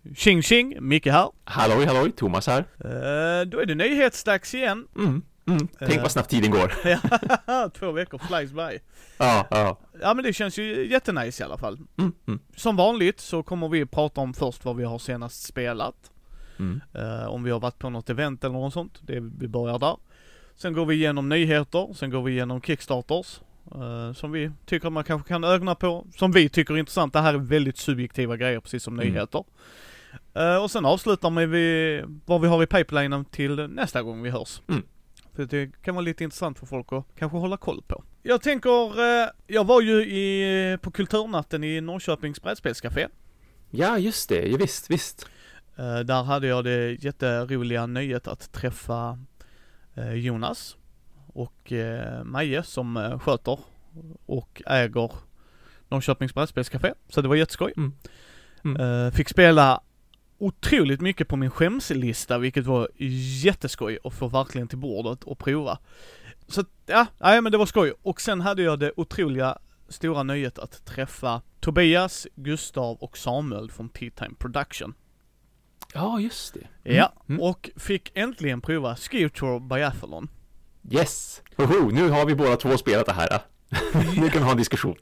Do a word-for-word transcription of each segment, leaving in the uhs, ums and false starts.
Tjing tjing, Micke här. Halloj, halloj, Thomas här. Uh, då är det nyhetsdags igen. Mm, mm. Tänk uh, vad snabbt tiden går. Ja, två veckor flies by. Ja, ja. Ja, men det känns ju jättenice i alla fall. Mm, mm. Som vanligt så kommer vi prata om först vad vi har senast spelat. Mm. Uh, om vi har varit på något event eller något sånt. Det, vi börjar där. Sen går vi igenom nyheter. Sen går vi igenom Kickstarters. Uh, som vi tycker man kanske kan ögna på. Som vi tycker är intressant. Det här är väldigt subjektiva grejer, precis som mm. nyheter. Uh, och sen avslutar vi vad vi har i pipelinen till nästa gång vi hörs. Mm. För det kan vara lite intressant för folk att kanske hålla koll på. Jag tänker, uh, jag var ju i, på kulturnatten i Norrköpings brädspelscafé. Ja, just det. Ja, visst, visst. Uh, där hade jag det jätteroliga nöjet att träffa uh, Jonas och uh, Maje som uh, sköter och äger Norrköpings brädspelscafé. Så det var jätteskoj. Mm. Mm. Uh, fick spela otroligt mycket på min skämslista, vilket var jätteskoj att få verkligen till bordet och prova. Så ja, nej, men det var skoj. Och sen hade jag det otroliga stora nöjet att träffa Tobias, Gustav och Samuel från Tea Time Production. Ja, just det. Mm. Ja, mm. Och fick äntligen prova Ski Tour Biathlon. Yes! Oho, nu har vi båda två spelat det här. Nu kan vi ha en diskussion.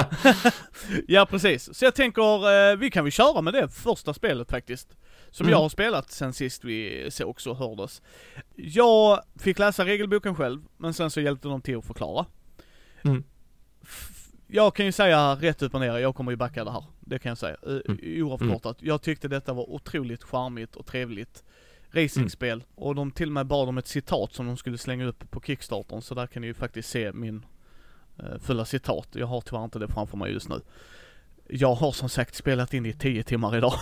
Ja, precis. Så jag tänker, eh, vi kan vi köra med det första spelet faktiskt. Som mm. jag har spelat sen sist vi så också hördes. Jag fick läsa regelboken själv, men sen så hjälpte de till att förklara. Mm. F- jag kan ju säga rätt upp och ner, jag kommer ju backa det här. Det kan jag säga. Mm. Oavkortat. Jag tyckte detta var otroligt charmigt och trevligt racingspel. Mm. Och de till och med bad om ett citat som de skulle slänga upp på Kickstartern. Så där kan ni ju faktiskt se min fulla citat. Jag har tyvärr inte det framför mig just nu. Jag har som sagt spelat in i tio timmar idag.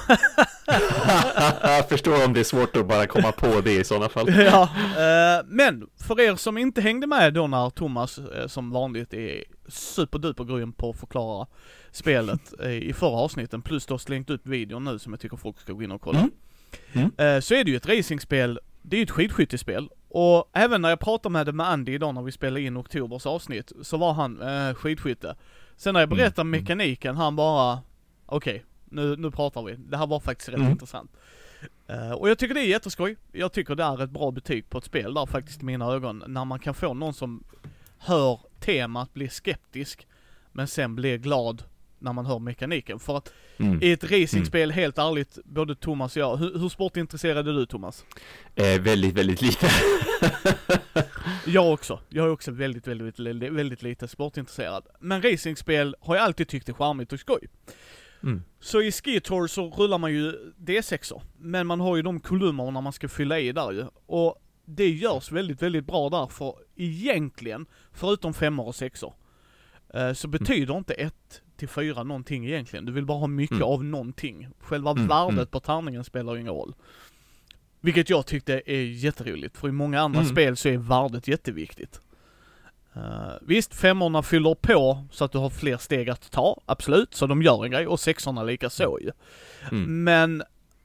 Jag förstår om det är svårt att bara komma på det i sådana fall. Ja, eh, men för er som inte hängde med då när Thomas eh, som vanligt är superduper grym på att förklara spelet eh, i förra avsnitten, plus då slängt upp videon nu som jag tycker folk ska gå in och kolla. Mm. Mm. Eh, så är det ju ett racingspel, det är ju ett skidskyttespel. Och även när jag pratade med det med Andy idag när vi spelade in oktobers avsnitt, så var han eh, skidskytte. Sen när jag berättade mm. mekaniken, han bara okej, okay, nu, nu pratar vi. Det här var faktiskt rätt mm. intressant. Uh, och jag tycker det är jätteskoj. Jag tycker det är ett bra betyg på ett spel där faktiskt i mina ögon. När man kan få någon som hör temat bli skeptisk, men sen blir glad när man hör mekaniken. För att mm. i ett racingspel, mm. helt ärligt, både Thomas och jag, hur, hur sportintresserad är du, Thomas? Eh, väldigt, väldigt lite. Jag också. Jag är också väldigt, väldigt, väldigt, väldigt lite sportintresserad. Men racingspel har jag alltid tyckt är charmigt och skoj. Mm. Så i Ski Tour så rullar man ju D sex, men man har ju de kolumnerna man ska fylla i där ju. Och det görs väldigt, väldigt bra där, för egentligen, förutom femmor och sexor, eh, så betyder mm. inte ett till fyra någonting egentligen. Du vill bara ha mycket mm. av någonting. Själva mm. värdet mm. på tärningen spelar ingen roll. Vilket jag tyckte är jätteroligt, för i många andra mm. spel så är värdet jätteviktigt. Uh, visst, femmorna fyller på så att du har fler steg att ta, absolut, så de gör en grej, och sexorna lika så ju. Mm. Men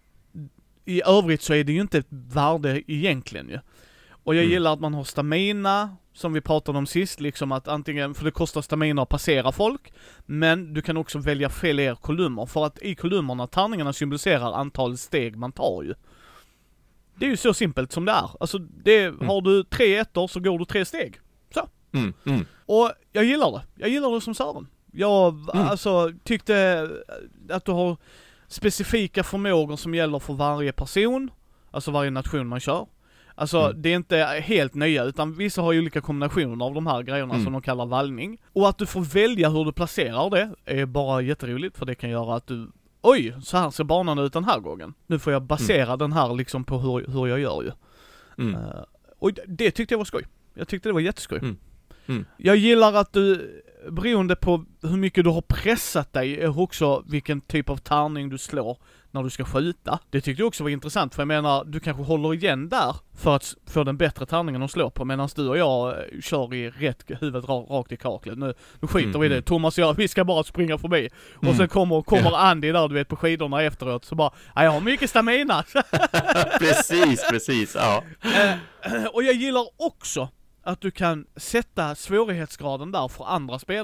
i övrigt så är det ju inte ett värde egentligen ju. Och jag mm. gillar att man har stamina, som vi pratade om sist, liksom att antingen, för det kostar stamina att passera folk, men du kan också välja fler kolumner, för att i kolumnerna, tärningarna symboliserar antal steg man tar ju. Det är ju så simpelt som det är. Alltså, det, mm. har du tre ettor så går du tre steg. Så. Mm, mm. Och jag gillar det. Jag gillar det som Sören. Jag mm. alltså, tyckte att du har specifika förmågor som gäller för varje person. Alltså varje nation man kör. Alltså mm. det är inte helt nya, utan vissa har ju olika kombinationer av de här grejerna mm. som de kallar vallning. Och att du får välja hur du placerar det är bara jätteroligt, för det kan göra att du oj, så här ser banan ut den här gången. Nu får jag basera mm. den här liksom på hur, hur jag gör ju. Mm. Uh, och det tyckte jag var skoj. Jag tyckte det var jätteskoj. Mm. Mm. Jag gillar att du, beroende på hur mycket du har pressat dig, är också vilken typ av tärning du slår när du ska skjuta. Det tyckte jag också var intressant, för jag menar, du kanske håller igen där för att få den bättre tärningen att slå på, medan du och jag kör i rätt huvudet rakt i kaklet. Nu, nu skiter mm. vi i det. Thomas och jag, vi ska bara springa förbi. Mm. Och sen kommer, kommer yeah. Andy där, du vet, på skidorna efteråt, så bara, jag har mycket stamina. Precis, precis, ja. Uh, och jag gillar också att du kan sätta svårighetsgraden där för andra spelare.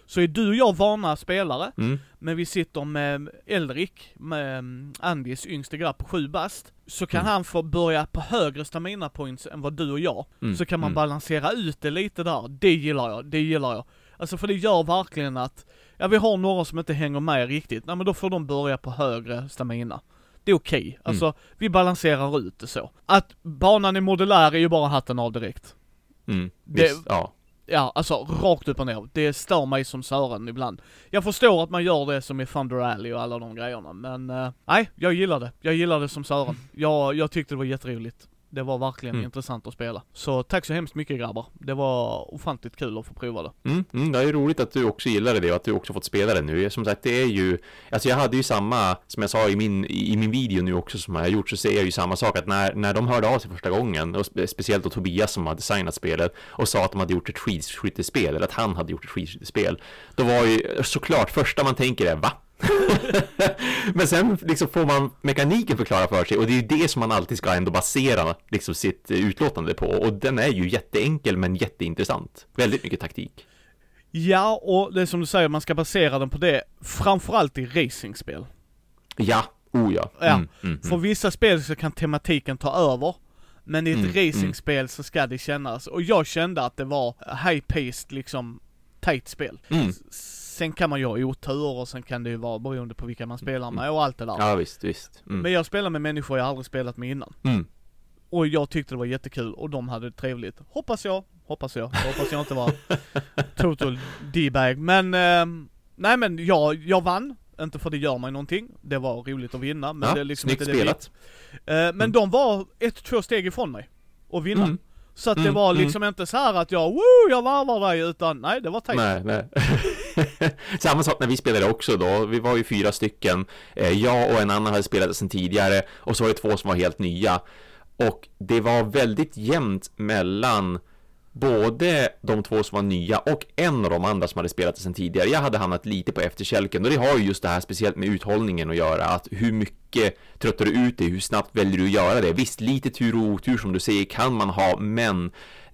Så är du och jag vana spelare, Mm. men vi sitter med Elrik, med Andys yngste grabb på sju bast, så kan Mm. han få börja på högre stamina points än vad du och jag. Mm. Så kan man Mm. balansera ut det lite där. Det gillar jag, det gillar jag. Alltså för det gör verkligen att, ja vi har några som inte hänger med riktigt, nej men då får de börja på högre stamina. Det är okej, okay. Alltså Mm. vi balanserar ut det så. Att banan är modulär är ju bara hatten av direkt. Mm. Det- Visst, ja. Ja, alltså rakt upp och ner. Det stör mig som Sören ibland. Jag förstår att man gör det som i Thunder Alley och alla de grejerna, men uh, nej, jag gillar det. Jag gillar det som Sören. Jag, jag tyckte det var jätteroligt. Det var verkligen Mm. intressant att spela. Så tack så hemskt mycket grabbar. Det var ofantligt kul att få prova det. Mm, mm, det är roligt att du också gillar det och att du också fått spela det nu. Som sagt, det är ju, alltså jag hade ju samma, som jag sa i min, i min video nu också som jag har gjort, så ser jag ju samma sak, att när, när de hörde av sig första gången, och spe, speciellt då Tobias som har designat spelet och sa att de hade gjort ett skidskyttespel, eller att han hade gjort ett skidskyttespel, då var ju såklart första man tänker är, va? Men sen liksom får man mekaniken förklara för sig, och det är ju det som man alltid ska ändå basera liksom sitt utlåtande på, och den är ju jätteenkel men jätteintressant. Väldigt mycket taktik. Ja, och det är som du säger, man ska basera den på det, framförallt i racingspel. Ja, oh ja. Ja, Mm, mm, för vissa spel så kan tematiken ta över, men i ett Mm, racingspel så ska det kännas, och jag kände att det var high-paced liksom tight spel. Mm. Sen kan man ju ha otur, och sen kan det ju vara beroende på vilka man spelar med och allt det där. Ja, visst, visst. Mm. Men jag spelar med människor jag aldrig spelat med innan. Mm. Och jag tyckte det var jättekul, och de hade det trevligt. Hoppas jag, hoppas jag, hoppas jag inte var total D-bag. Men, eh, nej men jag, jag vann. Inte för det gör mig någonting. Det var roligt att vinna, men Ja, det är liksom snyggt inte det spelat. vi- eh, Men Mm. de var ett, två steg ifrån mig och vinna. Mm. Så att det Mm, var mm. liksom inte så här att jag, woo, jag varvar dig, utan nej, det var tajt. Nej, nej. Samma sak när vi spelade också då. Vi var ju fyra stycken. Eh, Jag och en annan hade spelat det sedan tidigare, och så var det två som var helt nya. Och det var väldigt jämnt mellan både de två som var nya och en av de andra som hade spelat det sedan tidigare. Jag hade hamnat lite på efterkälken, och det har ju just det här speciellt med uthållningen att göra, att hur mycket tröttar du ut dig, hur snabbt väljer du att göra det. Visst, lite tur och otur som du säger kan man ha, men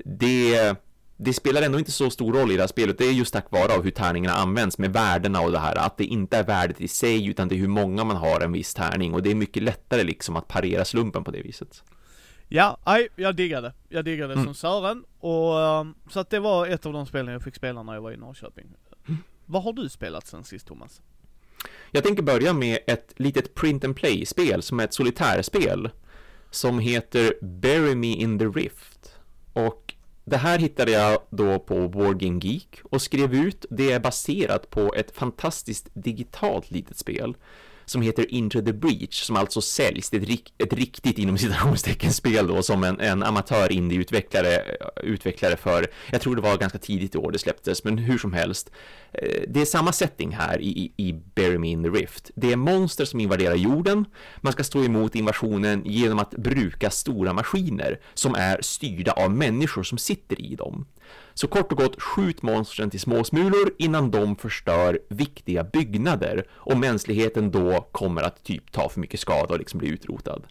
det, det spelar ändå inte så stor roll i det här spelet. Det är just tack vare av hur tärningarna används med värdena och det här, att det inte är värdet i sig, utan det är hur många man har en viss tärning, och det är mycket lättare liksom att parera slumpen på det viset. Ja, nej, jag diggade. Jag diggade Mm. som Sören. Och, um, så att det var ett av de spelen jag fick spela när jag var i Norrköping. Mm. Vad har du spelat sen sist, Thomas? Jag tänker börja med ett litet print and play-spel som är ett solitärspel som heter Bury Me in the Rift. Och det här hittade jag då på Board Game Geek och skrev ut. Det är baserat på ett fantastiskt digitalt litet spel som heter Into the Breach, som alltså säljs. Det är ett, rik- ett riktigt inom citationstecken spel då, som en, en amatör indie-utvecklare utvecklare för, jag tror det var ganska tidigt i år det släpptes, men hur som helst. Eh, Det är samma setting här i, i, i Bury Me in the Rift. Det är monster som invaderar jorden. Man ska stå emot invasionen genom att bruka stora maskiner som är styrda av människor som sitter i dem. Så kort och gott, skjut monstren till småsmulor innan de förstör viktiga byggnader, och mänskligheten då kommer att typ ta för mycket skada och liksom bli utrotad.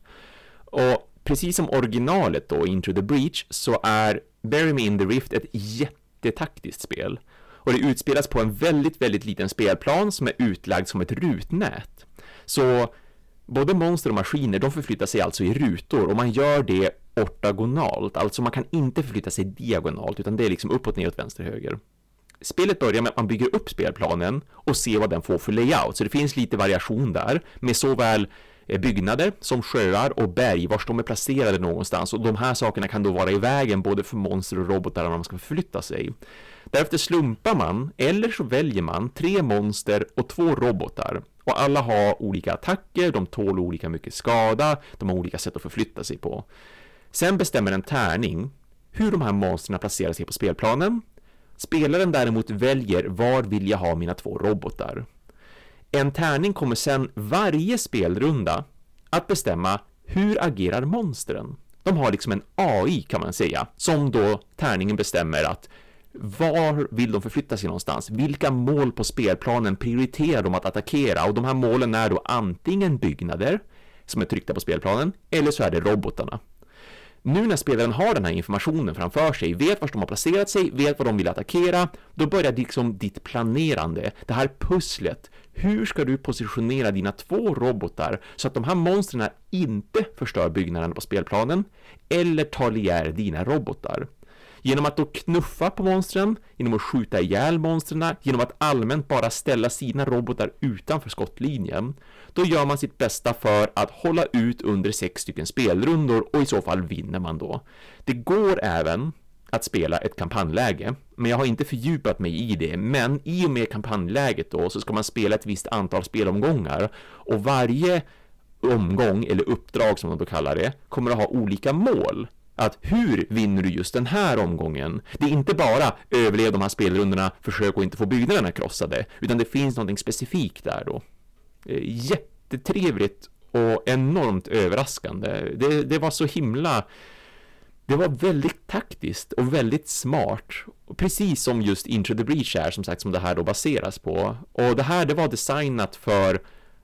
Och precis som originalet då, Into the Breach, så är Bury Me in the Rift ett jättetaktiskt spel. Och det utspelas på en väldigt, väldigt liten spelplan som är utlagd som ett rutnät. Så både monster och maskiner, de förflyttar sig alltså i rutor, och man gör det ortogonalt, alltså man kan inte förflytta sig diagonalt, utan det är liksom uppåt, neråt, vänster, höger. Spelet börjar med att man bygger upp spelplanen och ser vad den får för layout, så det finns lite variation där med såväl byggnader som sjöar och berg vars de är placerade någonstans, och de här sakerna kan då vara i vägen både för monster och robotar när man ska förflytta sig. Därefter slumpar man, eller så väljer man tre monster och två robotar, och alla har olika attacker, de tål olika mycket skada, de har olika sätt att förflytta sig på. Sen bestämmer en tärning hur de här monsterna placerar sig på spelplanen. Spelaren däremot väljer var vill jag ha mina två robotar. En tärning kommer sen varje spelrunda att bestämma hur agerar monstren. De har liksom en A I kan man säga, som då tärningen bestämmer att var vill de förflytta sig någonstans? Vilka mål på spelplanen prioriterar de att attackera? Och de här målen är då antingen byggnader som är tryckta på spelplanen, eller så är det robotarna. Nu när spelaren har den här informationen framför sig, vet var de har placerat sig, vet vad de vill attackera, då börjar liksom ditt planerande, det här pusslet. Hur ska du positionera dina två robotar så att de här monstren inte förstör byggnaden på spelplanen eller tar ihjäl dina robotar? Genom att då knuffa på monstren, genom att skjuta ihjäl monstren, genom att allmänt bara ställa sina robotar utanför skottlinjen, då gör man sitt bästa för att hålla ut under sex stycken spelrundor och i så fall vinner man då. Det går även att spela ett kampanjläge, men jag har inte fördjupat mig i det, men i och med kampanjläget då så ska man spela ett visst antal spelomgångar och varje omgång eller uppdrag som man då kallar det kommer att ha olika mål. Att hur vinner du just den här omgången? Det är inte bara överlev de här spelrundorna, försök att inte få byggnaderna krossade, utan det finns något specifikt där då. Jättetrevligt och enormt överraskande. Det, det var så himla... Det var väldigt taktiskt och väldigt smart. Precis som just Into the Breach är, som sagt, som det här då baseras på. Och det här, det var designat för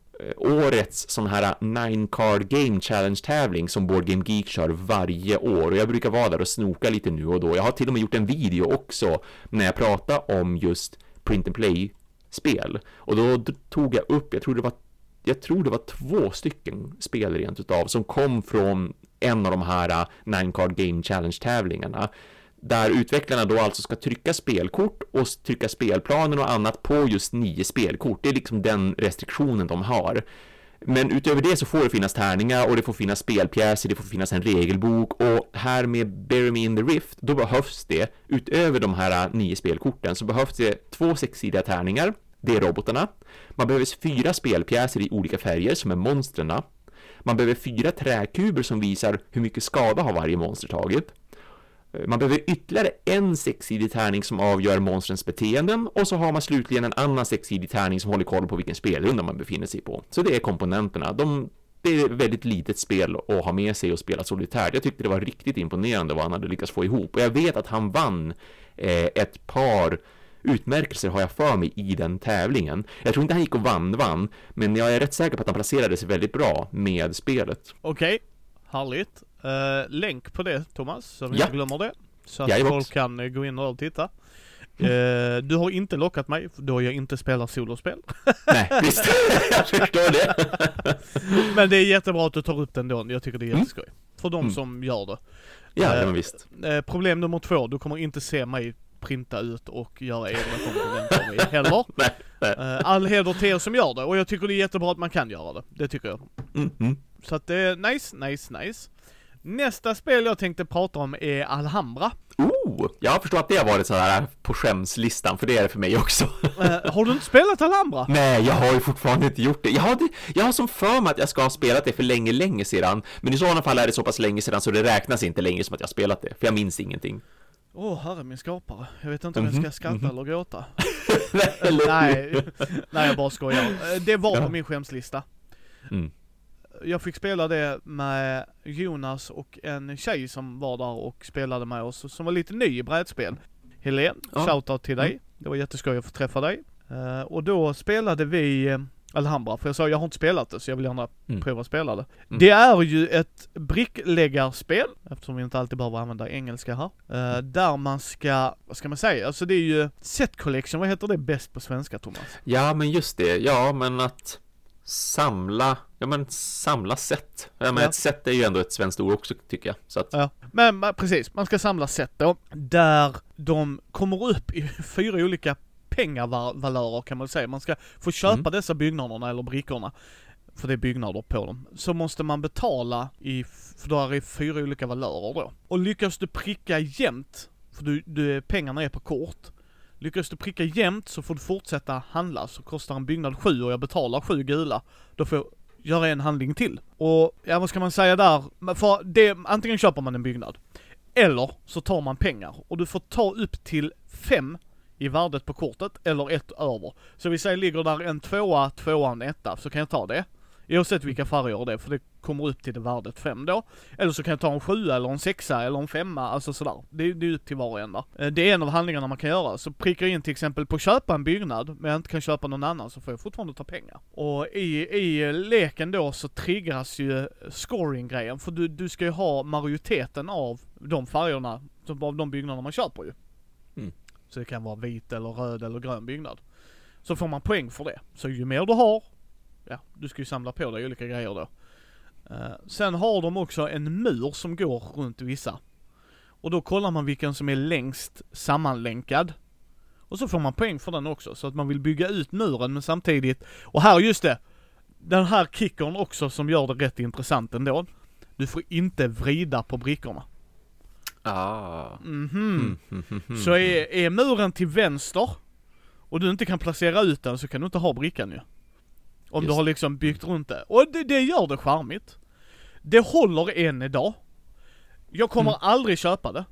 årets sån här nine card game challenge tävling som Board Game Geek kör varje år, och jag brukar vara där och snoka lite nu och då. Jag har till och med gjort en video också när jag pratar om just print and play spel, och då tog jag upp, jag tror det var jag tror det var två stycken spel rent utav som kom från en av de här nine card game challenge tävlingarna, där utvecklarna då alltså ska trycka spelkort och trycka spelplanen och annat på just nio spelkort. Det är liksom den restriktionen de har. Men utöver det så får det finnas tärningar och det får finnas spelpjäser, det får finnas en regelbok, och här med Bury Me in the Rift, då behövs det, utöver de här nio spelkorten, så behövs det två sexsidiga tärningar, det är robotarna. Man behöver fyra spelpjäser i olika färger som är monstren. Man behöver fyra träkuber som visar hur mycket skada har varje monster tagit. Man behöver ytterligare en sexsidig tärning som avgör monstrens beteenden, och så har man slutligen en annan sexsidig tärning som håller koll på vilken spelrunda man befinner sig på. Så det är komponenterna. De, det är ett väldigt litet spel att ha med sig och spela solitärt. Jag tyckte det var riktigt imponerande vad han hade lyckats få ihop. Och jag vet att han vann eh, ett par utmärkelser, har jag för mig, i den tävlingen. Jag tror inte han gick och vann, vann, men jag är rätt säker på att han placerade sig väldigt bra med spelet. Okej, okay. Härligt. Uh, länk på det, Thomas, så vi ja. inte glömmer det. Så att Jajamän. folk kan uh, gå in och titta. Uh, du har inte lockat mig, då jag inte spelar solospel. Nej, visst. Jag förstår det. Men det är jättebra att du tar upp den då. Jag tycker det är jätteskoj. Mm. För de mm. som gör det. Ja, uh, det visst. Uh, problem nummer två, du kommer inte se mig printa ut och göra egna komponenter heller. Nej, nej. Uh, all heder till er som gör det. Och jag tycker det är jättebra att man kan göra det. Det tycker jag. Mm, mm. Så att det är nice, nice, nice. Nästa spel jag tänkte prata om är Alhambra. Oh, jag förstår att det har varit så här på skämslistan, för det är det för mig också. uh, har du inte spelat Alhambra? Nej, jag har ju fortfarande inte gjort det. Jag har, det, jag har som för mig att jag ska ha spelat det för länge, länge sedan. Men i sådana fall är det så pass länge sedan så det räknas inte längre som att jag har spelat det. För jag minns ingenting. Åh, oh, herre min skapare. Jag vet inte om mm-hmm. jag ska skratta mm-hmm. eller gråta. nej, nej, nej, jag bara skojar. Det var på ja. min skämslista. Mm. Jag fick spela det med Jonas och en tjej som var där och spelade med oss, som var lite ny i brädspel. Helene, ja. Shoutout till dig. Mm. Det var jätteskoj att få träffa dig. Uh, och då spelade vi uh, Alhambra, för jag sa jag har inte spelat det, så jag vill gärna mm. prova att spela det. Mm. Det är ju ett brickläggarspel, eftersom vi inte alltid behöver använda engelska här. Uh, där man ska, vad ska man säga, alltså det är ju set collection, vad heter det bäst på svenska, Thomas? Ja, men just det, ja, men att samla, ja men samla set. Ja, men ja. Ett set är ju ändå ett svenskt ord också, tycker jag. Så att... Ja, men precis, man ska samla set då, där de kommer upp i fyra olika pengavalörer kan man säga. Man ska få köpa mm. dessa byggnaderna eller brickorna, för det är byggnader på dem. Så måste man betala i, för då är det fyra olika valörer då. Och lyckas du pricka jämnt, för du, du, pengarna är på kort. Lyckas du pricka jämnt så får du fortsätta handla, så kostar en byggnad sju och jag betalar sju gula. Då får jag göra en handling till. Och ja, vad ska man säga där? För det, antingen köper man en byggnad, eller så tar man pengar. Och du får ta upp till fem i värdet på kortet, eller ett över. Så vi säger ligger där en tvåa, tvåan, etta, så kan jag ta det. Oavsett vilka färger det är, för det kommer upp till det värdet fem då. Eller så kan jag ta en sjua eller en sexa eller en femma, alltså sådär. Det, det är upp till var och en där. Det är en av handlingarna man kan göra. Så prickar jag in till exempel på köpa en byggnad, men jag inte kan köpa någon annan, så får jag fortfarande ta pengar. Och i, i leken då så triggas ju scoring-grejen, för du, du ska ju ha majoriteten av de färgerna, av de byggnaderna man köper ju. Mm. Så det kan vara vit eller röd eller grön byggnad. Så får man poäng för det. Så ju mer du har, ja, du ska ju samla på dig olika grejer då. Uh, sen har de också en mur som går runt vissa. Och då kollar man vilken som är längst sammanlänkad. Och så får man poäng för den också. Så att man vill bygga ut muren, men samtidigt... Och här, just det. Den här kickern också som gör det rätt intressant ändå. Du får inte vrida på brickorna. Ah. Mhm. Mm så är, är muren till vänster och du inte kan placera ut den, så kan du inte ha brickan ju. Om Just. du har liksom byggt runt det. Och det, det gör det charmigt. Det håller än idag. Jag kommer mm. aldrig köpa det.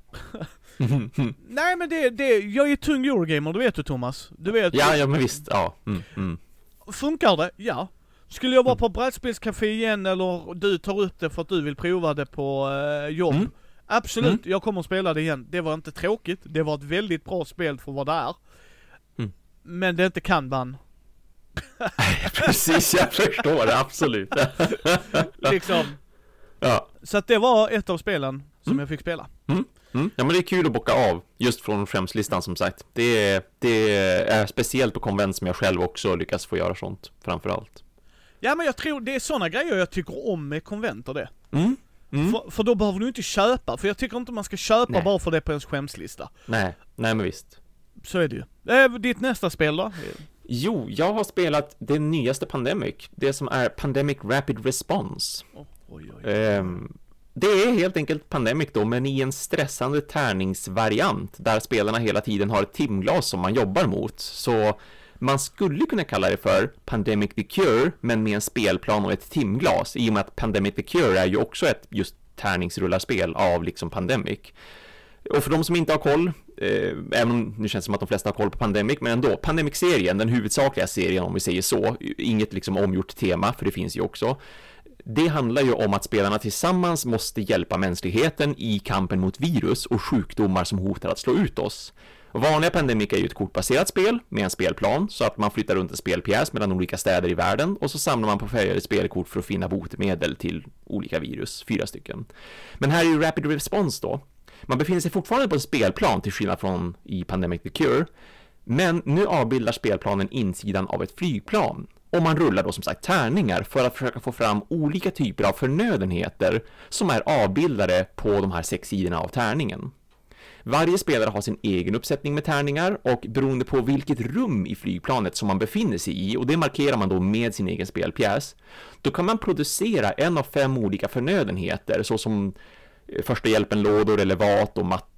Nej, men det, det, jag är tung Eurogamer, du vet du Thomas. Du vet. Ja, ja men visst. Ja. Mm, mm. Funkar det? Ja. Skulle jag vara på brädspelscafé igen, eller du tar upp det för att du vill prova det på eh, jobb. Mm. Absolut, mm. jag kommer att spela det igen. Det var inte tråkigt. Det var ett väldigt bra spel för vad det är. Mm. Men det är inte Kanban. Precis, jag förstår det, absolut. liksom. Ja. Så att det var ett av spelen som mm. jag fick spela. Mm. Mm. Ja, men det är kul att bocka av just från skämslistan som sagt. Det är, det är speciellt på konvent som jag själv också lyckas få göra sånt, framförallt. Ja, men jag tror det är såna grejer jag tycker om med konvent och det. Mm. Mm. För, för då behöver du inte köpa, för jag tycker inte man ska köpa nej. bara för det på ens skämslista. Nej, nej men visst. Så är det ju. Äh, ditt nästa spel då? Jo, jag har spelat det nyaste Pandemic. Det som är Pandemic Rapid Response. Oh, oj, oj, oj. Um, det är helt enkelt Pandemic då, men i en stressande tärningsvariant. Där spelarna hela tiden har ett timglas som man jobbar mot. Så man skulle kunna kalla det för Pandemic the Cure, men med en spelplan och ett timglas. I och med att Pandemic the Cure är ju också ett just tärningsrullarspel av liksom Pandemic. Och för de som inte har koll, eh, även om nu känns det som att de flesta har koll på Pandemic, men ändå, Pandemic-serien, den huvudsakliga serien om vi säger så, inget liksom omgjort tema, för det finns ju också. Det handlar ju om att spelarna tillsammans måste hjälpa mänskligheten i kampen mot virus och sjukdomar som hotar att slå ut oss. Vanliga Pandemic är ju ett kortbaserat spel med en spelplan, så att man flyttar runt en spelpjäs mellan olika städer i världen och så samlar man på färgade spelkort för att finna botemedel till olika virus, fyra stycken. Men här är ju Rapid Response då. Man befinner sig fortfarande på en spelplan till skillnad från i Pandemic the Cure, men nu avbildar spelplanen insidan av ett flygplan. Och man rullar då som sagt tärningar för att försöka få fram olika typer av förnödenheter som är avbildade på de här sex sidorna av tärningen. Varje spelare har sin egen uppsättning med tärningar och beroende på vilket rum i flygplanet som man befinner sig i, och det markerar man då med sin egen spelpjäs, då kan man producera en av fem olika förnödenheter såsom första hjälpen-lådor eller vat och mat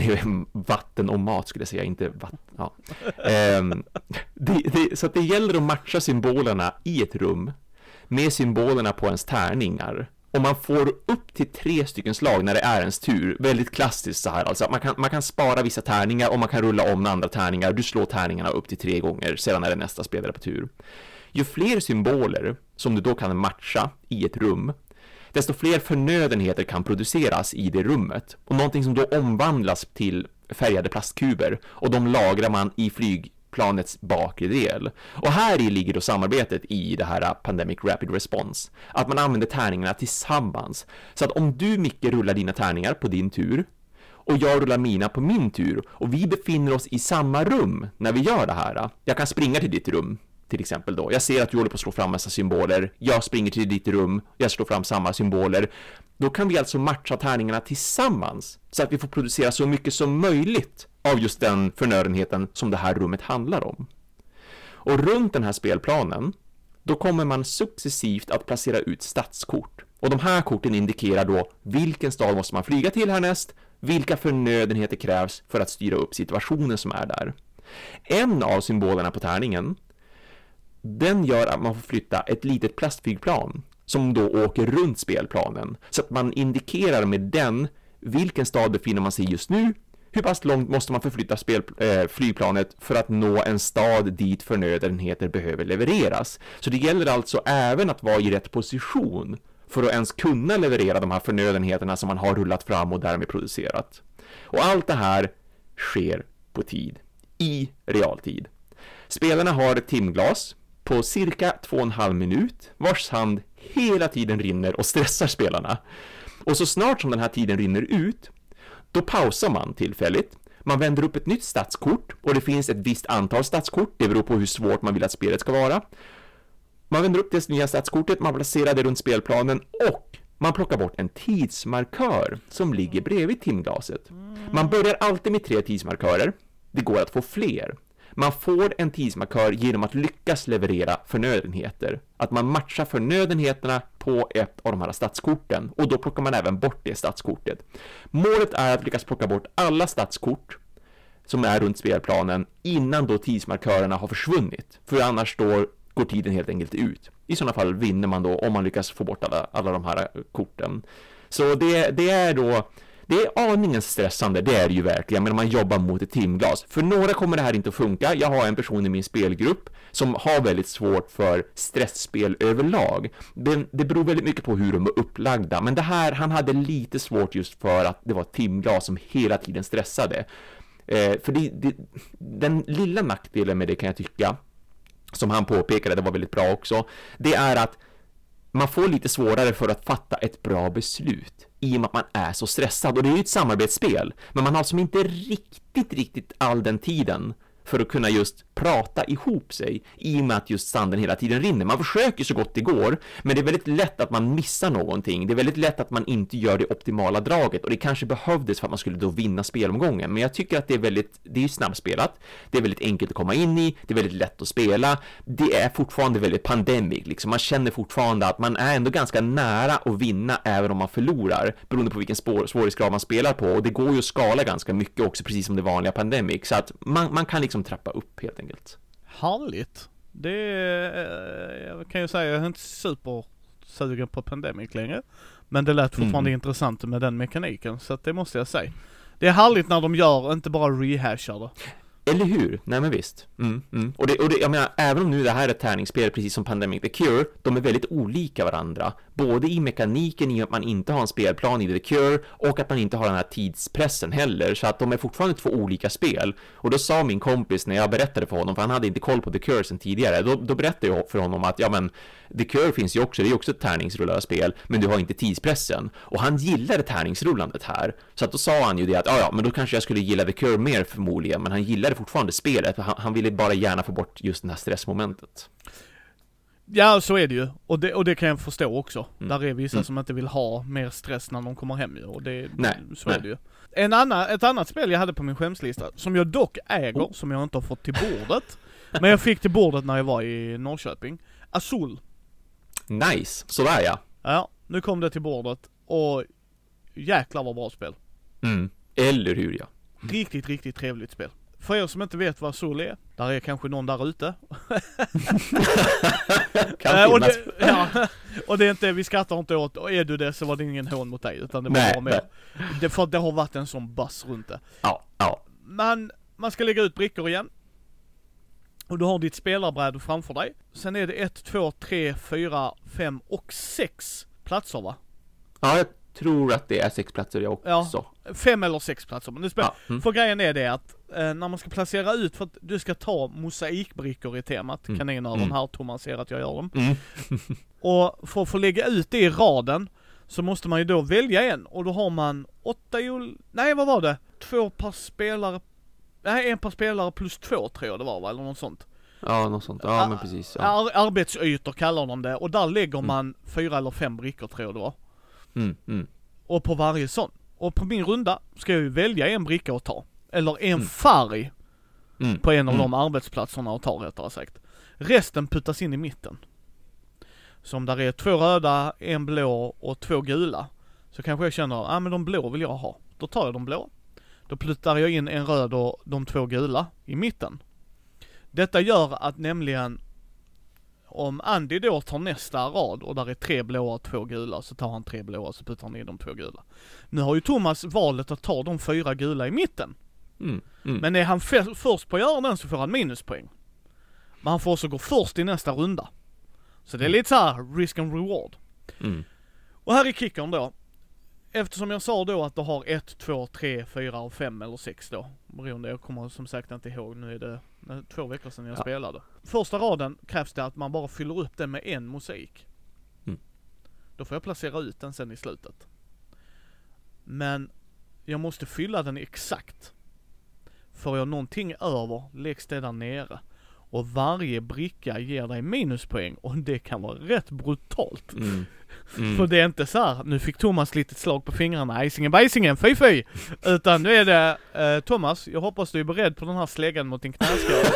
vatten och mat skulle jag säga, inte vatten. Ja. Um, det, det, så att det gäller att matcha symbolerna i ett rum med symbolerna på ens tärningar. Och man får upp till tre stycken slag när det är ens tur. Väldigt klassiskt så här. Alltså man kan, man kan spara vissa tärningar och man kan rulla om andra tärningar. Du slår tärningarna upp till tre gånger, sedan är det nästa spelare på tur. Ju fler symboler som du då kan matcha i ett rum, desto fler förnödenheter kan produceras i det rummet. Och någonting som då omvandlas till färgade plastkuber. Och de lagrar man i flygplanets bakre del. Och här i ligger då samarbetet i det här Pandemic Rapid Response. Att man använder tärningarna tillsammans. Så att om du, Micke, rullar dina tärningar på din tur och jag rullar mina på min tur och vi befinner oss i samma rum när vi gör det här. Jag kan springa till ditt rum. Till exempel då. Jag ser att du håller på att slå fram massa symboler. Jag springer till ditt rum. Jag slår fram samma symboler. Då kan vi alltså matcha tärningarna tillsammans. Så att vi får producera så mycket som möjligt av just den förnödenheten som det här rummet handlar om. Och runt den här spelplanen, då kommer man successivt att placera ut stadskort. Och de här korten indikerar då vilken stad måste man flyga till härnäst. Vilka förnödenheter krävs för att styra upp situationen som är där. En av symbolerna på tärningen, den gör att man får flytta ett litet plastflygplan som då åker runt spelplanen. Så att man indikerar med den vilken stad befinner man sig just nu, hur pass långt måste man förflytta spel, äh, flygplanet för att nå en stad dit förnödenheter behöver levereras. Så det gäller alltså även att vara i rätt position för att ens kunna leverera de här förnödenheterna som man har rullat fram och därmed producerat. Och allt det här sker på tid, i realtid. Spelarna har ett timglas på cirka två och en halv minut, vars hand hela tiden rinner och stressar spelarna. Och så snart som den här tiden rinner ut, då pausar man tillfälligt. Man vänder upp ett nytt stadskort och det finns ett visst antal stadskort. Det beror på hur svårt man vill att spelet ska vara. Man vänder upp det nya stadskortet, man placerar det runt spelplanen och man plockar bort en tidsmarkör som ligger bredvid timglaset. Man börjar alltid med tre tidsmarkörer. Det går att få fler. Man får en tidsmarkör genom att lyckas leverera förnödenheter. Att man matchar förnödenheterna på ett av de här stadskorten. Och då plockar man även bort det stadskortet. Målet är att lyckas plocka bort alla stadskort som är runt spelplanen innan då tidsmarkörerna har försvunnit. För annars då går tiden helt enkelt ut. I sådana fall vinner man då om man lyckas få bort alla, alla de här korten. Så det, det är då... Det är aningen stressande, det är det ju verkligen, men om man jobbar mot ett timglas. För några kommer det här inte att funka. Jag har en person i min spelgrupp som har väldigt svårt för stressspel överlag. Det, det beror väldigt mycket på hur de är upplagda. Men det här, han hade lite svårt just för att det var ett timglas som hela tiden stressade. Eh, för det, det, den lilla nackdelen med det kan jag tycka, som han påpekade, det var väldigt bra också, det är att man får lite svårare för att fatta ett bra beslut i och med att man är så stressad. Och det är ju ett samarbetsspel, men man har som inte riktigt, riktigt all den tiden för att kunna just prata ihop sig i och med att just sanden hela tiden rinner. Man försöker så gott det går, men det är väldigt lätt att man missar någonting. Det är väldigt lätt att man inte gör det optimala draget och det kanske behövdes för att man skulle då vinna spelomgången. Men jag tycker att det är väldigt, det är snabbspelat, det är väldigt enkelt att komma in i, det är väldigt lätt att spela. Det är fortfarande väldigt pandemic, liksom. Man känner fortfarande att man är ändå ganska nära att vinna även om man förlorar, beroende på vilken spår, svårighetsgrad man spelar på. Och det går ju att skala ganska mycket också, precis som det vanliga pandemic. Så att man, man kan liksom trappa upp helt enkelt. Härligt. Det är, jag kan ju säga, jag är inte supersugen på Pandemic längre. Men det lät fortfarande mm. intressant med den mekaniken, så att det måste jag säga. Det är härligt när de gör, inte bara rehashar det. Eller hur? Nej men visst. Mm, mm. Och, det, och det, jag menar, även om nu det här är ett tärningsspel precis som Pandemic The Cure, de är väldigt olika varandra. Både i mekaniken, i att man inte har en spelplan i The Cure, och att man inte har den här tidspressen heller. Så att de är fortfarande två olika spel. Och då sa min kompis när jag berättade för honom, för han hade inte koll på The Cure sedan tidigare, då, då berättade jag för honom att ja men The Cure finns ju också, det är också ett tärningsrullarspel, men du har inte tidspressen. Och han gillade tärningsrullandet här. Så att då sa han ju det att ja, ja men då kanske jag skulle gilla The Cure mer förmodligen, men han gillade fortfarande spelet. Han, han ville bara gärna få bort just det här stressmomentet. Ja, så är det ju. Och det, och det kan jag förstå också. Mm. Där är vissa mm. som inte vill ha mer stress när de kommer hem ju. Och det, nej, så nej. är det ju. En annan, ett annat spel jag hade på min skämslista, som jag dock äger, oh. som jag inte har fått till bordet. Men jag fick till bordet när jag var i Norrköping. Azul. Nice, sådär ja. Ja, nu kom det till bordet. Och jäklar vad bra spel. Mm. Eller hur ja. Riktigt, riktigt trevligt spel. För er som inte vet vad Azul är, där är kanske någon där ute. Kan och, det, ja, och det är inte, vi skrattar inte åt, och är du det så var det ingen hån mot dig, utan det var bara mer. Det, för det har varit en sån bass runt det. Ja, ja. Men man ska lägga ut brickor igen. Och du har ditt spelarbräde framför dig. Sen är det ett, två, tre, fyra, fem och sex platser va? Ja, jag tror att det är sex platser jag också. Ja, fem eller sex platser. Men det spelar. Ja. Mm. För grejen är det att eh, när man ska placera ut, för att du ska ta mosaikbrickor i temat, mm. kaninöron mm. här, Thomas ser att jag gör dem. Mm. Och för att få lägga ut det i raden så måste man ju då välja en. Och då har man åtta jul... Nej, vad var det? Två par spelare... Nej, en par spelare plus två tror jag det var va? Eller något sånt. Ja, något sånt. Ja, Ar- men precis. Ja. Ar- arbetsytor kallar de det. Och där lägger mm. man fyra eller fem brickor tror jag det var. Mm, mm. Och på varje sån. Och på min runda ska jag ju välja en bricka att ta. Eller en mm. färg mm. på en av mm. de arbetsplatserna att ta rättare sagt. Resten puttas in i mitten. Så om där är två röda, en blå och två gula, så kanske jag känner, ja ah, men de blå vill jag ha. Då tar jag de blå. Då pluttar jag in en röd och de två gula i mitten. Detta gör att nämligen om Andy då tar nästa rad och där är tre blåa och två gula, så tar han tre blåa och så puttar han in de två gula. Nu har ju Thomas valet att ta de fyra gula i mitten. Mm. Mm. Men är han f- först på att göra den så får han minuspoäng. Men han får också gå först i nästa runda. Så det är lite så här risk and reward. Mm. Och här är kickern då. Eftersom jag sa då att du har ett, två, tre, fyra och fem eller sex då. Beroende, jag kommer som sagt inte ihåg. Nu är det två veckor sedan jag ja. spelade. Första raden krävs det att man bara fyller upp den med en musik. Mm. Då får jag placera ut den sen i slutet. Men jag måste fylla den exakt. Får jag någonting över läggs det där nere. Och varje bricka ger dig minuspoäng. Och det kan vara rätt brutalt. Mm. Mm. För det är inte så här, nu fick Thomas lite slag på fingrarna, icingen bajsingen, fy fy. Utan nu är det, eh, Thomas, jag hoppas du är beredd på den här släggan mot din knäskål.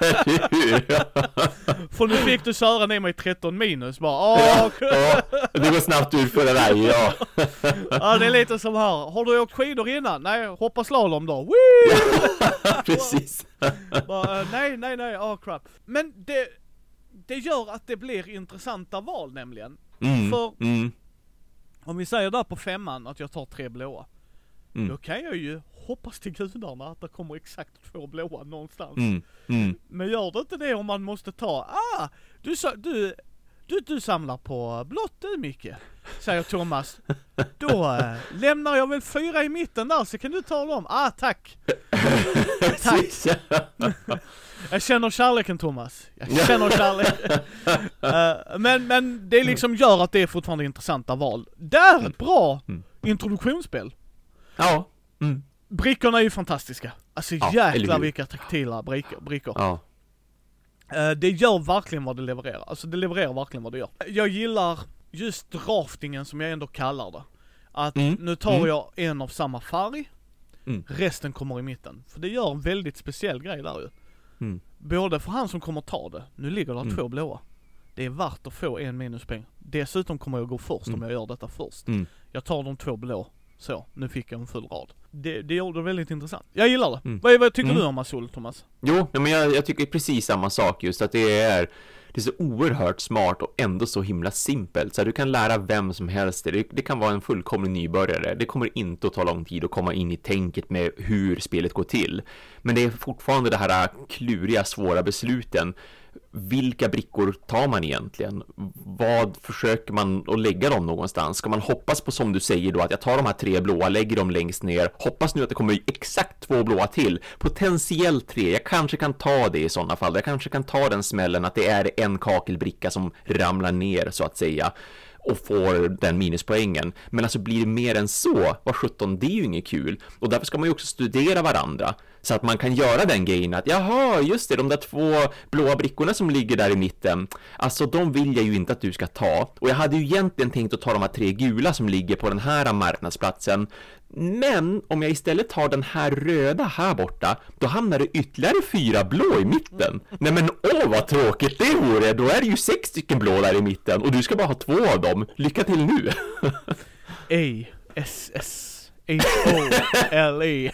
För nu fick du köra ner mig tretton minus, bara, åh. Ja, ja, det går snabbt ut för det där, ja. Ja, det är lite som här, har du åkt skidor innan? Nej, hoppa slalom då. Ja, precis. Bara, nej, nej, nej, åh oh, crap. Men det, det gör att det blir intressanta val nämligen. Mm, för mm. om vi säger där på femman att jag tar tre blåa. Mm. Då kan jag ju hoppas till gudarna att det kommer exakt två blåa någonstans. Mm, mm. Men gör det inte det om man måste ta, ah, du, du, du, du samlar på blått du Micke, säger Thomas. Då äh, lämnar jag väl fyra i mitten där så kan du ta dem. Ah, tack. Tack. Jag känner kärleken Thomas. Jag känner kärleken. uh, men, men det liksom gör att det är fortfarande intressanta val. Där, ett bra mm. introduktionsspel. Ja. Mm. Brickorna är ju fantastiska. Alltså ja, jäklar vilka taktila brickor. brickor. Ja. Uh, det gör verkligen vad det levererar. Alltså det levererar verkligen vad det gör. Jag gillar just draftingen som jag ändå kallar det. Att mm. nu tar mm. jag en av samma färg. Mm. Resten kommer i mitten. För det gör en väldigt speciell grej där ju. Mm. Både för han som kommer ta det. Nu ligger det mm. två blåa. Det är värt att få en minuspeng. Dessutom kommer jag gå först mm. om jag gör detta först. Mm. Jag tar de två blå. Så, nu fick jag en full rad. Det, det gjorde det väldigt intressant. Jag gillar det. Mm. Vad, vad tycker mm. du om Azul, Thomas? Jo, men jag, jag tycker precis samma sak. Just att det är, det är så oerhört smart och ändå så himla simpelt. Så du kan lära vem som helst det. Det kan vara en fullkomlig nybörjare. Det kommer inte att ta lång tid att komma in i tänket med hur spelet går till. Men det är fortfarande det här kluriga, svåra besluten. Vilka brickor tar man egentligen? Vad försöker man att lägga dem någonstans? Ska man hoppas på, som du säger då, att jag tar de här tre blåa, lägger dem längst ner, hoppas nu att det kommer exakt två blåa till, potentiellt tre, jag kanske kan ta det i sådana fall, jag kanske kan ta den smällen att det är en kakelbricka som ramlar ner så att säga och får den minuspoängen. Men alltså blir det mer än så, vad sjutton, det är ju inget kul. Och därför ska man ju också studera varandra. Så att man kan göra den grejen att, jaha, just det, de där två blåa brickorna som ligger där i mitten. Alltså de vill jag ju inte att du ska ta. Och jag hade ju egentligen tänkt att ta de här tre gula som ligger på den här marknadsplatsen. Men om jag istället tar den här röda här borta, då hamnar det ytterligare fyra blå i mitten. Nej men åh vad tråkigt det vore, då är det ju sex stycken blå där i mitten och du ska bara ha två av dem. Lycka till nu. A S S H O L E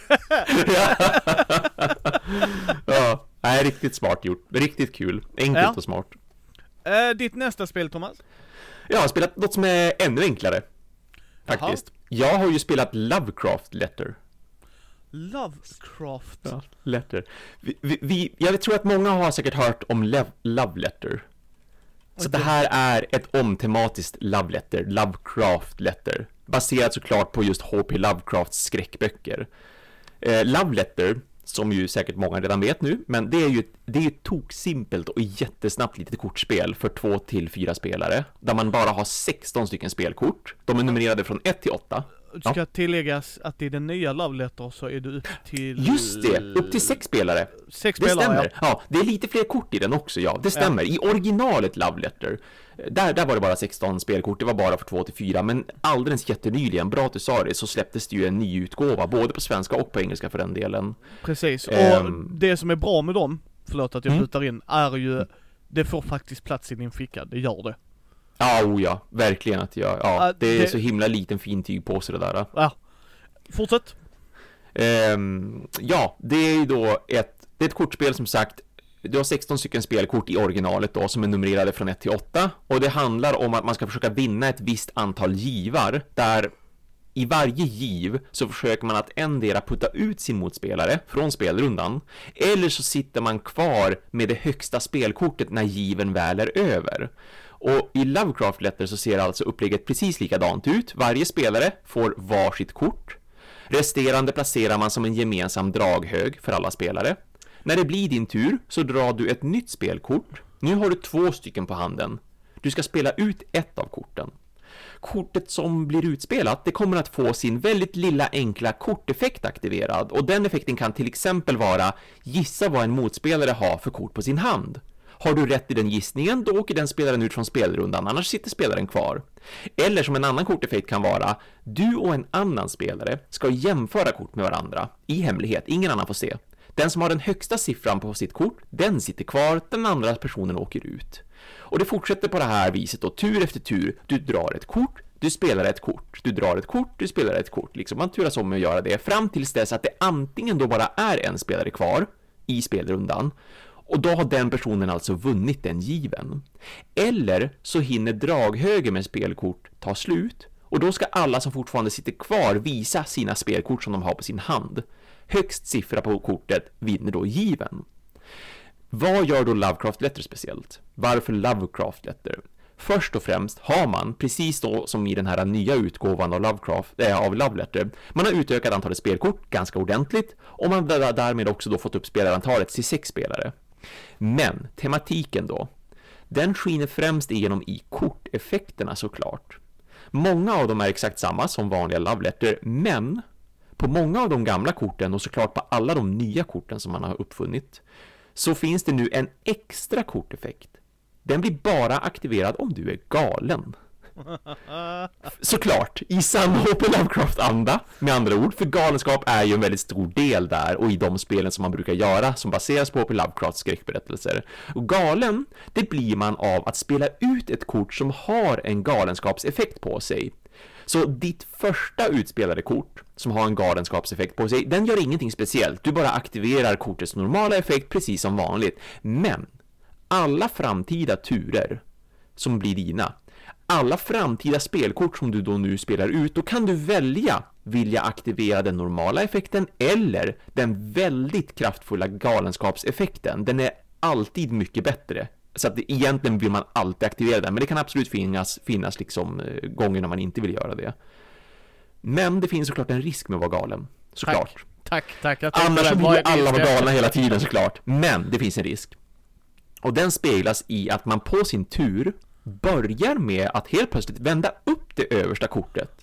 Ja, nej, riktigt smart gjort. Riktigt kul. Enkelt ja. och smart. Uh, ditt nästa spel, Thomas? Jag har spelat något som är ännu enklare. Faktiskt. Jaha. Jag har ju spelat Lovecraft Letter. Lovecraft? Ja, Letter. Vi, vi, vi, jag tror att många har säkert hört om Love, Love Letter. Så okay. Det här är ett omtematiskt Love Letter. Lovecraft Letter. Baserat såklart på just H P Lovecrafts skräckböcker. Eh, Love Letter, som ju säkert många redan vet nu, men det är ju det är ju toksimpelt och jättesnabbt litet kortspel för två till fyra spelare, där man bara har sexton stycken spelkort. De är numrerade från ett till åtta. Det ska ja. tilläggas att i den nya Love Letter så är du upp till... Just det, upp till sex spelare. Sex det spelare, stämmer. Ja. ja, det är lite fler kort i den också, ja. Det stämmer. Ja. I originalet Love Letter, där, där var det bara sexton spelkort. Det var bara för två till fyra. Men alldeles jättenyligen, bra att du sa det, så släpptes det ju en ny utgåva, både på svenska och på engelska för den delen. Precis, och um, det som är bra med dem, förlåt att jag mm. flyttar in, är ju, det får faktiskt plats i din ficka. Det gör det. Ja, oh ja, verkligen att jag, ja, uh, det är det... så himla liten fin tyg på sig det där. Ja, fortsätt. Um, ja, det är ju då ett, det är ett kortspel som sagt, du har sexton stycken spelkort i originalet då som är numrerade från ett till åtta och det handlar om att man ska försöka vinna ett visst antal givar där I varje giv så försöker man att endera putta ut sin motspelare från spelrundan, eller så sitter man kvar med det högsta spelkortet när given väl är över. Och i Lovecraft Letter så ser alltså upplägget precis likadant ut. Varje spelare får varsitt kort. Resterande placerar man som en gemensam draghög för alla spelare. När det blir din tur så drar du ett nytt spelkort. Nu har du två stycken på handen. Du ska spela ut ett av korten. Kortet som blir utspelat, det kommer att få sin väldigt lilla enkla korteffekt aktiverad. Och den effekten kan till exempel vara: gissa vad en motspelare har för kort på sin hand. Har du rätt i den gissningen, då åker den spelaren ut från spelrundan, annars sitter spelaren kvar. Eller som en annan korteffekt kan vara: du och en annan spelare ska jämföra kort med varandra i hemlighet, ingen annan får se. Den som har den högsta siffran på sitt kort, den sitter kvar, den andra personen åker ut. Och det fortsätter på det här viset då, tur efter tur. Du drar ett kort, du spelar ett kort, du drar ett kort, du spelar ett kort. Liksom man turas om med att göra det fram tills dess att det antingen då bara är en spelare kvar i spelrundan, och då har den personen alltså vunnit den given. Eller så hinner draghögen med spelkort ta slut, och då ska alla som fortfarande sitter kvar visa sina spelkort som de har på sin hand. Högst siffra på kortet vinner då given. Vad gör då Lovecraft Letter speciellt? Varför Lovecraft Letter? Först och främst har man, precis då som i den här nya utgåvan av Lovecraft, äh, av Love Letter, man har utökat antalet spelkort ganska ordentligt, och man har därmed också då fått upp spelarantalet till sex spelare. Men tematiken då, den skiner främst igenom i korteffekterna såklart. Många av dem är exakt samma som vanliga Love Letter, men på många av de gamla korten och såklart på alla de nya korten som man har uppfunnit, så finns det nu en extra korteffekt. Den blir bara aktiverad om du är galen. Såklart, i sann H P Lovecraft-anda, med andra ord, för galenskap är ju en väldigt stor del där, och i de spelen som man brukar göra som baseras på H P Lovecrafts skräckberättelser. Och galen, det blir man av att spela ut ett kort som har en galenskapseffekt på sig. Så ditt första utspelade kort som har en galenskapseffekt på sig, den gör ingenting speciellt. Du bara aktiverar kortets normala effekt precis som vanligt. Men alla framtida turer som blir dina, alla framtida spelkort som du då nu spelar ut, då kan du välja vilja aktivera den normala effekten eller den väldigt kraftfulla galenskapseffekten. Den är alltid mycket bättre. Så att det, egentligen vill man alltid aktivera den, men det kan absolut finnas, finnas liksom, gånger när man inte vill göra det. Men det finns såklart en risk med att vara galen, såklart. Tack, tack, tack. Annars vill ju alla vara galna hela tiden såklart. Men det finns en risk. Och den speglas i att man på sin tur börjar med att helt plötsligt vända upp det översta kortet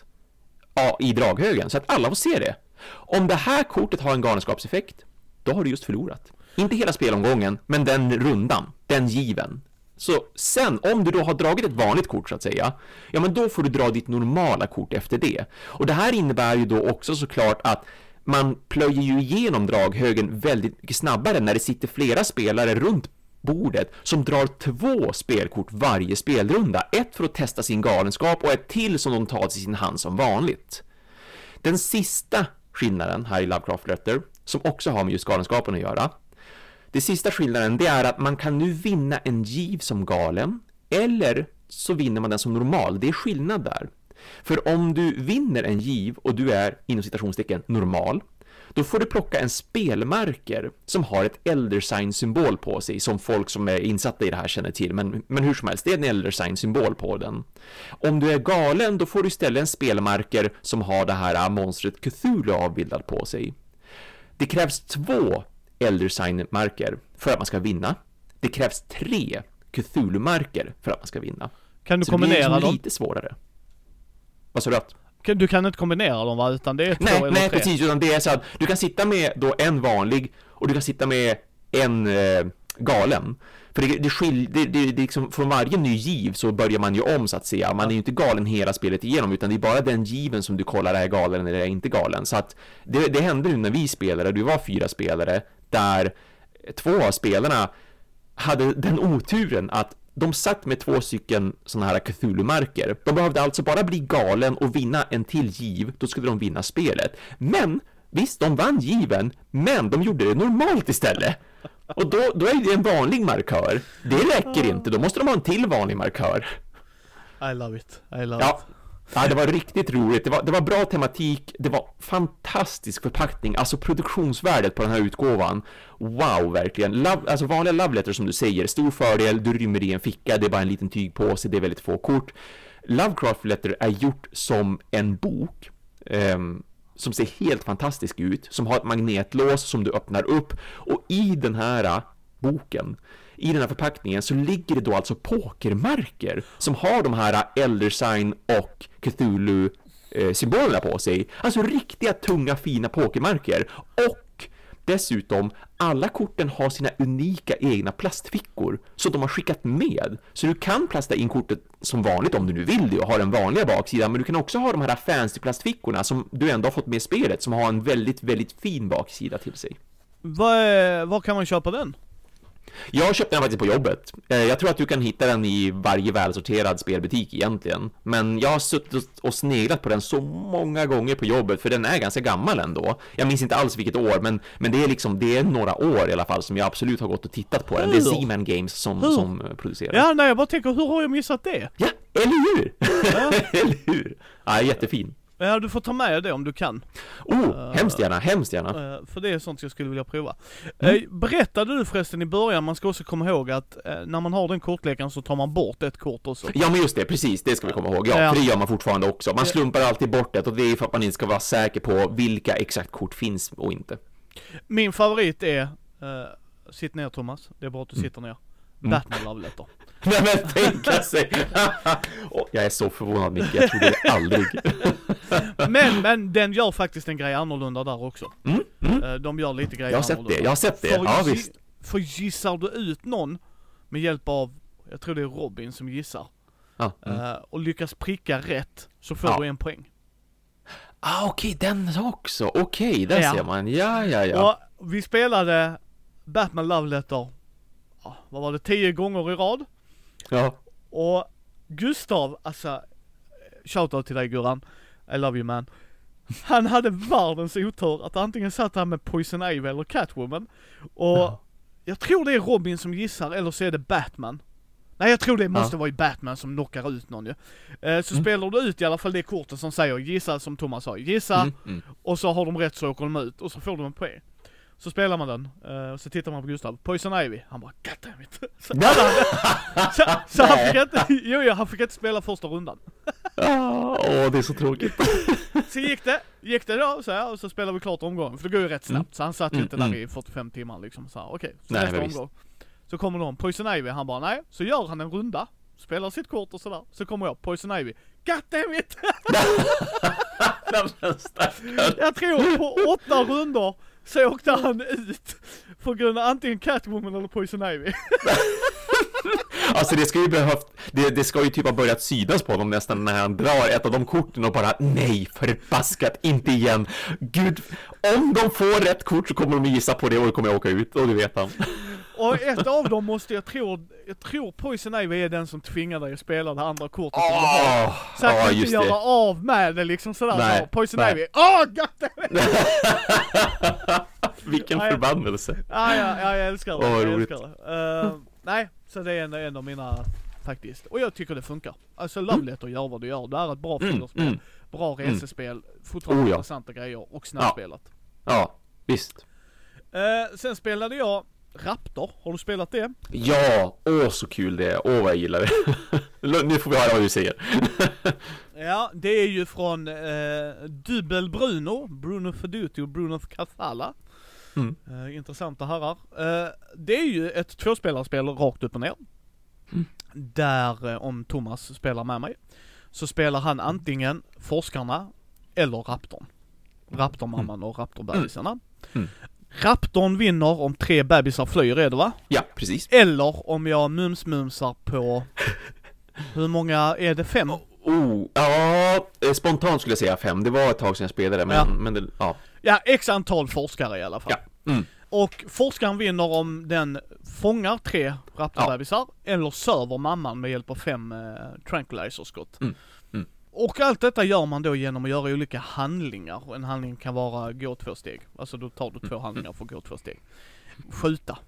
i draghögen så att alla får se det. Om det här kortet har en galenskapseffekt, då har du just förlorat. Inte hela spelomgången, men den rundan, den given. Så sen, om du då har dragit ett vanligt kort så att säga, ja men då får du dra ditt normala kort efter det. Och det här innebär ju då också såklart att man plöjer ju igenom draghögen väldigt mycket snabbare när det sitter flera spelare runt bordet som drar två spelkort varje spelrunda. Ett för att testa sin galenskap och ett till som de tar till sin hand som vanligt. Den sista skillnaden här i Lovecraft Letter, som också har med just galenskapen att göra, det sista skillnaden, det är att man kan nu vinna en giv som galen, eller så vinner man den som normal. Det är skillnad där. För om du vinner en giv och du är inom citationstecken normal, då får du plocka en spelmarker som har ett Elder Sign-symbol på sig, som folk som är insatta i det här känner till, men, men hur som helst, det är en Elder Sign-symbol på den. Om du är galen, då får du istället en spelmarker som har det här monstret Cthulhu avbildad på sig. Det krävs två Elder Sign-marker för att man ska vinna. Det krävs tre Cthulhu-marker för att man ska vinna. Kan du så kombinera det blir dem? Lite svårare. Vad sa du att? Du kan inte kombinera dem va? Utan det är två nej, eller nej, tre. precis. Utan det är så att du kan sitta med då en vanlig och du kan sitta med en eh, galen. För det, det, skil, det, det, det liksom, från varje ny giv så börjar man ju om så att säga. Man är ju inte galen hela spelet igenom, utan det är bara den given som du kollar är galen eller är inte galen. Så att det, det hände nu när vi spelade, du var fyra spelare, där två av spelarna hade den oturen att de satt med två stycken såna här Cthulhu-marker. De behövde alltså bara bli galen och vinna en till giv, då skulle de vinna spelet. Men, visst, de vann given, men de gjorde det normalt istället. Och då, då är det en vanlig markör. Det räcker inte, då måste de ha en till vanlig markör. I love it, I love ja. it. Ja, det var riktigt roligt. Det var, det var bra tematik. Det var fantastisk förpackning. Alltså produktionsvärdet på den här utgåvan. Wow, verkligen. Love, alltså vanliga love letters som du säger. Stor fördel, du rymmer i en ficka. Det är bara en liten tygpåse. Det är väldigt få kort. Lovecraft letter är gjort som en bok. Um, som ser helt fantastisk ut. Som har ett magnetlås som du öppnar upp. Och i den här boken, i den här förpackningen, så ligger det då alltså pokermarker som har de här Elder Sign och Cthulhu eh, symbolerna på sig. Alltså riktiga tunga fina pokermarker. Och dessutom, alla korten har sina unika egna plastfickor så de har skickat med. Så du kan plasta in kortet som vanligt om du nu vill det och har den vanliga baksidan, men du kan också ha de här fancy plastfickorna som du ändå har fått med i spelet, som har en väldigt, väldigt fin baksida till sig. Var, var kan man köpa den? Jag köpte den faktiskt på jobbet. Jag tror att du kan hitta den i varje välsorterad spelbutik egentligen. Men jag har suttit och sneglat på den så många gånger på jobbet, för den är ganska gammal ändå. Jag minns inte alls vilket år, men, men det är liksom, det är några år i alla fall som jag absolut har gått och tittat på den. Det är Z-Man Games som, som producerar. Ja, nej, jag bara tänker, hur har jag missat det? Ja, eller hur? Ja. Eller hur? Ja, jättefin. Ja, du får ta med det om du kan. Oh, uh, hemskt gärna, hemskt gärna. Uh, för det är sånt jag skulle vilja prova. Mm. Uh, berättade du förresten i början, man ska också komma ihåg att uh, när man har den kortleken så tar man bort ett kort också. Ja, men just det, precis, det ska vi komma ihåg. Ja, ja. För det gör man fortfarande också. Man slumpar alltid bort det, och det är för att man inte ska vara säker på vilka exakt kort finns och inte. Min favorit är, uh, sitt ner Thomas, det är bra att du sitter ner. Mm. Batman Love Letter. Nej men tänka sig. Oh, jag är så förvånad Micke, jag trodde det aldrig. men, men den gör faktiskt en grej annorlunda där också. Mm, mm. De gör lite grejer Jag har sett annorlunda. det, jag har sett det, för, ja visst. För gissar du ut någon med hjälp av, jag tror det är Robin som gissar, ah, mm. uh, och lyckas pricka rätt, så får ja. du en poäng. Ah okej, okay, den också, okej, okay, där ja. ser man, ja ja ja. Och vi spelade Batman Love Letter, vad var det, tio gånger i rad. Ja. Och Gustav, alltså, shoutout till dig Guran, I love you man. Han hade världens otur att antingen satt han med Poison Ivy eller Catwoman. Och ja. jag tror det är Robin som gissar, eller så är det Batman. Nej, jag tror det måste ja. vara i Batman som knockar ut någon ju. Eh, så mm. spelar du ut i alla fall det kortet som säger gissa, som Thomas sa, gissa. Mm. Mm. Och så har de rätt, så åker de ut och så får de en poäng. Så spelar man den, uh, och så tittar man på Gustav, Poison Ivy, han bara, goddammit. Så, så, så han fick inte, jo, jo, han fick inte spela första rundan. Åh, oh, det är så tråkigt. Så gick det, gick det då, så här, och så spelade vi klart omgången, för det går ju rätt snabbt. Mm. Så han satt ju inte mm, där mm. i fyrtiofem timmar liksom, så okej, okay, så nej, nästa omgång. Så kommer någon, Poison Ivy, han bara, nej, så gör han en runda, spelar sitt kort och sådär, så kommer jag, Poison Ivy, goddammit. Jag tror på åtta rundor så åkte han ut på grund av antingen Catwoman eller Poison Ivy. Alltså det ska ju behövt, det, det ska ju typ ha börjat synas på honom nästan när han drar ett av de korten och bara, nej, förbaskat, inte igen. Gud, om de får rätt kort så kommer de gissa på det och kommer jag åka ut, och det vet han. Och ett av dem måste jag tro, jag tror Poison Ivy är den som tvingar dig att spela det andra kortet. Oh, så han kan oh, inte göra det. av med det liksom sådär. Nej, så. Poison nej. Ivy, åh, oh, goddammit! Vilken ja, förbannelse. Ja, ja, ja, jag älskar det. Oh, jag älskar det. Uh, nej, så det är en, en av mina faktiskt. Och jag tycker det funkar. Alltså Love Letter gör vad du gör. Det är ett bra fillerspel, mm, mm. bra resespel, fortfarande oh, ja. intressanta grejer och snabbspelat. Ja, ja visst. Uh, sen spelade jag Raptor, har du spelat det? Ja, åh så kul det är, åh vad jag gillar det. Nu får vi höra vad du säger. Ja, det är ju från eh, Dubbel Bruno, Bruno Feduti och Bruno Cathala. Mm. Eh, intressanta herrar. Eh, det är ju ett tvåspelarspel rakt upp och ner. Mm. Där, eh, om Thomas spelar med mig, så spelar han antingen forskarna eller Raptorn. Raptormamman mm. och Raptorbebisarna. Mm. Raptorn vinner om tre bebisar flyr, är det va? Ja, precis. Eller om jag mums-mumsar på, hur många är det? Fem? Oh, ja, spontant skulle jag säga fem. Det var ett tag sedan jag spelade, men, ja. men det, ja. Ja, x antal forskare i alla fall. Ja. Mm. Och forskaren vinner om den fångar tre raptorbebisar, ja. eller server mamman med hjälp av fem eh, tranquilizer-skott. Mm. Mm. Och allt detta gör man då genom att göra olika handlingar. En handling kan vara gå två steg. Alltså då tar du två handlingar för att gå två steg. Skjuta.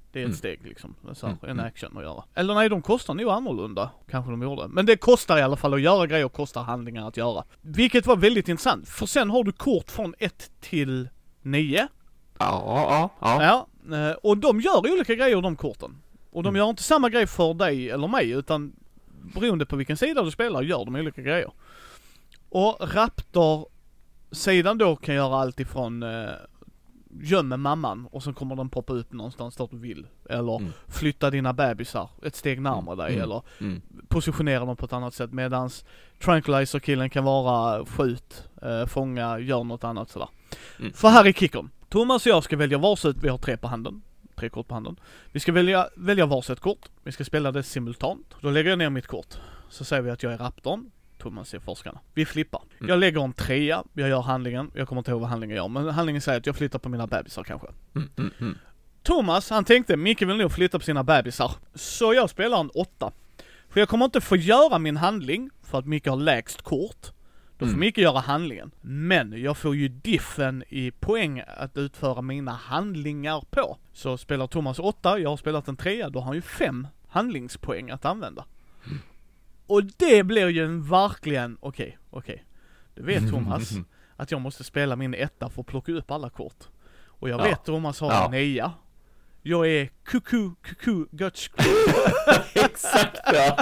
Det är ett Mm. steg liksom, så Mm, en mm. action att göra. Eller nej, de kostar nog annorlunda, kanske de gjorde. Men det kostar i alla fall att göra grejer och kostar handlingar att göra. Vilket var väldigt intressant, för sen har du kort från ett till nio. Ja, ja, ja. Ja, eh, och de gör olika grejer de korten. Och de Mm. gör inte samma grej för dig eller mig, utan beroende på vilken sida du spelar gör de olika grejer. Och Raptor-sidan då kan göra allt ifrån eh, gömma mamman och så kommer den poppa upp någonstans där du vill. Eller Mm. flytta dina bebisar ett steg närmare dig, Mm. eller Mm. positionera dem på ett annat sätt. Medans Tranquilizer-killen kan vara skjut, eh, fånga, gör något annat sådär. Mm. För här är kicken. Thomas och jag ska välja varsitt, vi har tre på handen. Tre kort på handen. Vi ska välja, välja varsitt kort. Vi ska spela det simultant. Då lägger jag ner mitt kort. Så säger vi att jag är Raptorn. Thomas är forskarna. Vi flippar. Mm. Jag lägger en trea. Jag gör handlingen. Jag kommer inte ihåg vad handlingen gör. Men handlingen säger att jag flyttar på mina bebisar kanske. Mm. Mm. Mm. Thomas, han tänkte, Micke vill nog flytta på sina bebisar. Så jag spelar en åtta. För jag kommer inte få göra min handling. För att Micke har lägst kort. Då får Mm. Micke göra handlingen. Men jag får ju diffen i poäng att utföra mina handlingar på. Så spelar Thomas åtta, jag har spelat en trea, då har han ju fem handlingspoäng att använda. Mm. Och det blir ju en verkligen, okej, okay, okej. Okay. Du vet Thomas, att jag måste spela min etta för att plocka upp alla kort. Och jag Ja. vet Thomas har Ja. en nia. Jag är kuku, kuku, götsch. Exakt, ja.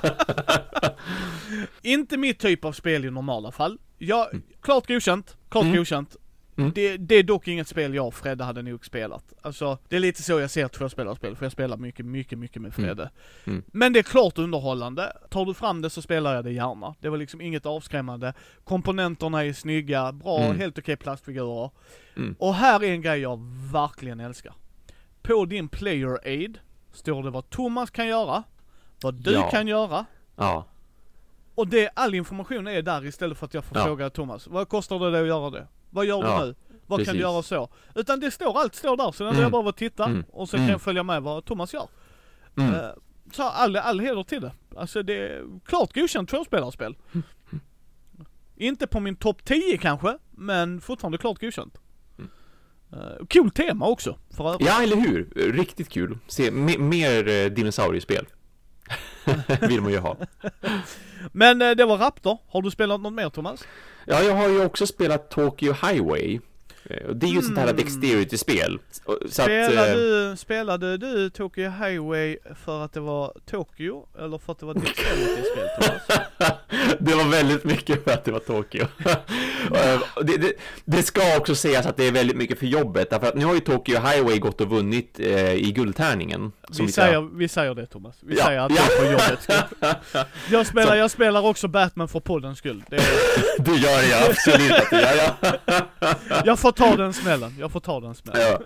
Inte mitt typ av spel i normala fall. Jag, klart godkänt, klart Mm. godkänt. Mm. Det, det är dock inget spel jag och Fredde hade nog spelat. Alltså, det är lite så jag ser tvåspelarspel, för jag spelar mycket, mycket, mycket med Fredde. Mm. Mm. Men det är klart underhållande. Tar du fram det så spelar jag det gärna. Det var liksom inget avskrämmande. Komponenterna är snygga, bra, Mm. helt okej plastfigurer. Mm. Och här är en grej jag verkligen älskar. På din player aid står det vad Thomas kan göra, vad du Ja. kan göra. Ja. Och det, all information är där istället för att jag får Ja. fråga Thomas, vad kostar det dig att göra det? Vad gör Ja, du nu? Vad kan precis. du göra så? Utan det står, allt står där, så när Mm. jag bara var titta Mm. och så kan Mm. jag följa med vad Thomas gör. Mm. Uh, så all, all heder till det. Alltså det är klart godkänt tvåspelarspel. Mm. Inte på min topp tio kanske, men fortfarande klart godkänt. Mm. Uh, cool tema också, för övrigt. Ja, eller hur? Riktigt kul. Se, me- mer eh, dinosauriespel. Vill man ju ha. Men uh, det var Raptor. Har du spelat något mer, Thomas? Ja, jag har ju också spelat Tokyo Highway. Eh, och det är ju ett sånt här Mm. dexterity-spel. Så att, Spelade, eh, du, spelade du Tokyo Highway för att det var Tokyo, eller för att det var dexterity-spel, Thomas? det var väldigt mycket för att det var Tokyo. Eh, det, det, det ska också sägas att det är väldigt mycket för jobbet. Därför att nu har ju Tokyo Highway gått och vunnit eh, i guldtärningen. som Vi ska- säger, vi säger det, Thomas. Vi Ja, säger att ja. det är för jobbets skull. Jag spelar, Så- jag spelar också Batman för poddens skull. Det är, Du gör det, ja, absolut att du gör, ja. jag får ta den smällen, jag får ta den smällen. ja.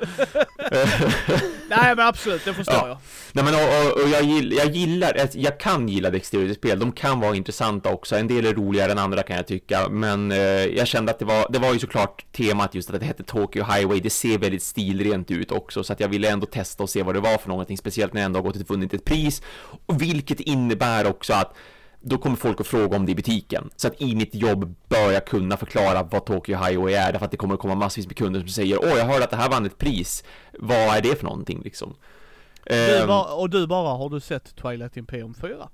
Nej men absolut, det förstår Ja. jag. Nej men och, och, och jag, gill, jag gillar, alltså, jag kan gilla dexterity-spel, de kan vara intressanta också, en del är roligare än andra kan jag tycka, men eh, jag kände att det var, det var ju såklart temat just att det hette Tokyo Highway, det ser väldigt stilrent ut också, så att jag ville ändå testa och se vad det var för någonting, speciellt när jag ändå har gått och vunnit ett pris, och vilket innebär också att då kommer folk att fråga om det i butiken. Så att i mitt jobb bör jag kunna förklara vad Tokyo Highway är, därför att det kommer att komma massvis med kunder som säger åh, jag hörde att det här vann ett pris, vad är det för någonting liksom? Du Ehm, bara, och du bara, har du sett Twilight Imperium fyra?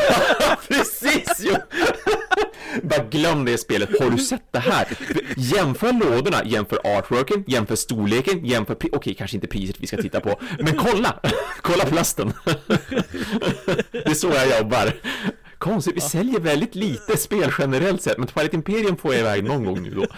Precis ju! Bara glöm det spelet, har du sett det här? Jämför lådorna, jämför artworken, jämför storleken, jämför pri- okej, kanske inte priset vi ska titta på, men kolla! Kolla plasten! Det är så jag jobbar. Konstigt, vi säljer väldigt lite spel generellt sett, men Twilight Imperium får jag iväg någon gång nu då.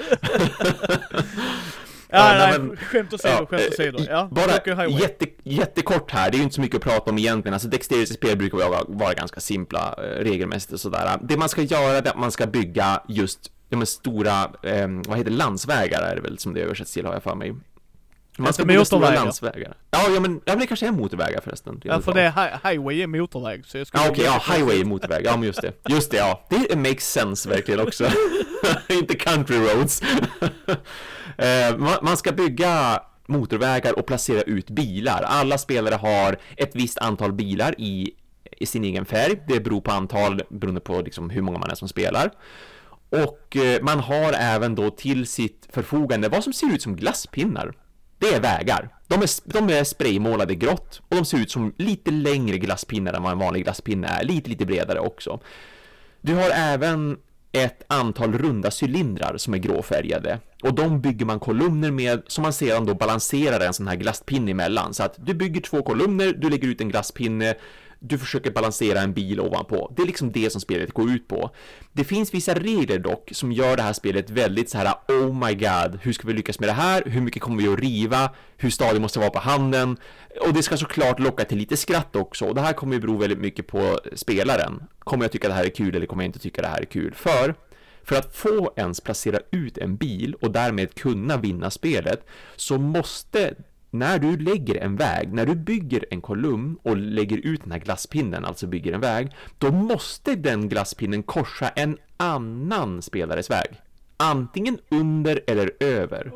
Ja, Ja, nej, men- skämt åsido, Ja, skämt åsido. eh, Ja, bara Tokyo Highway. jätte, jättekort här, det är ju inte så mycket att prata om egentligen. Alltså dexterity-spel brukar vara, vara ganska simpla eh, regelmässigt och sådär. Det man ska göra är att man ska bygga just de här stora, eh, vad heter det, landsvägar är det väl som det översätts till, har jag för mig. Man ska Inte bygga stora motorvägar. landsvägar. Ja, ja, men, ja, men det kanske är motorvägar förresten. Ja, för det är hi- highway är motorväg, så jag skulle... Ja, okej, ja, highway är motorväg, ja men just det, just det, ja, det makes sense verkligen också. Inte country roads. Eh, man, man ska bygga motorvägar och placera ut bilar. Alla spelare har ett visst antal bilar i, i sin egen färg. Det beror på antal, beroende på liksom hur många man är som spelar. Och eh, man har även då till sitt förfogande vad som ser ut som glasspinnar. Det är vägar. De är, de är spraymålade grått och de ser ut som lite längre glasspinnar än vad en vanlig glasspinne är. Lite, lite bredare också. Du har även ett antal runda cylindrar som är gråfärgade. Och de bygger man kolumner med som man sedan då balanserar en sån här glasspinne emellan. Så att du bygger två kolumner, du lägger ut en glasspinne, du försöker balansera en bil ovanpå. Det är liksom det som spelet går ut på. Det finns vissa regler dock som gör det här spelet väldigt så här: oh my god, hur ska vi lyckas med det här? Hur mycket kommer vi att riva? Hur stadig måste vara på handen? Och det ska såklart locka till lite skratt också. Och det här kommer ju bero väldigt mycket på spelaren. Kommer jag tycka det här är kul eller kommer jag inte tycka det här är kul? För För att få ens placera ut en bil och därmed kunna vinna spelet så måste, när du lägger en väg, när du bygger en kolumn och lägger ut den här glasspinnen, alltså bygger en väg, då måste den glasspinnen korsa en annan spelares väg. Antingen under eller över.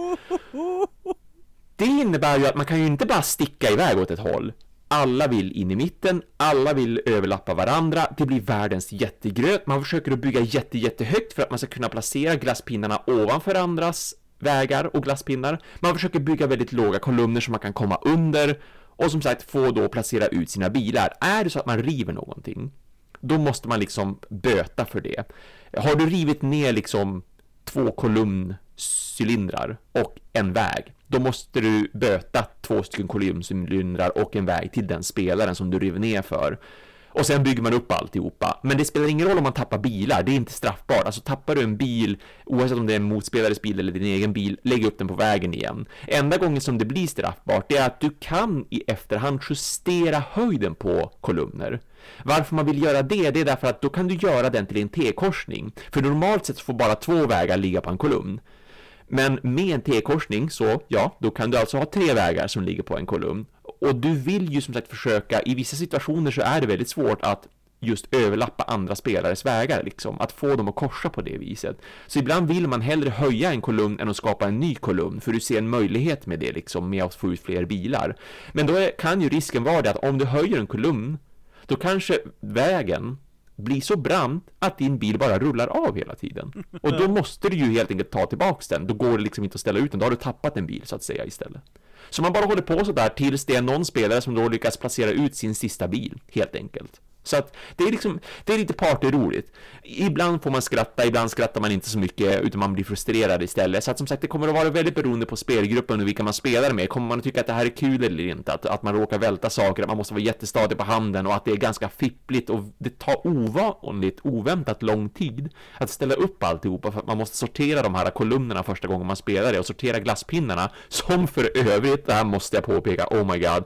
Det innebär ju att man kan ju inte bara sticka iväg åt ett håll. Alla vill in i mitten, alla vill överlappa varandra, det blir världens jättegröt. Man försöker att bygga jätte, jättehögt för att man ska kunna placera glasspinnarna ovanför andras vägar och glasspinnar. Man försöker bygga väldigt låga kolumner som man kan komma under och som sagt få då placera ut sina bilar. Är det så att man river någonting, då måste man liksom böta för det. Har du rivit ner liksom två kolumncylindrar och en väg, då måste du böta två stycken kolumncylindrar och en väg till den spelaren som du river ner för. Och sen bygger man upp alltihopa. Men det spelar ingen roll om man tappar bilar, det är inte straffbart. Alltså tappar du en bil, oavsett om det är en motspelares bil eller din egen bil, lägg upp den på vägen igen. Enda gången som det blir straffbart, det är att du kan i efterhand justera höjden på kolumner. Varför man vill göra det, det är därför att då kan du göra den till en T-korsning. För normalt sett får bara två vägar ligga på en kolumn. Men med en T-korsning så, ja, då kan du alltså ha tre vägar som ligger på en kolumn. Och du vill ju som sagt försöka, i vissa situationer så är det väldigt svårt att just överlappa andra spelares vägar liksom, att få dem att korsa på det viset. Så ibland vill man hellre höja en kolumn än att skapa en ny kolumn, för du ser en möjlighet med det liksom, med att få ut fler bilar. Men då är, kan ju risken vara det att om du höjer en kolumn, då kanske vägen blir så brant att din bil bara rullar av hela tiden. Och då måste du ju helt enkelt ta tillbaks den. Då går det liksom inte att ställa ut den. Då har du tappat en bil så att säga istället. Så man bara håller på så där tills det är någon spelare som då lyckas placera ut sin sista bil helt enkelt. Så att det är liksom, det är lite partyroligt. Ibland får man skratta, ibland skrattar man inte så mycket utan man blir frustrerad istället. Så att som sagt, det kommer att vara väldigt beroende på spelgruppen och vilka man spelar med. Kommer man att tycka att det här är kul eller inte? Att, att man råkar välta saker, att man måste vara jättestadig på handen och att det är ganska fippligt och det tar ovanligt, oväntat lång tid att ställa upp alltihopa för att man måste sortera de här kolumnerna första gången man spelar det och sortera glasspinnarna som för övrigt, det här måste jag påpeka, oh my god.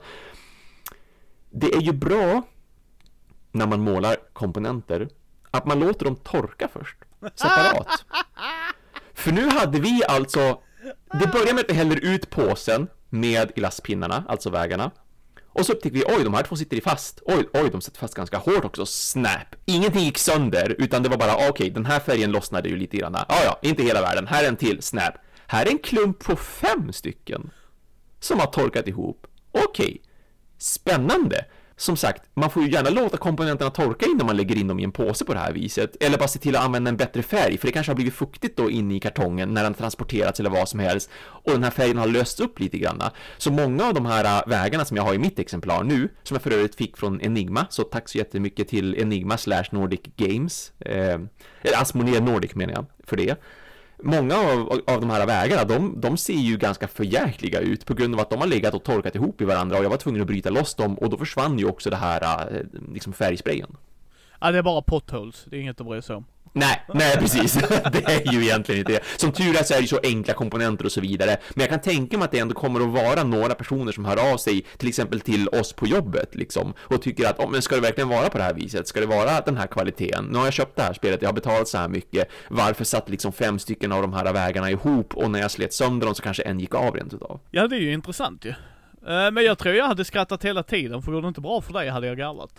Det är ju bra när man målar komponenter att man låter dem torka först separat. För nu hade vi alltså, det börjar med att vi häller ut påsen med glasspinnarna, alltså vägarna. Och så upptäckte vi, oj, de här två sitter i fast. Oj, oj, de sitter fast ganska hårt också. Snap. Ingenting gick sönder, utan det var bara, okej, okay, den här färgen lossnade ju lite grann. Ja, ja, inte hela världen. Här är en till, snap. Här är en klump på fem stycken som har torkat ihop. Okej, okay. Spännande. Som sagt, man får ju gärna låta komponenterna torka innan man lägger in dem i en påse på det här viset. Eller bara se till att använda en bättre färg. För det kanske har blivit fuktigt då inne i kartongen när den transporterats eller vad som helst. Och den här färgen har lösts upp lite grann. Så många av de här vägarna som jag har i mitt exemplar nu, som jag för övrigt fick från Enigma. Så tack så jättemycket till Enigma slash Nordic Games. Eh, eller Asmodee Nordic menar jag för det. Många av, av de här vägarna, de, de ser ju ganska förjäkliga ut på grund av att de har legat och torkat ihop i varandra och jag var tvungen att bryta loss dem och då försvann ju också det här liksom färgsprayen. Ja, det är bara potholes, det är inget att bry sig om. Nej, nej precis. Det är ju egentligen inte det. Som tur är så är det så enkla komponenter och så vidare. Men jag kan tänka mig att det ändå kommer att vara några personer som hör av sig till exempel till oss på jobbet liksom, och tycker att, oh, men ska det verkligen vara på det här viset? Ska det vara den här kvaliteten? Nu har jag köpt det här spelet, jag har betalat så här mycket. Varför satt liksom fem stycken av de här vägarna ihop och när jag slet sönder dem så kanske en gick av rent utav? Ja, det är ju intressant ju. Men jag tror jag hade skrattat hela tiden, för går det inte bra för dig hade jag garvat.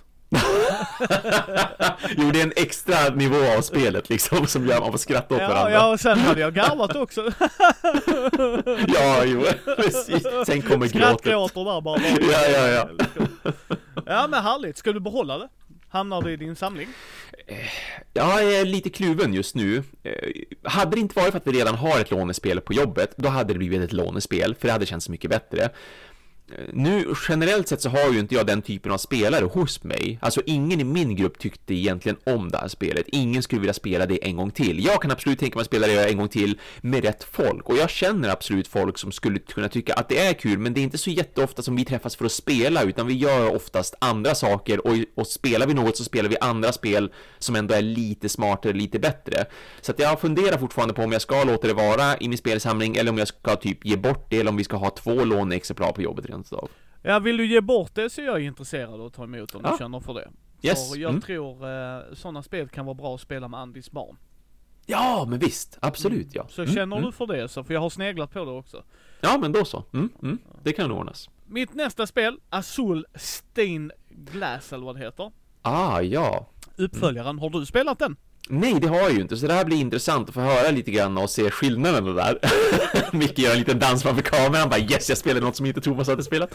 Jo, det är en extra nivå av spelet liksom som gör man får skratta åt ja, varandra. Ja, och sen hade jag garvat också. Ja, jo, precis. Sen kommer gråtet. Skrattgråter där bara. Ja, ja, ja. Ja, men härligt. Ska du behålla det? Hamnar det i din samling? Jag är lite kluven just nu. hade det inte varit för att vi redan har ett lånespel på jobbet, då hade det blivit ett lånespel, för det hade känts mycket bättre. Nu, generellt sett så har ju inte jag den typen av spelare hos mig. Alltså ingen i min grupp tyckte egentligen om det här spelet. Ingen skulle vilja spela det en gång till. Jag kan absolut tänka mig att spela det en gång till med rätt folk. Och jag känner absolut folk som skulle kunna tycka att det är kul, men det är inte så jätteofta som vi träffas för att spela, utan vi gör oftast andra saker. Och, och spelar vi något så spelar vi andra spel som ändå är lite smartare, lite bättre. Så att jag funderar fortfarande på om jag ska låta det vara i min spelsamling, eller om jag ska typ ge bort det, eller om vi ska ha två låneexemplar på jobbet. Av. Ja, vill du ge bort det så är jag intresserad av att ta emot om ja. du känner för det. Yes. För jag mm. tror eh, sådana spel kan vara bra att spela med Andys barn. Ja, men visst. Absolut, ja. Så mm. känner mm. du för det så, för jag har sneglat på det också. Ja, men då så. Mm. Mm. Det kan nog ordnas. Mitt nästa spel, Azul Stained Glass eller vad det heter. Ah, ja. Uppföljaren, mm. har du spelat den? Nej, det har jag ju inte, så det här blir intressant att få höra lite grann och se skillnaden där. Micke gör en liten dans framför kameran, bara yes, jag spelar något som inte Thomas hade spelat.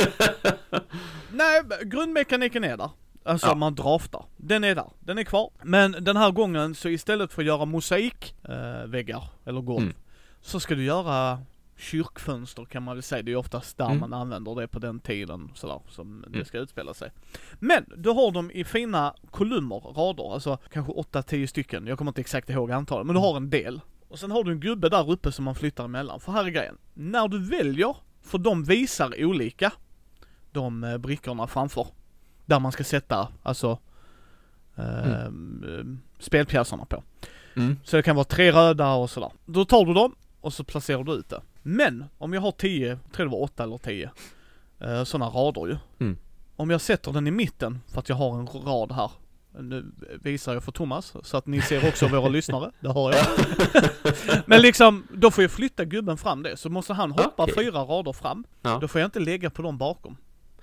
Nej, grundmekaniken är där. Alltså ja. man draftar. Den är där, den är kvar. Men den här gången så istället för att göra mosaik, äh, väggar eller golv, mm. så ska du göra kyrkfönster kan man väl säga. Det är oftast där mm. man använder det på den tiden sådär, som mm. det ska utspela sig. Men du har dem i fina kolumner, rader, alltså kanske åtta tio stycken. Jag kommer inte exakt ihåg antalet, men du har en del. Och sen har du en gubbe där uppe som man flyttar emellan. För här är grejen. När du väljer, för de visar olika, de eh, brickorna framför. Där man ska sätta, alltså eh, mm. spelpjäserna på. Mm. Så det kan vara tre röda och sådär. Då tar du dem och så placerar du ut det. Men om jag har tio, jag tror det var åtta eller tio eh, sådana rader ju. Mm. Om jag sätter den i mitten för att jag har en rad här. Nu visar jag för Thomas så att ni ser också våra lyssnare. Det har jag. Men liksom, då får jag flytta gubben fram det. Så måste han hoppa okay. fyra rader fram. Ja. Då får jag inte lägga på dem bakom.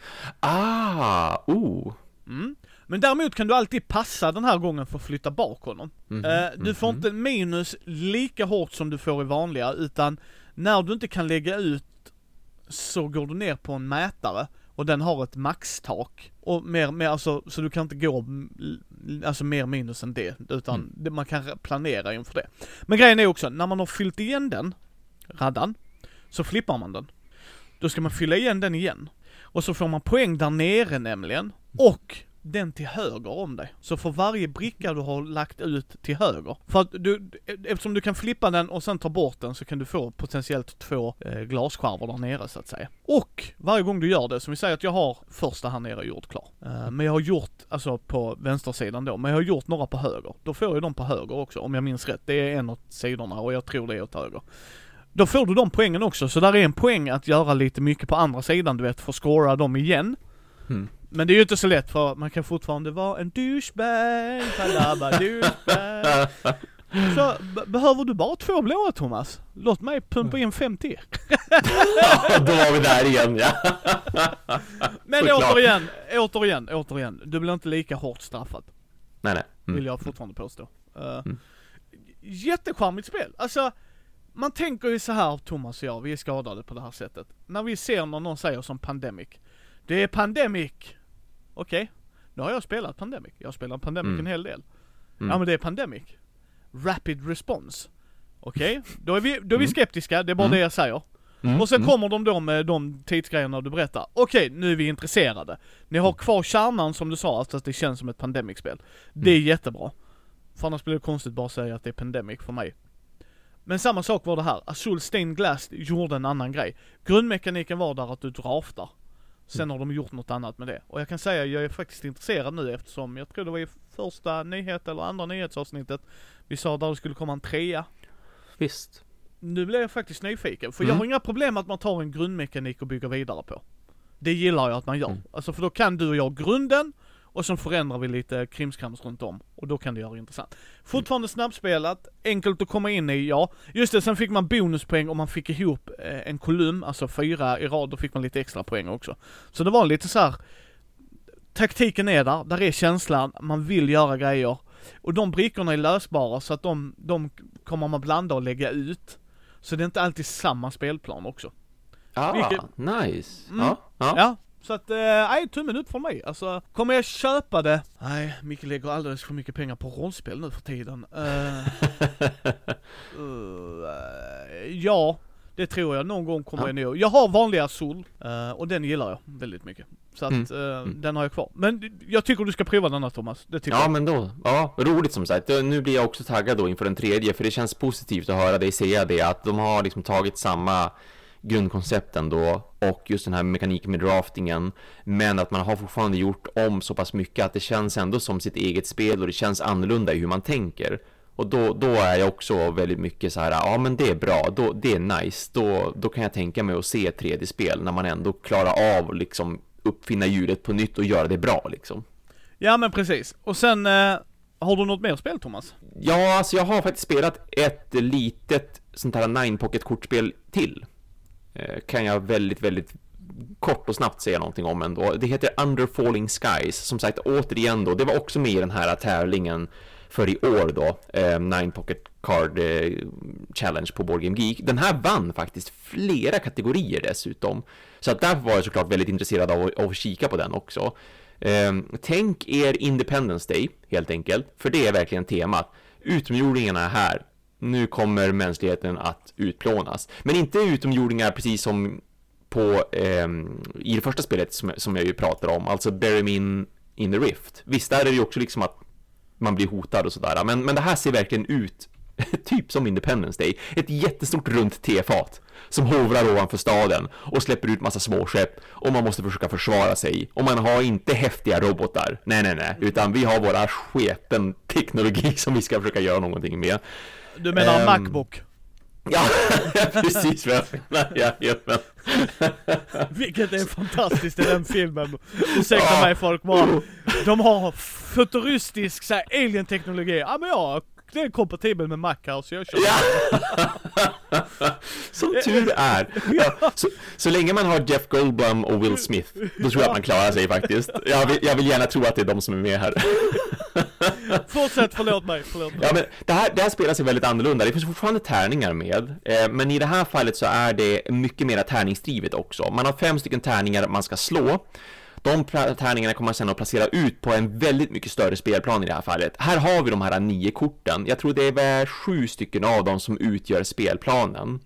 Ah, oh. Mm. Men däremot kan du alltid passa den här gången för att flytta bak honom. Mm-hmm. Uh, du får mm-hmm. inte minus lika hårt som du får i vanliga, utan när du inte kan lägga ut så går du ner på en mätare och den har ett maxtak. Och mer, mer alltså, så du kan inte gå alltså mer minus än det, utan mm. det, man kan planera inför det. Men grejen är också, när man har fyllt igen den, raddan, så flippar man den. Då ska man fylla igen den igen. Och så får man poäng där nere nämligen. Och den till höger om dig. Så för varje bricka du har lagt ut till höger. För att du, eftersom du kan flippa den och sen ta bort den så kan du få potentiellt två eh, glasskärvor där nere så att säga. Och varje gång du gör det, som vi säger att jag har första här nere gjort klar. Eh, men jag har gjort, alltså på vänstersidan då, men jag har gjort några på höger. Då får jag dem på höger också, om jag minns rätt. Det är en åt sidorna och jag tror det är åt höger. Då får du de poängen också, så där är en poäng att göra lite mycket på andra sidan, du vet, för att scora dem igen. Mm. Men det är ju inte så lätt, för man kan fortfarande vara en douchebag, palabba douchebag. Så b- behöver du bara två blåa, Thomas? Låt mig pumpa in femtio. Ja, då var vi där igen, ja. Men såklart. återigen, återigen, återigen. Du blir inte lika hårt straffad. Nej, nej. Mm. Vill jag fortfarande påstå. Uh, mm. Jättecharmigt spel. Alltså, man tänker ju så här, Thomas och jag, vi är skadade på det här sättet. När vi ser när någon säger som Pandemic. Det är Pandemic. Okej, okay. Nu har jag spelat Pandemic. Jag har spelat Pandemic mm. en hel del. Mm. Ja, men det är Pandemic. Rapid Response. Okej, okay. då är vi då är vi skeptiska, det är bara mm. det jag säger. Mm. Och sen mm. kommer de då med de tidsgrejerna du berättar. Okej, okay, nu är vi intresserade. Ni har kvar kärnan som du sa, alltså att det känns som ett Pandemic-spel. Det är mm. jättebra. För annars blir det konstigt bara att säga att det är Pandemic för mig. Men samma sak var det här. Azul Stained Glass gjorde en annan grej. Grundmekaniken var där att du draftar. Sen mm. har de gjort något annat med det. Och jag kan säga att jag är faktiskt intresserad nu, eftersom jag tror det var i första nyhet eller andra nyhetsavsnittet vi sa där det skulle komma en trea. Visst. Nu blir jag faktiskt nyfiken. För mm. jag har inga problem att man tar en grundmekanik och bygger vidare på. Det gillar jag att man gör. Mm. Alltså för då kan du och jag grunden och så förändrar vi lite krimskrams runt om. Och då kan det göra intressant. Fortfarande mm. snabbspelat, enkelt att komma in i, ja. Just det, sen fick man bonuspoäng om man fick ihop eh, en kolumn, alltså fyra i rad, då fick man lite extra poäng också. Så det var lite så här. Taktiken är där, där är känslan, man vill göra grejer. Och de brickorna är lösbara så att de, de kommer man blanda och lägga ut. Så det är inte alltid samma spelplan också. Ah, Vilket, nice. Mm, ja, ja. ja. Så att, nej, äh, tummen upp för mig. Alltså, kommer jag köpa det? Nej, Micke lägger alldeles för mycket pengar på rollspel nu för tiden. Uh, Ja, det tror jag. Någon gång kommer ja. jag nog. Jag har vanliga Sol uh, och den gillar jag väldigt mycket. Så att mm. Uh, mm. den har jag kvar. Men jag tycker du ska prova den här, Thomas. Det tycker ja, jag. men då. Ja, roligt som sagt. Nu blir jag också taggad då inför den tredje, för det känns positivt att höra dig säga det, att de har liksom tagit samma grundkoncepten då och just den här mekaniken med draftingen, men att man har fortfarande gjort om så pass mycket att det känns ändå som sitt eget spel och det känns annorlunda i hur man tänker. Och då, då är jag också väldigt mycket så här, ja men det är bra, då, det är nice, då, då kan jag tänka mig att se ett tredje spel när man ändå klarar av liksom uppfinna hjulet på nytt och göra det bra liksom. Ja men precis. Och sen eh, har du något mer spel, Thomas? Ja, alltså jag har faktiskt spelat ett litet sånt här Nine Pocket kortspel till. Eh, kan jag väldigt, väldigt kort och snabbt säga någonting om ändå. Det heter Under Falling Skies. Som sagt, återigen då, det var också med i den här tävlingen för i år då, eh, Nine Pocket Card eh, Challenge på Board Game Geek. Den här vann faktiskt flera kategorier dessutom. Så att därför var jag såklart väldigt intresserad av, av att kika på den också. Eh, tänk er Independence Day, helt enkelt. För det är verkligen temat. Utomjordingarna är här. Nu kommer mänskligheten att utplånas. Men inte utomjordingar precis som på eh, i det första spelet som, som jag ju pratar om. Alltså Bury Me in, in the Rift. Visst, där är det ju också liksom att man blir hotad och sådär. Men, men det här ser verkligen ut typ som Independence Day. Ett jättestort runt tefat som hovrar ovanför staden och släpper ut massa småskepp och man måste försöka försvara sig. Och man har inte häftiga robotar. Nej, nej, nej. Utan vi har våra sketen teknologi som vi ska försöka göra någonting med. Du menar um, Macbook? Ja, precis. Ja, ja, vilket är fantastiskt i den filmen. Ursäkta ja. mig folk, bara, de har futuristisk så här, alien-teknologi. Ja men ja, det är kompatibel med Mac här, så jag kör. Ja. Som tur är. Ja, så, så länge man har Jeff Goldblum och Will Smith, då tror jag att man klarar sig faktiskt. Jag vill, jag vill gärna tro att det är de som är med här. Fortsätt, förlåt mig, förlåt mig. Ja, men det här, det här spelar sig väldigt annorlunda. Det finns fortfarande tärningar med, eh, men i det här fallet så är det mycket mer tärningsdrivet också. Man har fem stycken tärningar man ska slå. De tärningarna kommer man sedan att placera ut på en väldigt mycket större spelplan i det här fallet. Här har vi de här nio korten. Jag tror det är väl sju stycken av dem som utgör spelplanen.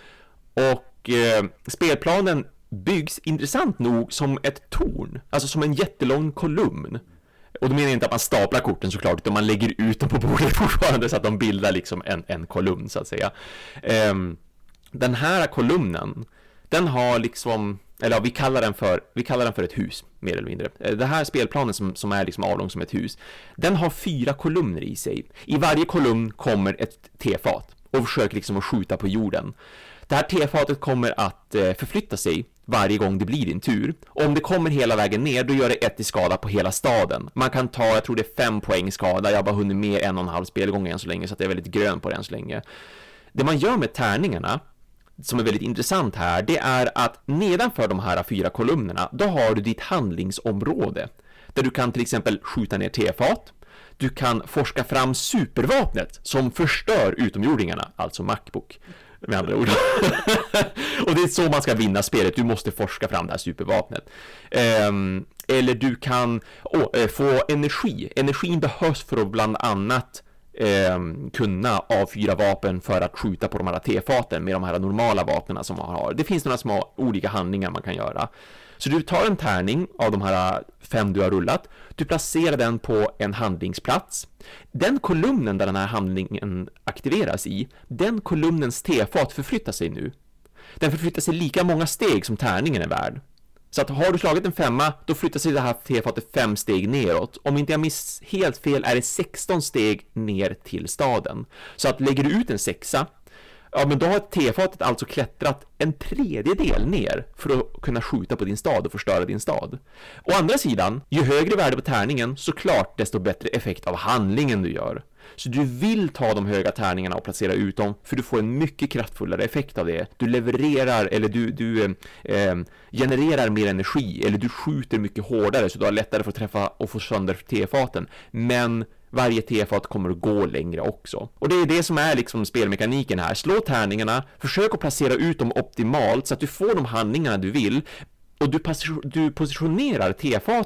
Och eh, spelplanen byggs intressant nog som ett torn. Alltså som en jättelång kolumn. Och då menar jag inte att man staplar korten såklart, utan man lägger ut dem på bordet fortfarande så att de bildar liksom en, en kolumn så att säga. Eh, den här kolumnen, den har liksom, eller ja, vi kallar den för vi kallar den för ett hus mer eller mindre. Det här spelplanen som, som är liksom avlång som ett hus, den har fyra kolumner i sig. I varje kolumn kommer ett tefat och försöker liksom att skjuta på jorden. Det här tefatet kommer att eh, förflytta sig varje gång det blir din tur. Om det kommer hela vägen ner, då gör det ett i skada på hela staden. Man kan ta, jag tror det är fem poäng skada. Jag har bara hunnit med en och en halv spelgång än så länge, så att det är väldigt grön på det än så länge. Det man gör med tärningarna, som är väldigt intressant här, det är att nedanför de här fyra kolumnerna, då har du ditt handlingsområde. Där du kan till exempel skjuta ner tefat. Du kan forska fram supervapnet som förstör utomjordingarna, alltså Macbook med andra ord. Och det är så man ska vinna spelet. Du måste forska fram det här supervapnet. Um, eller du kan oh, få energi. Energin behövs för att bland annat um, kunna avfyra vapen för att skjuta på de här tefaten med de här normala vapnen som man har. Det finns några små olika handlingar man kan göra. Så du tar en tärning av de här fem du har rullat. Du placerar den på en handlingsplats. Den kolumnen där den här handlingen aktiveras i, den kolumnens tefat förflyttar sig nu. Den förflyttar sig lika många steg som tärningen är värd. Så att har du slagit en femma, då flyttar sig det här tefatet fem steg neråt. Om inte jag miss helt fel är det sexton steg ner till staden. Så att lägger du ut en sexa, ja, men då har tefatet alltså klättrat en tredjedel ner för att kunna skjuta på din stad och förstöra din stad. Å andra sidan, ju högre värde på tärningen, såklart desto bättre effekt av handlingen du gör. Så du vill ta de höga tärningarna och placera ut dem, för du får en mycket kraftfullare effekt av det. Du levererar eller du, du eh, genererar mer energi, eller du skjuter mycket hårdare så du har lättare för att träffa och få sönder tefaten. Men varje tefat kommer att gå längre också. Och det är det som är liksom spelmekaniken här. Slå tärningarna, försök att placera ut dem optimalt så att du får de handlingarna du vill. Och du, du positionerar tefaten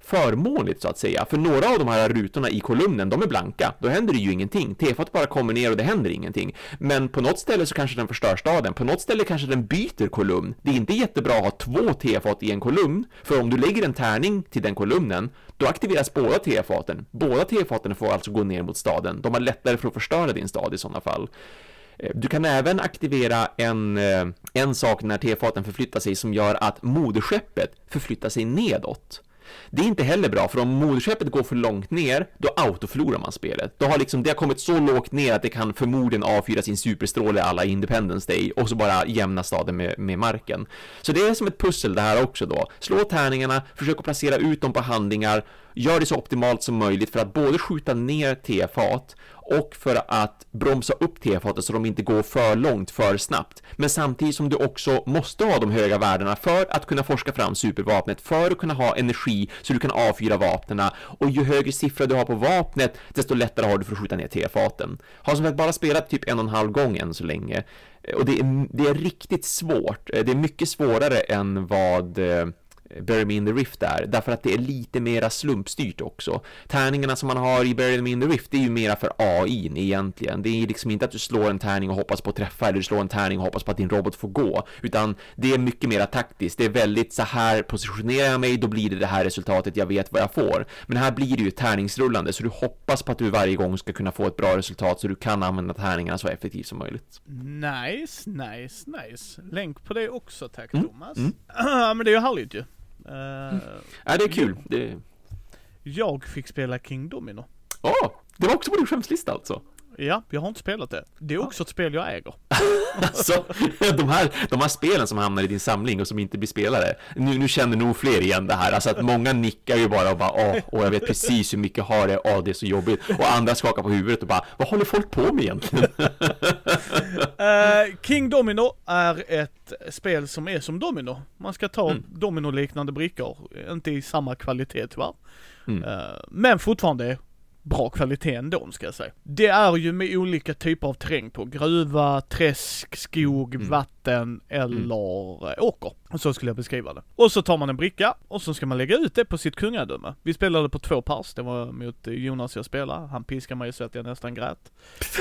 förmånligt så att säga. För några av de här rutorna i kolumnen, de är blanka. Då händer det ju ingenting. Tefat bara kommer ner och det händer ingenting. Men på något ställe så kanske den förstör staden. På något ställe kanske den byter kolumn. Det är inte jättebra att ha två tefat i en kolumn. För om du lägger en tärning till den kolumnen, då aktiveras båda tefaten. Båda tefaten får alltså gå ner mot staden. De har lättare för att förstöra din stad i sådana fall. Du kan även aktivera en, en sak när tefaten förflyttar sig som gör att moderskeppet förflyttar sig nedåt. Det är inte heller bra, för om moderskeppet går för långt ner, då autoförlorar man spelet. Då har liksom, det har kommit så lågt ner att det kan förmodligen avfyra sin superstråle alla Independence Day och så bara jämna staden med, med marken. Så det är som ett pussel det här också då. Slå tärningarna, försök att placera ut dem på handlingar, gör det så optimalt som möjligt för att både skjuta ner tefat och för att bromsa upp tefatet så de inte går för långt för snabbt. Men samtidigt som du också måste ha de höga värdena för att kunna forska fram supervapnet, för att kunna ha energi så du kan avfyra vapnena. Och ju högre siffra du har på vapnet, desto lättare har du för att skjuta ner tefaten. Har som sagt bara spelat typ en och en halv gång än så länge. Och det är, det är riktigt svårt. Det är mycket svårare än vad Bury Me in the Rift är, därför att det är lite mera slumpstyrt också. Tärningarna som man har i Bury Me in the Rift, det är ju mera för A I egentligen. Det är liksom inte att du slår en tärning och hoppas på att träffa, eller du slår en tärning och hoppas på att din robot får gå, utan det är mycket mera taktiskt. Det är väldigt så här, positionerar jag mig, då blir det det här resultatet, jag vet vad jag får. Men här blir det ju tärningsrullande, så du hoppas på att du varje gång ska kunna få ett bra resultat så du kan använda tärningarna så effektivt som möjligt. Nice, nice, nice. Länk på det också, tack mm. Thomas. Mm. Men det är ju härligt ju. Uh, mm. Ja, det är kul. Det... Jag fick spela King Domino. Åh, oh, det var också på din skämslista alltså. Ja, jag har inte spelat det. Det är också ett spel jag äger. Alltså, de här, de här spelen som hamnar i din samling och som inte blir spelare. Nu, nu känner nog fler igen det här. Alltså att många nickar ju bara och bara, åh, och jag vet precis hur mycket har det, åh, det är så jobbigt. Och andra skakar på huvudet och bara, vad håller folk på med egentligen? uh, King Domino är ett spel som är som domino. Man ska ta mm. domino-liknande brickor. Inte i samma kvalitet tyvärr. Mm. Uh, men fortfarande bra kvalitet ändå, ska jag säga. Det är ju med olika typer av terräng på. Gruva, träsk, skog, mm. vatten eller mm. åker. Och så skulle jag beskriva det. Och så tar man en bricka och så ska man lägga ut det på sitt kungadöme. Vi spelade på två pers. Det var mot Jonas jag spelade. Han piskade mig så att jag nästan grät.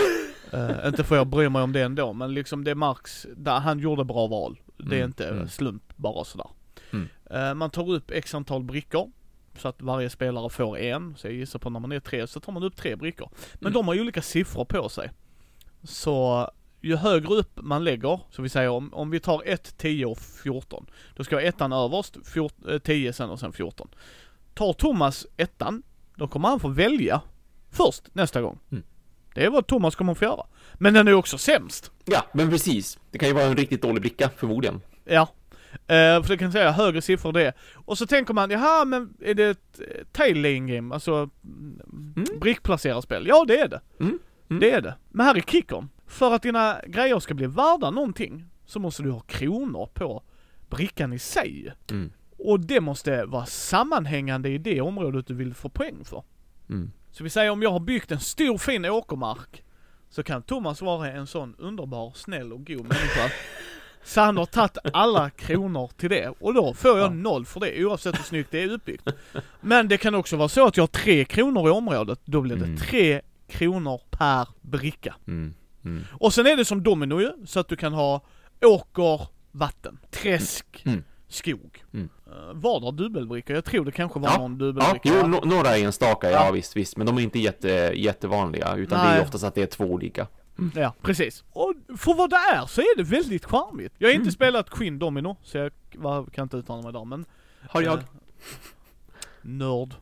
uh, inte för jag bryr mig om det ändå, men liksom det Marx, där han gjorde bra val. Det är mm. inte mm. slump bara sådär. Mm. Uh, man tar upp x antal brickor. Så att varje spelare får en. Så jag gissar på när man är tre så tar man upp tre brickor. Men mm. de har ju olika siffror på sig. Så ju högre upp man lägger, så vi säger om, om vi tar ett, tio och fjorton. Då ska ettan överst, tio sen och sen fjorton. Tar Thomas ettan, då kommer han få välja först nästa gång. Mm. Det är vad Thomas kommer få göra. Men den är ju också sämst. Ja, men precis. Det kan ju vara en riktigt dålig bricka förmodligen. Ja. Uh, för det kan säga högre siffror det. Och så tänker man, jaha, men är det ett uh, tail laying game? Alltså mm. brickplacerarspel? Ja, det är det. Mm. Mm. Det är det. Men här är kickern. För att dina grejer ska bli värda någonting så måste du ha kronor på brickan i sig. Mm. Och det måste vara sammanhängande i det området du vill få poäng för. Mm. Så vi säger om jag har byggt en stor fin åkermark så kan Thomas vara en sån underbar, snäll och god människa. Så han har tagit alla kronor till det. Och då får jag ja. noll för det, oavsett hur snyggt det är uppbyggt. Men det kan också vara så att jag har tre kronor i området. Då blir det mm. tre kronor per bricka. Mm. Mm. Och sen är det som domino ju, så att du kan ha åker, vatten, träsk, mm. skog. Mm. Uh, var det dubbelbrickor? Jag tror det kanske var ja. någon dubbelbricka. Ja, jo, no- några enstaka, ja, ja visst, visst. Men de är inte jätte, jättevanliga, utan Nej. det är oftast att det är två olika. Mm. Ja, precis. Och för vad det är så är det väldigt charmigt. Jag har inte mm. spelat Queen Domino, så jag var, kan inte uttala mig där, men... Har jag? Äh, nörd.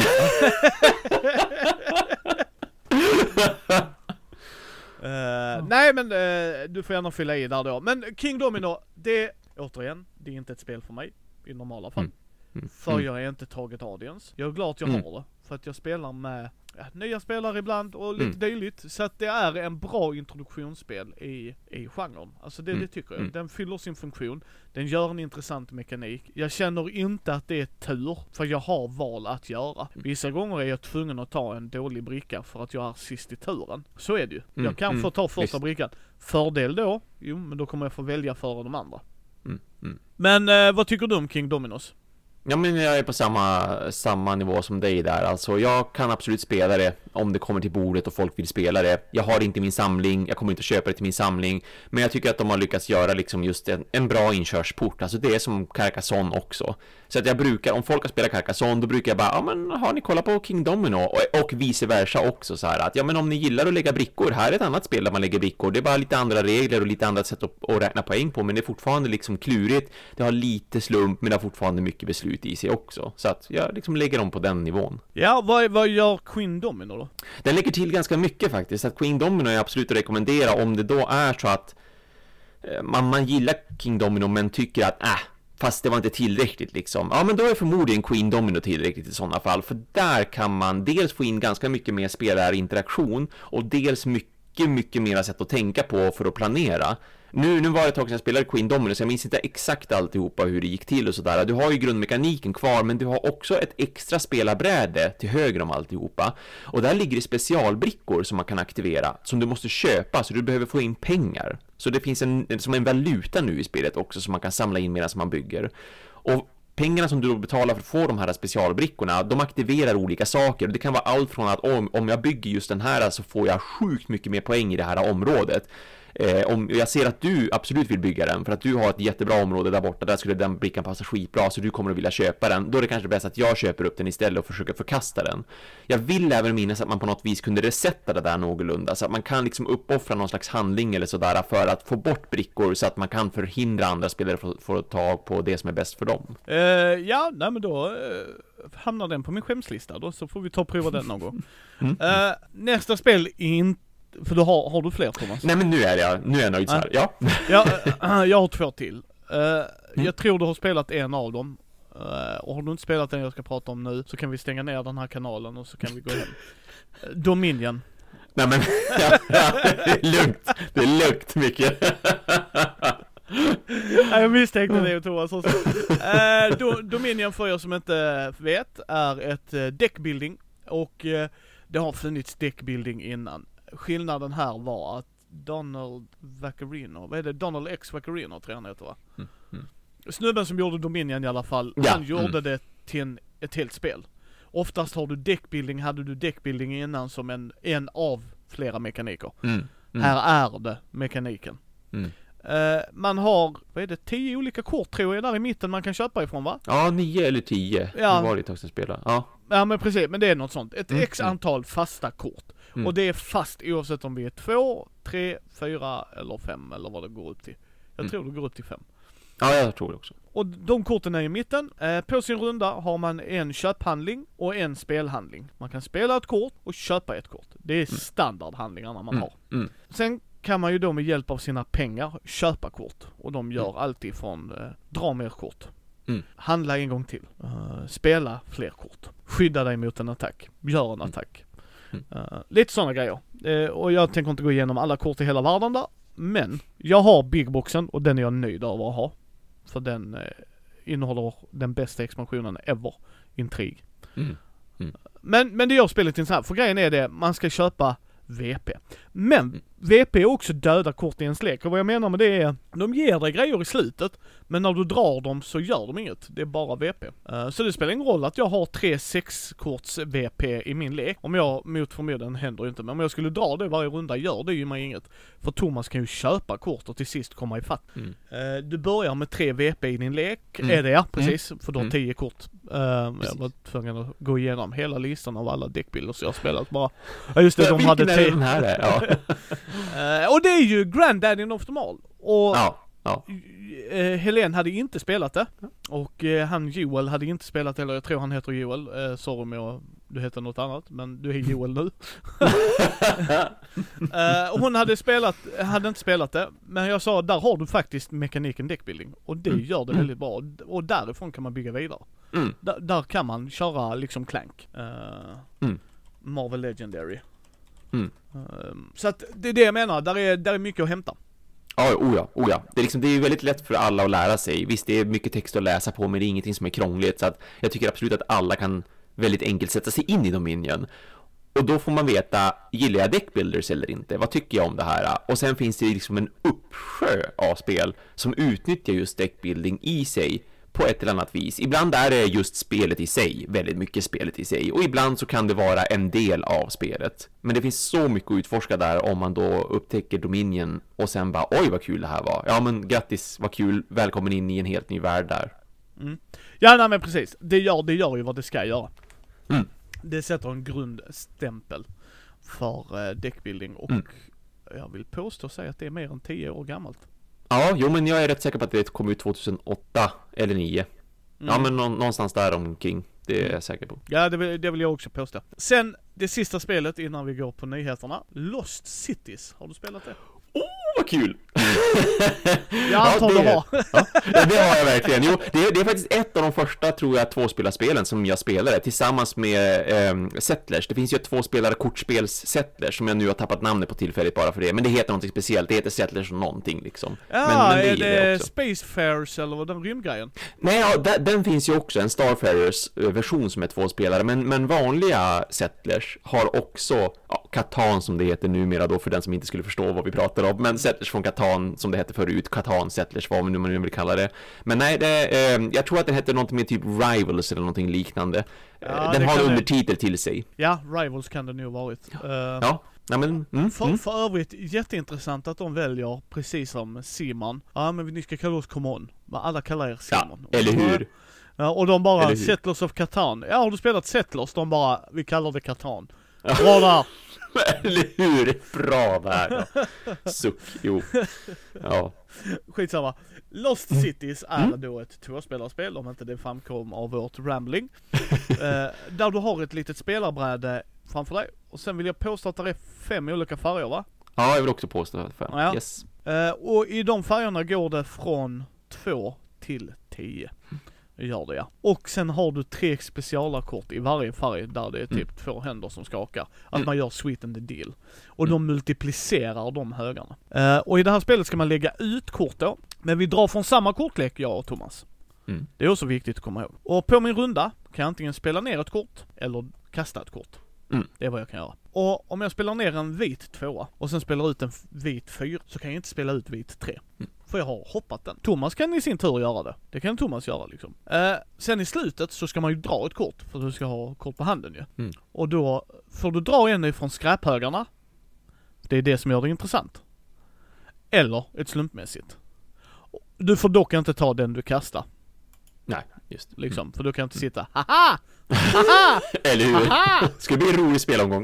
uh, nej, men uh, du får gärna fylla i där då. Men King Domino, det, återigen, det är inte ett spel för mig i normala fall. Mm. Mm. För jag är inte taget audience. Jag är glad att jag mm. har det. För att jag spelar med ja, nya spelare ibland och lite mm. dylikt. Så att det är en bra introduktionsspel i, i genren. Alltså det, mm. det tycker jag. Mm. Den fyller sin funktion. Den gör en intressant mekanik. Jag känner inte att det är tur. För jag har val att göra. Vissa gånger är jag tvungen att ta en dålig bricka för att jag är sist i turen. Så är det ju. Mm. Jag kan mm. få ta första Visst. brickan. Fördel då? Jo, men då kommer jag få välja före de andra. Mm. Mm. Men eh, vad tycker du om King Dominos? Ja, men jag är på samma, samma nivå som dig där. Alltså, jag kan absolut spela det om det kommer till bordet och folk vill spela det. Jag har det inte i min samling, jag kommer inte att köpa det till min samling. Men jag tycker att de har lyckats göra liksom just en, en bra inkörsport. Alltså det är som Carcassonne också. Så att jag brukar, om folk har spelat Carcassonne, då brukar jag bara, ja men har ni kollat på King Domino? Och, och vice versa också så här att, ja men om ni gillar att lägga brickor, här är ett annat spel där man lägger brickor. Det är bara lite andra regler och lite andra sätt att, att räkna poäng på, men det är fortfarande liksom klurigt. Det har lite slump, men det har fortfarande mycket beslut i sig också. Så att jag liksom lägger dem på den nivån. Ja, vad, vad gör Queen Domino då? Den lägger till ganska mycket faktiskt. Att Queen Domino är absolut att rekommendera om det då är så att eh, man, man gillar King Domino men tycker att äh, fast det var inte tillräckligt liksom. Ja, men då är förmodligen Queen Domino tillräckligt i sådana fall. För där kan man dels få in ganska mycket mer spelarinteraktion och dels mycket, mycket mer sätt att tänka på för att planera. Nu, nu var det ett tag sedan jag spelade Queen Domino, så jag minns inte exakt alltihopa hur det gick till och sådär. Du har ju grundmekaniken kvar, men du har också ett extra spelarbräde till höger om alltihopa. Och där ligger det specialbrickor som man kan aktivera, som du måste köpa, så du behöver få in pengar. Så det finns en, som en valuta nu i spelet också som man kan samla in medan man bygger. Och pengarna som du betalar för att få de här specialbrickorna, de aktiverar olika saker. Det kan vara allt från att om, om jag bygger just den här så får jag sjukt mycket mer poäng i det här området. Eh, om jag ser att du absolut vill bygga den för att du har ett jättebra område där borta, där skulle den brickan passa skitbra så du kommer att vilja köpa den, då är det kanske bäst att jag köper upp den istället och försöker förkasta den. Jag vill även minnas att man på något vis kunde resetta det där någorlunda, så att man kan liksom uppoffra någon slags handling eller sådär för att få bort brickor så att man kan förhindra andra spelare för att ta på det som är bäst för dem. Uh, ja, nej men då uh, hamnar den på min skämslista då, så får vi ta och prova den någon gång. Mm. Uh, nästa spel är inte. För då har, har du fler, Thomas? Nej, men nu är jag, nu är jag nöjd så här. Ja. ja, äh, jag har två till. Uh, mm. Jag tror du har spelat en av dem. Uh, och har du inte spelat den jag ska prata om nu, så kan vi stänga ner den här kanalen och så kan vi gå hem. Uh, Dominion. Nej men, ja, ja, det är lugnt. Det är lugnt mycket. Nej, jag misstänkte det, Thomas. Uh, Do- Dominion, för er som inte vet, är ett uh, deckbuilding. Och uh, det har funnits deckbuilding innan. Skillnaden här var att Donald Vaccarino, vad är det? Donald X Vaccarino tror jag han heter, va? Mm, mm. Snubben som gjorde Dominion i alla fall, ja, han gjorde mm. det till en, ett helt spel. Oftast har du deckbuilding, hade du deckbuilding innan som en, en av flera mekaniker. Mm, mm. Här är det mekaniken. Mm. Uh, man har, vad är det, tio olika kort tror jag där i mitten man kan köpa ifrån, va? Ja, nio eller tio. Ja. Det var det också att spela. Ja. Ja, men precis, men det är något sånt. Ett mm. x antal fasta kort. Mm. Och det är fast oavsett om vi är två, tre, fyra eller fem eller vad det går upp till. Jag mm. tror det går upp till fem. Ja, jag tror det också. Och de korten är i mitten. Eh, på sin runda har man en köphandling och en spelhandling. Man kan spela ett kort och köpa ett kort. Det är mm. standardhandlingarna man mm. har. Mm. Sen kan man ju då med hjälp av sina pengar köpa kort. Och de gör mm. alltid från eh, dra mer kort. Mm. Handla en gång till. Uh, spela fler kort. Skydda dig mot en attack. Gör en attack. Mm. Uh, lite sådana grejer. Uh, och jag tänker inte gå igenom alla kort i hela världen där. Men jag har Big Boxen och den är jag nöjd över att ha. För den uh, innehåller den bästa expansionen ever. Intrig. Mm. Mm. Men, men det gör spelet intressant. För grejen är det, man ska köpa V P. Men mm. V P är också döda kort i ens lek. Och vad jag menar med det är, de ger dig grejer i slutet, men när du drar dem så gör de inget. Det är bara V P. Uh, så det spelar ingen roll att jag har tre sex korts V P i min lek. Om jag mot förmodan händer inte, men om jag skulle dra det varje runda gör det ju mig inget. För Thomas kan ju köpa kort och till sist komma i fatt. Mm. Uh, du börjar med tre V P i din lek, mm. är det ja, precis. Mm. För du har tio kort. Uh, jag var tvungen att gå igenom hela listan av alla deckbilder så jag har spelat bara. Ja just det, de hade tio. Den här är, ja. uh, och det är ju Granddaddy of them all. Och ja, ja. Uh, Helen hade inte spelat det. Och uh, han Joel hade inte spelat, eller jag tror han heter Joel. Uh, sorry om jag, du heter något annat, men du är Joel nu. uh, och hon hade spelat, hade inte spelat det. Men jag sa, där har du faktiskt mekaniken deckbuilding. Och det mm. gör det väldigt bra. Och därifrån kan man bygga vidare. Mm. D- där kan man köra liksom Clank. Uh, mm. Marvel Legendary. Mm. Um, så att det är det jag menar, där är, där är mycket att hämta. Ja, oh ja, oh ja. Det är liksom, det är väldigt lätt för alla att lära sig. Visst, det är mycket text att läsa på, men det är ingenting som är krångligt. Så att jag tycker absolut att alla kan väldigt enkelt sätta sig in i Dominion. Och då får man veta, gillar jag deckbuilders eller inte? Vad tycker jag om det här? Och sen finns det liksom en uppsjö av spel som utnyttjar just deckbuilding i sig på ett eller annat vis. Ibland är det just spelet i sig, väldigt mycket spelet i sig. Och ibland så kan det vara en del av spelet. Men det finns så mycket att utforska där om man då upptäcker Dominion och sen bara, oj vad kul det här var. Ja men grattis, vad kul, välkommen in i en helt ny värld där. Mm. Ja nej, men precis, det gör, det gör ju vad det ska göra. Mm. Det sätter en grundstämpel för uh, deckbuilding och mm. jag vill påstå sig att det är mer än tio år gammalt. Ja, jo men jag är rätt säker på att det kom ut tjugohundraåtta eller nio. Mm. Ja men nå- någonstans där omkring. Det är jag säker på. Ja, det vill, det vill jag också påstå. Sen, det sista spelet innan vi går på nyheterna. Lost Cities. Har du spelat det? Åh, oh, vad kul! Jag antar ja, det har. Ja, det har jag verkligen. Jo, det är, det är faktiskt ett av de första, tror jag, tvåspelarspelen som jag spelade tillsammans med eh, Settlers. Det finns ju ett tvåspelare kortspels Settlers som jag nu har tappat namnet på tillfället bara för det. Men det heter någonting speciellt. Det heter Settlers och någonting liksom. Ja, men, men det är det, det Spacefarers eller vad den rymdgrejen? Nej, ja, den, den finns ju också. En Starfarers-version som är tvåspelare. Men, men vanliga Settlers har också ja, Catan som det heter numera då för den som inte skulle förstå vad vi pratar om. Men Settlers från Catan som det hette förut. Catan, Settlers, vad man nu vill kalla det. Men nej, det, eh, jag tror att den heter något med typ Rivals eller någonting liknande. Ja, den har undertitel till sig. Ja, Rivals kan det nog ha varit. Uh, ja. Ja, men, mm, för, mm. för övrigt, jätteintressant att de väljer precis som Simon. Ja, men ni ska kalla oss Come On. Men alla kallar er Simon. Ja, eller hur? Ja, och de bara, Settlers of Catan. Ja, har du spelat Settlers? De bara, vi kallar det Catan. Bra där! Eller hur? Bra där. Ja. Suck, jo. Ja. Skitsamma. Lost Cities är mm. då ett tvåspelarspel, om inte det framkom av vårt rambling. eh, där du har ett litet spelarbräde framför dig. Och sen vill jag påstå att det är fem olika färger, va? Ja, jag vill också påstå att fem. Ja. Yes. Eh, och i de färgerna går det från två till tio. Gör det, ja. Och sen har du tre specialakort i varje färg där det är typ mm. två händer som skakar. Att mm. man gör sweet and the deal. Och mm. de multiplicerar de högarna. Uh, och i det här spelet ska man lägga ut kort då. Men vi drar från samma kortlek, jag och Thomas. Mm. Det är också viktigt att komma ihåg. Och på min runda kan jag antingen spela ner ett kort eller kasta ett kort. Mm. Det är vad jag kan göra. Och om jag spelar ner en vit tvåa och sen spelar ut en vit fyra så kan jag inte spela ut vit tre. Mm. För jag har hoppat den. Thomas kan i sin tur göra det. Det kan Thomas göra liksom. Eh, sen i slutet så ska man ju dra ett kort. För du ska ha kort på handen ju. Mm. Och då får du dra en ifrån skräphögarna. Det är det som gör det intressant. Eller ett slumpmässigt. Du får dock inte ta den du kastar. Nej, just liksom, mm. för då kan jag inte sitta haha! Haha! Eller hur? Haha! Ska det bli en rolig spelomgång?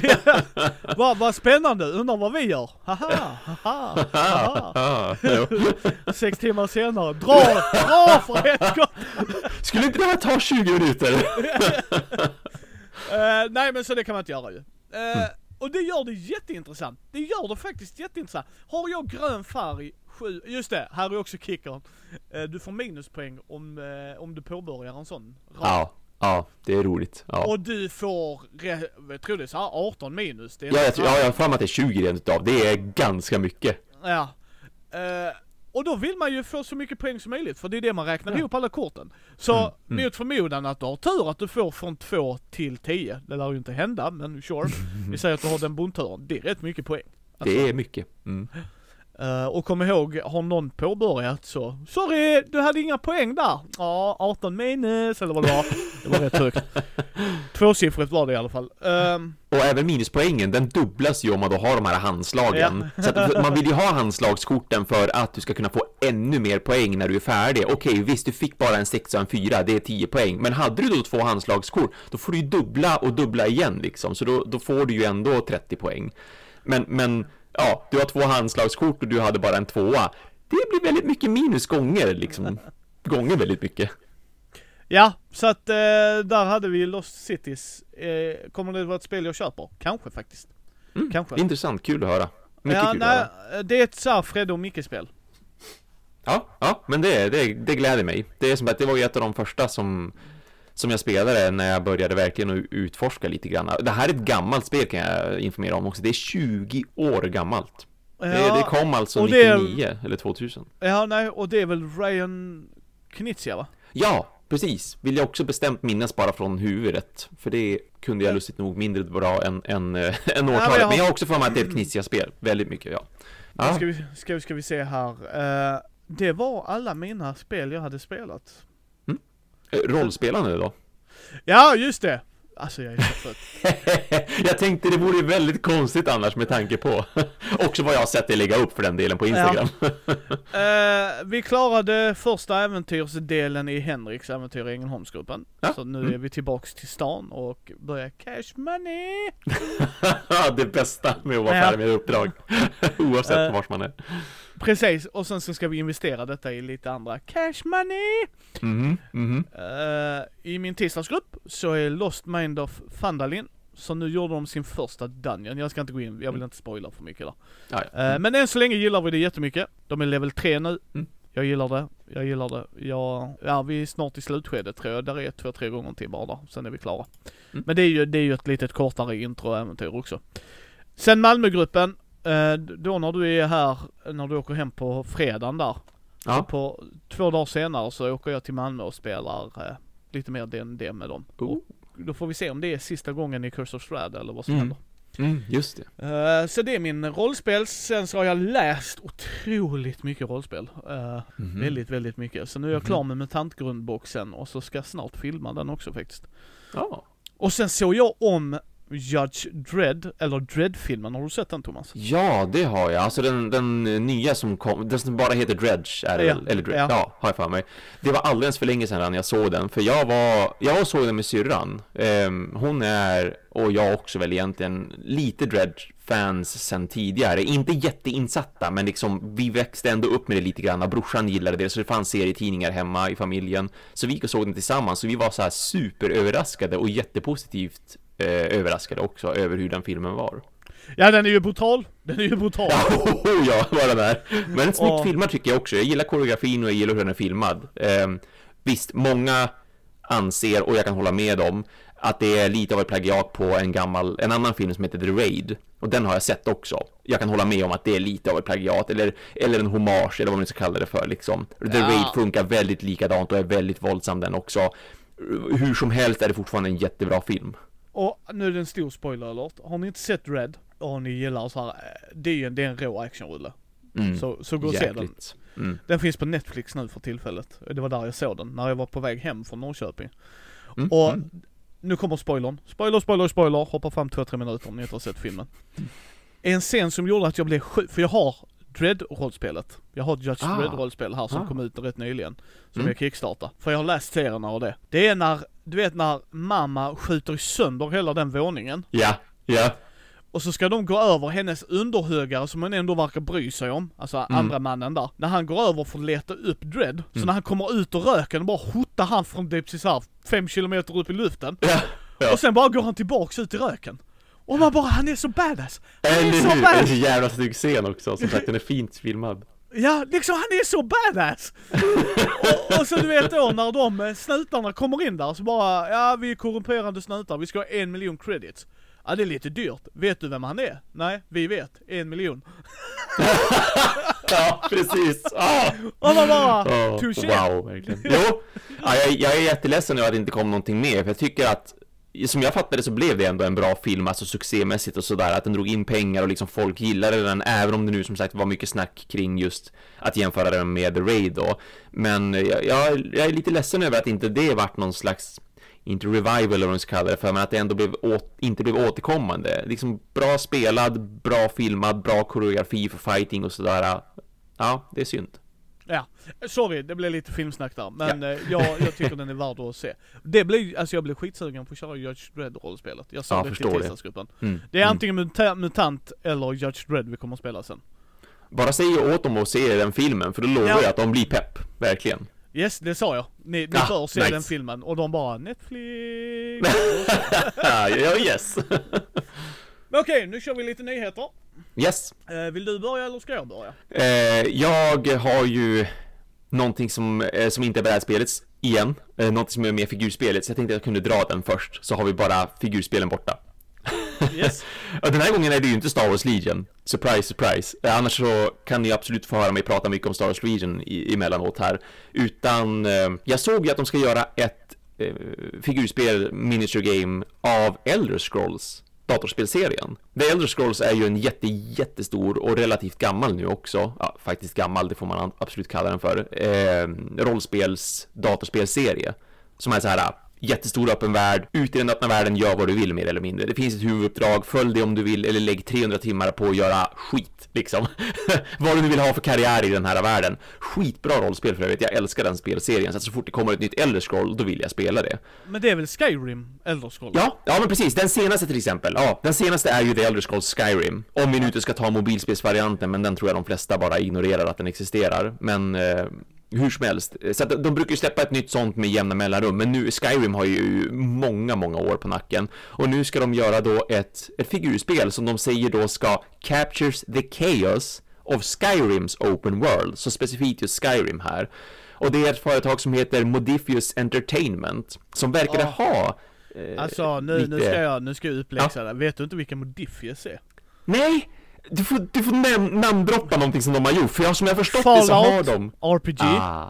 Vad va spännande, undrar vad vi gör. Haha! Haha! Haha! Sex timmar senare, dra! Dra för ett gott! Skulle inte det här ta tjugo minuter? uh, nej, men så det kan man inte göra ju. Uh, mm. Och det gör det jätteintressant. Det gör det faktiskt jätteintressant. Har jag grön färg sju, just det, här är också kickern. Du får minuspoäng om, om du påbörjar en sån rad. Ja, ja, det är roligt. Ja. Och du får, jag tror det är så här arton minus. Det är ja, jag, ja, jag har för mig att det är tjugo rent utav. Det är ganska mycket. Ja. Uh, och då vill man ju få så mycket poäng som möjligt, för det är det man räknar ja. ihop alla korten. Så mm, mm. mot förmodan att du har tur att du får från två till tio. Det lär ju inte hända, men sure. Vi säger att du har den bondturen. Det är rätt mycket poäng. Alltså. Det är mycket. Mm. Uh, och kom ihåg, har någon påbörjat så sorry, du hade inga poäng där. Ja, arton minus eller vad det var. Det var rätt högt. Tvåsiffrigt var det i alla fall. Um, och även minuspoängen, den dubblas ju om man då har de här handslagen. Ja. Så att man vill ju ha handslagskorten för att du ska kunna få ännu mer poäng när du är färdig. Okej, visst du fick bara en sex och en fyra, det är tio poäng. Men hade du då två handslagskort, då får du ju dubbla och dubbla igen liksom. Så då, då får du ju ändå trettio poäng. Men, men ja, du har två handslagskort och du hade bara en tvåa. Det blir väldigt mycket minus gånger liksom. Gånger väldigt mycket. Ja, så att eh, där hade vi Lost Cities. Eh, kommer det vara ett spel jag köper? Kanske faktiskt. Mm, Kanske. Intressant, kul att höra. Mycket ja, kul nej, att höra. Det är ett så här Fred och Micke-spel. Ja, ja, men det, det, det gläder mig. Det är som att det var ju ett av de första som... som jag spelade när jag började verkligen utforska lite grann. Det här är ett gammalt spel kan jag informera om också. Det är tjugo år gammalt. Ja, det, det kom alltså nittionio är, eller tvåtusen. Ja, nej, och det är väl Ryan Knizia, va? Ja, precis. Vill jag också bestämt minnas bara från huvudet. För det kunde jag lustigt nog mindre bra än, än, än årtalet. Ja, men, jag har... men jag har också för mig att det är ett Knizia-spel. Väldigt mycket, ja. ja. Ska, vi, ska, vi, ska vi se här. Uh, det var alla mina spel jag hade spelat. Rollspelande då? Ja, just det. Alltså jag är så trött. Jag tänkte det vore väldigt konstigt annars med tanke på också vad jag har sett dig lägga upp för den delen på Instagram. Ja. uh, vi klarade första äventyrsdelen i Henriks äventyr i Ängelholmsgruppen. Ja. Så nu mm. är vi tillbaks till stan och börjar cash money. Det bästa med att vara färdig med uppdrag. Oavsett uh, vart man är. Precis, och sen så ska vi investera detta i lite andra cash money. Mm, mm. Uh, I min tisdagsgrupp så är Lost Mind of Phandalin, så nu gjorde de sin första dungeon. Jag ska inte gå in, jag vill inte spoila för mycket där. Ah, ja. mm. uh, Men än så länge gillar vi det jättemycket. De är level tre nu. Mm. Jag gillar det, jag gillar det. Jag, ja, vi är snart i slutskedet tror jag. Där är två, tre gånger till bara där. Sen är vi klara. Mm. Men det är ju, det är ju ett litet kortare intro-äventyr också. Sen Malmögruppen. Då när du är här, när du åker hem på fredagen där, ja. på två dagar senare så åker jag till Malmö och spelar eh, lite mer D and D med dem. Oh. Och då får vi se om det är sista gången i Curse of Strahd eller vad som mm. händer. Mm, just det. Uh, så det är min rollspel. Sen så har jag läst otroligt mycket rollspel. Uh, mm-hmm. Väldigt, väldigt mycket. Så nu är jag mm-hmm. klar med mutantgrundboxen och så ska jag snart filma den också faktiskt. Ja. Och sen såg jag om Judge Dredd, eller Dredd-filmen, har du sett den Thomas? Ja, det har jag. Alltså den, den nya som kom, den som bara heter Dredge är det ja. väl? Eller Dredd, ja. ja, har jag för mig. Det var alldeles för länge sedan jag såg den, för jag var, jag såg den med syrran. Um, hon är, och jag också väl egentligen, lite Dredd-fans sen tidigare. Inte jätteinsatta, men liksom, vi växte ändå upp med det lite grann. Brorsan gillade det, så det fanns serietidningar hemma i familjen. Så vi gick och såg den tillsammans, så vi var så här superöverraskade och jättepositivt Eh, överraskade också över hur den filmen var. Ja, den är ju brutal. Den är ju brutal. Ja, vad den är. Men en snyggt oh. filmad tycker jag också. Jag gillar koreografin och jag gillar hur den är filmad. Eh, visst, många anser, och jag kan hålla med om, att det är lite av ett plagiat på en gammal, en annan film som heter The Raid. Och den har jag sett också. Jag kan hålla med om att det är lite av ett plagiat, eller, eller en hommage, eller vad man ska kalla det för liksom. The ja. Raid funkar väldigt likadant och är väldigt våldsam den också. Hur som helst är det fortfarande en jättebra film. Och nu är det en stor spoiler alert. Har ni inte sett Red och ni gillar så här, det är ju en, det är en rå actionrulle. Mm. Så, så gå och se den. Mm. Den finns på Netflix nu för tillfället. Det var där jag såg den, när jag var på väg hem från Norrköping. Mm. Och mm. nu kommer spoilern. Spoiler, spoiler, spoiler. Hoppa fram två, tre minuter om ni inte har sett filmen. Mm. En scen som gjorde att jag blev sjuk, för jag har Dredd-rollspelet. Jag har ett Judge ah. Dredd-rollspel här som ah. kom ut rätt nyligen. Som mm. jag kickstartar. För jag har läst serierna och det. Det är när, du vet när mamma skjuter sönder hela den våningen. Ja, ja. Och så ska de gå över hennes underhögare som man ändå verkar bry sig om. Alltså mm. andra mannen där. När han går över för att leta upp Dredd. Mm. Så när han kommer ut ur röken bara hotar han från typ så här fem kilometer upp i luften. Ja, ja. Och sen bara går han tillbaks ut i röken. Och man bara, han är så badass. Han är så badass. Det är så jävla snygg scen också. Som sagt, den är fint filmad. Ja, liksom han är så badass. och, och så du vet då, när de snutarna kommer in där så bara, ja vi är korrumperande snutar, vi ska ha en miljon credits. Ja, det är lite dyrt. Vet du vem han är? Nej, vi vet. En miljon. Ja, precis. Ah. Och man bara, oh, wow, verkligen. Jo, ja, jag, jag är jätteledsen nu att det inte kom någonting mer. För jag tycker att, som jag fattade så blev det ändå en bra film, alltså succémässigt och sådär, att den drog in pengar och liksom folk gillade den, även om det nu som sagt var mycket snack kring just att jämföra den med The Raid då. Men jag, jag, jag är lite ledsen över att inte det varit någon slags, inte revival eller vad man ska kalla det för, men att det ändå blev åt, inte blev återkommande. Liksom bra spelad, bra filmad, bra koreografi för fighting och sådär. Ja, det är synd. Ja, sorry, det blev lite filmsnack där, men ja. jag, jag tycker den är värd att se. Det blev, alltså jag blev skitsugen på att köra Judge Dredd-rollspelet. Jag sa ja, det till tisdagsgruppen. Mm. Det är antingen muta- Mutant eller Judge Dredd vi kommer att spela sen. Bara säg åt dem att se den filmen, för då lovar ja. jag att de blir pepp, verkligen. Yes, det sa jag. Ni, ni ah, bör se nice. den filmen. Och de bara, Netflix. Ja, yes. Men okej, nu kör vi lite nyheter. Yes. Eh, vill du börja eller ska jag börja? Eh, jag har ju någonting som, eh, som inte är brädspelets igen. Eh, någonting som är med figurspelet. Så jag tänkte att jag kunde dra den först. Så har vi bara figurspelen borta. Yes. Och den här gången är det ju inte Star Wars Legion. Surprise, surprise. Eh, annars så kan ni absolut få höra mig prata mycket om Star Wars Legion i, emellanåt här. Utan eh, jag såg ju att de ska göra ett eh, figurspel, miniature game av Elder Scrolls datorspelserien. The Elder Scrolls är ju en jätte, jättestor och relativt gammal nu också. Ja, faktiskt gammal, det får man absolut kalla den för. Eh, rollspels datorspelserie som är så här jättestor öppen värld, ut i den öppna världen, gör vad du vill mer eller mindre. Det finns ett huvuduppdrag, följ det om du vill, eller lägg trehundra timmar på att göra skit, liksom. Vad du nu vill ha för karriär i den här världen. Skitbra rollspel för övrigt, jag älskar den spelserien, så att så fort det kommer ett nytt Elder Scroll, då vill jag spela det. Men det är väl Skyrim, Elder Scroll? Ja, ja men precis, den senaste till exempel. Ja, den senaste är ju The Elder Scrolls Skyrim. Om vi nu inte ska ta mobilspelsvarianten, men den tror jag de flesta bara ignorerar att den existerar. Men... Eh, hur som helst. Så att de brukar ju släppa ett nytt sånt med jämna mellanrum. Men nu, Skyrim har ju många, många år på nacken. Och nu ska de göra då ett, ett figurspel som de säger då ska captures the chaos of Skyrims open world. Så specifikt just Skyrim här. Och det är ett företag som heter Modiphius Entertainment. Som verkar oh. ha... Eh, alltså, nu, lite... nu ska jag, nu ska jag uppläxa ja. det. Vet du inte vilka Modiphius är? Nej! Du får, du får näm- namndroppa någonting som de har gjort. För jag, som jag har förstått Fallout, det så har de... R P G, ah.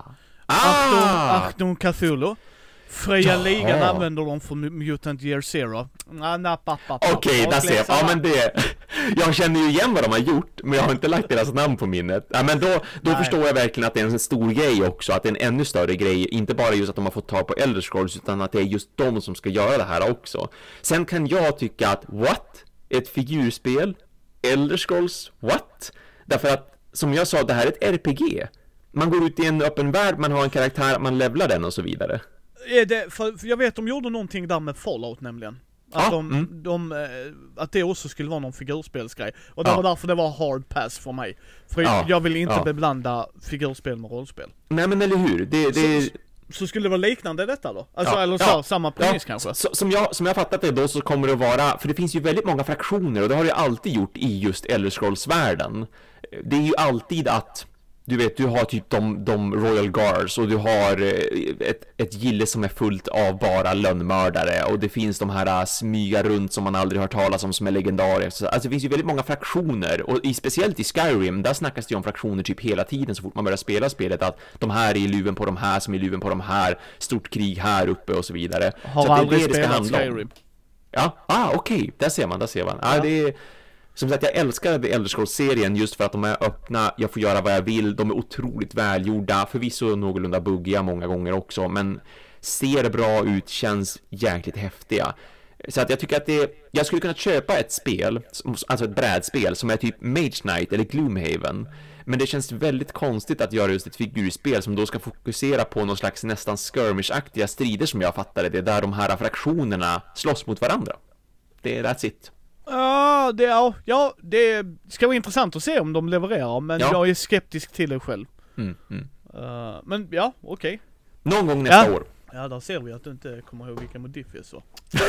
Ah. Achtung Cthulhu. Freja Jaha. Ligan använder de för Mutant Year Zero. Ah, Okej, okay, där ser jag. Ja, men det... Jag känner ju igen vad de har gjort, men jag har inte lagt deras namn på minnet. Ja, men då, då förstår jag verkligen att det är en stor grej också. Att det är en ännu större grej. Inte bara just att de har fått ta på Elder Scrolls, utan att det är just de som ska göra det här också. Sen kan jag tycka att, what? Ett figurspel? Elder Scrolls, what? Därför att, som jag sa, det här är ett R P G. Man går ut i en öppen värld, man har en karaktär, man levlar den och så vidare. Är det, för, för jag vet de gjorde någonting där med Fallout nämligen. Att, ja, de, mm. de, att det också skulle vara någon figurspelsgrej. Och det ja. var därför det var hard pass för mig. För ja. jag vill inte ja. beblanda figurspel med rollspel. Nej men eller hur? Det, det... Så, så skulle det vara liknande detta då? Alltså, ja, eller så, ja, samma premiss ja, kanske? Så, som, jag, som jag fattat det då så kommer det vara, för det finns ju väldigt många fraktioner och det har det alltid gjort i just Elder Scrolls-världen. Det är ju alltid att, du vet, du har typ de, de Royal Guards och du har ett, ett gille som är fullt av bara lönnmördare och det finns de här smyga runt som man aldrig hört talas om som är legendariska. Alltså det finns ju väldigt många fraktioner och i, speciellt i Skyrim, där snackas det ju om fraktioner typ hela tiden så fort man börjar spela spelet, att de här är i luven på de här som är i luven på de här, stort krig här uppe och så vidare. Har så aldrig det är det spelat det ska Skyrim. om. Ja, ah, okej, okay. Där ser man, där ser man. Ja, ah, det är... Som sagt, jag älskar The Elder Scrolls-serien just för att de är öppna, jag får göra vad jag vill, de är otroligt välgjorda, förvisso någorlunda buggiga många gånger också, men ser bra ut, känns jäkligt häftiga. Så att jag tycker att det, jag skulle kunna köpa ett spel, alltså ett brädspel som är typ Mage Knight eller Gloomhaven, men det känns väldigt konstigt att göra just ett figurspel som då ska fokusera på någon slags nästan skirmish-aktiga strider som jag fattade det, där de här fraktionerna slåss mot varandra. Det är that's it. Ja, det, ja, ja, det ska vara intressant att se om de levererar, men ja. jag är skeptisk till det själv. Mm, mm. Uh, men ja, okej. Okay. Någon gång nästa ja. år. Ja, där ser vi att du inte kommer ihåg vilka Modiphius var.